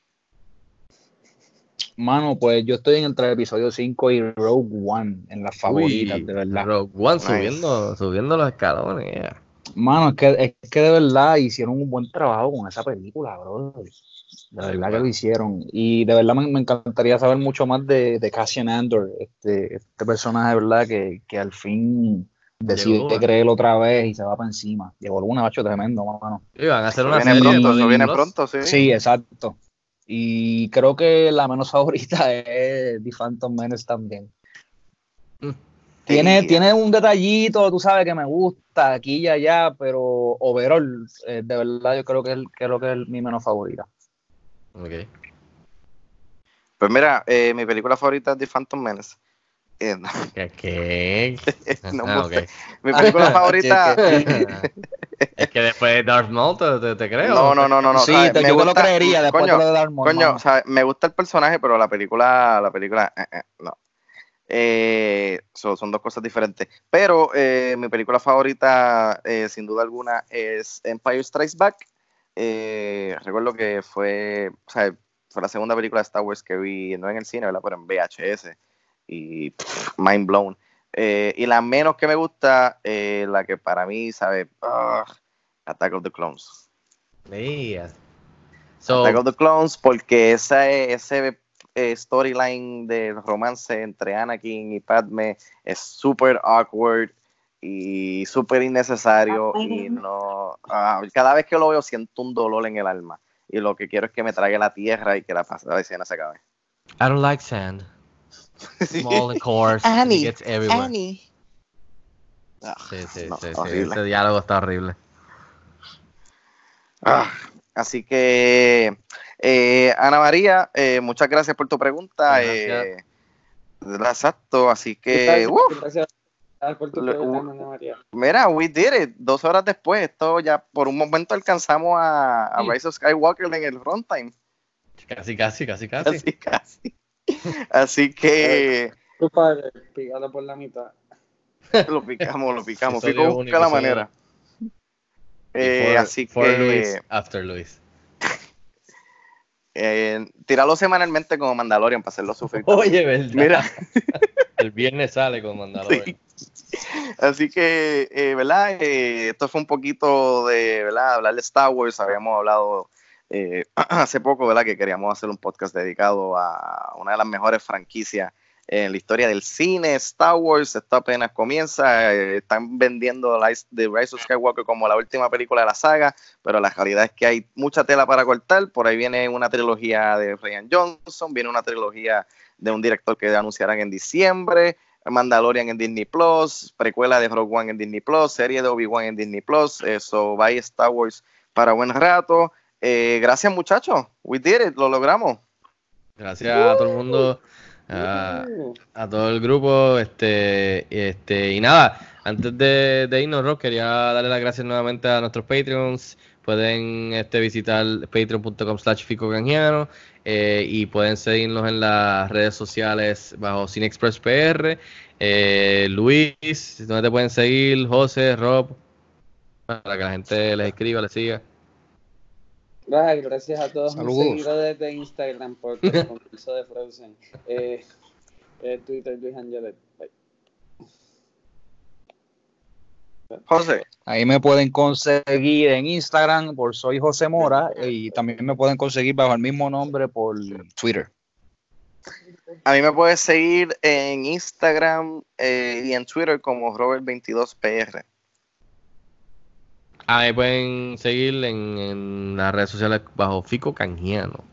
Mano, pues yo estoy entre el episodio cinco y Rogue One, en las favoritas, Uy, de verdad. Rogue One Nice. subiendo, subiendo los escalones. yeah. Mano, es que, es que de verdad hicieron un buen trabajo con esa película, bro. De verdad que lo hicieron. Y de verdad me, me encantaría saber mucho más de, de Cassian Andor, este, este personaje, de verdad, que, que al fin decide Llegó, ¿eh? creer otra vez y se va para encima. Llegó Luna, macho, tremendo, mano. Y van a hacer Eso una viene serie pronto, de eso Disney viene Plus. pronto, sí. Sí, exacto. Y creo que la menos favorita es The Phantom Menace también. Tiene, Sí. tiene un detallito, tú sabes, que me gusta aquí y allá, pero overall, eh, de verdad, yo creo que, es, creo que es mi menos favorita. Ok. Pues mira, eh, mi película favorita es The Phantom Menace. Eh, no, ¿Qué? qué? no Ah, me ok. gusta. Mi película favorita. Es que después de Darth Maul te, te, te creo. No, no, no, no, no. Sí, ¿sabes? te- Me yo te lo gusta- creería después coño, de lo de Darth Maul, Coño, mano. ¿sabes? Me gusta el personaje, pero la película, la película, eh, eh, no. Eh, so- son dos cosas diferentes. Pero eh, mi película favorita, eh, sin duda alguna, es Empire Strikes Back. Eh, recuerdo que fue, o sea, fue la segunda película de Star Wars que vi, no en el cine, ¿verdad? Pero en V H S. Y pff, mind blown. Eh, y la menos que me gusta, eh, la que para mí, ¿sabes? Ugh, Attack of the Clones. Yeah. So, Attack of the Clones, porque esa, ese eh, storyline de romance entre Anakin y Padme es súper awkward y súper innecesario y no, ah, cada vez que lo veo siento un dolor en el alma y lo que quiero es que me trague la tierra y que la, la escena se acabe. I don't like sand. Small and coarse. Annie, It gets everywhere. Annie. Ah, Sí, sí, no, sí, sí. horrible. Ese diálogo está horrible. Ah, así que, eh, Ana María, eh, muchas gracias por tu pregunta. Gracias. Eh, exacto, así que, Gracias, uf, gracias por tu Le- pregunta, u- Ana María. mira, we did it. Dos horas después, esto ya por un momento alcanzamos a, a Sí. Rise of Skywalker en el runtime. Casi, casi, casi, casi. Así, casi. Así que Tu padre, pígalo por la mitad. lo picamos, lo picamos. Episodio Fico uno, busca la episodio manera. Y Eh, for- así for que Luis, after Luis. eh, tíralo semanalmente como Mandalorian para hacerlo sufrir. Oye, verdad. Mira. El viernes sale con Mandalorian. Sí. Así que, eh, ¿verdad? Eh, esto fue un poquito de, ¿verdad? Hablar de Star Wars. Habíamos hablado eh, hace poco, ¿verdad? Que queríamos hacer un podcast dedicado a una de las mejores franquicias en la historia del cine, Star Wars. Esto apenas comienza, eh, están vendiendo The Rise of Skywalker como la última película de la saga, pero la realidad es que hay mucha tela para cortar. Por ahí viene una trilogía de Rian Johnson, viene una trilogía de un director que anunciarán en diciembre, Mandalorian en Disney Plus, precuela de Rogue One en Disney Plus, serie de Obi-Wan en Disney Plus. Eso va a ir Star Wars para buen rato. Eh, gracias, muchachos, we did it, lo logramos. Gracias a todo el mundo, a, a todo el grupo, este, este y nada, antes de, de irnos, Rob, quería darle las gracias nuevamente a nuestros Patreons. Pueden este, visitar patreon punto com slash fico canjiano eh, y pueden seguirnos en las redes sociales bajo CineExpress P R. Eh, Luis, ¿dónde te pueden seguir? José, Rob, para que la gente les escriba, les siga. Ay, gracias a todos Saludos. mis seguidores de Instagram por el concurso de Frozen. Eh, eh, Twitter, Luis Angelet. Bye. José. Ahí me pueden conseguir en Instagram por Soy José Mora y también me pueden conseguir bajo el mismo nombre por Twitter. A mí me puedes seguir en Instagram eh, y en Twitter como Robert veintidós P R. Ahí pueden seguir en, en las redes sociales bajo Fico Canjiano.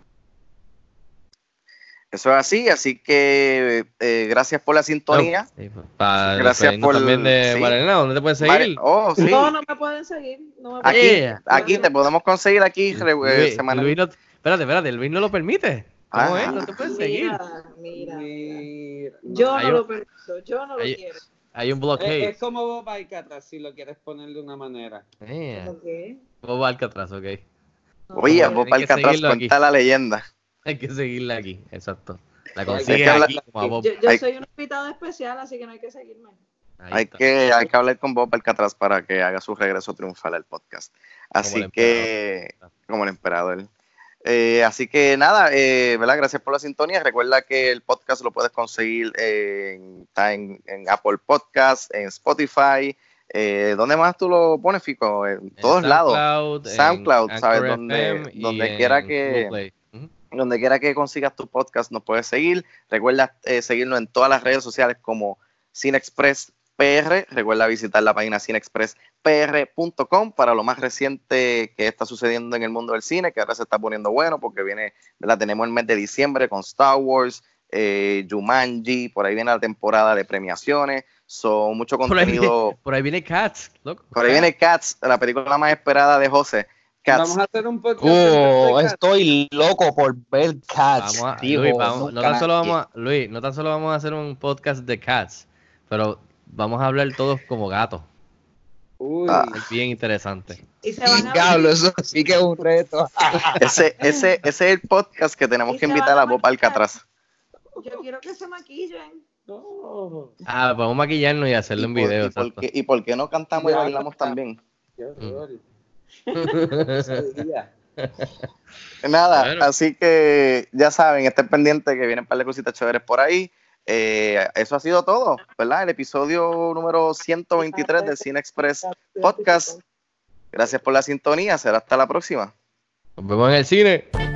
Eso es así, así que eh, gracias por la sintonía. No, sí, para gracias por también de sí. Marilena, ¿dónde te pueden seguir? Mari- oh, sí. No, no me pueden seguir. No me pueden Aquí, seguir. Yeah. aquí te podemos conseguir aquí re- Luis, semanal. Luis no, espérate, espérate, Luis no lo permite. ¿Cómo Ah. es? No te pueden seguir. Mira, mira. Mira, Yo Hay no un- lo permito, yo no lo hay- quiero. Hay un Es, blockade. es como Bob Alcatraz, si lo quieres poner de una manera. Yeah. ¿Por qué? Bob Alcatraz, ok. No, Oye, no, Bob Hay que Alcatraz seguirlo aquí. cuenta la leyenda. Hay que seguirla aquí, exacto. La Hay consigues que hablar- aquí como a Bob. Yo, yo Hay- soy un invitado especial, así que no hay que seguirme. Ahí Hay está. que, hay que hablar con Bob Alcatraz para que haga su regreso triunfal al podcast. Así el que, como el emperador. Eh, así que nada, eh, ¿verdad? Gracias por la sintonía. Recuerda que el podcast lo puedes conseguir en, está en, en Apple Podcasts, en Spotify. Eh, ¿Dónde más tú lo pones, Fico? En En todos lados. SoundCloud, en SoundCloud, ¿sabes? Anchor Donde, F M y donde en quiera Google que... Play. Ujú. Donde quiera que consigas tu podcast nos puedes seguir. Recuerda eh, seguirnos en todas las redes sociales como CineExpress P R. Recuerda visitar la página cinexpress p r punto com para lo más reciente que está sucediendo en el mundo del cine, que ahora se está poniendo bueno porque viene, ¿verdad? Tenemos el mes de diciembre con Star Wars, eh, Jumanji, por ahí viene la temporada de premiaciones, son mucho Por ahí, contenido. por ahí viene Cats, loco. Por ahí viene Cats, la película más esperada de José. Cats. Vamos a hacer un podcast. Oh, de Cats. estoy loco por ver Cats. Vamos a, dijo, Luis, vamos- no nunca tan solo nadie. vamos a, Luis, no tan solo vamos a hacer un podcast de Cats, pero vamos a hablar todos como gatos. Uy, Ah. Es bien interesante. Y se van a Diablo, eso sí que es un reto. Ese, ese, ese es el podcast que tenemos Y que se invitar van a a Bob maquillar. Alcatraz. Yo quiero que se maquillen. no. Ah, podemos maquillarnos y hacerle un ¿Y por- video. y por exacto. qué- ¿Y por qué no cantamos y Ya, bailamos ya. también? Qué horror. Nada, Bueno. así que ya saben, estén pendientes que vienen un par de cositas chéveres por ahí. Eh, eso ha sido todo, ¿verdad? El episodio número ciento veintitrés del Cine Express Podcast. Gracias por la sintonía, será hasta la próxima. Nos vemos en el cine.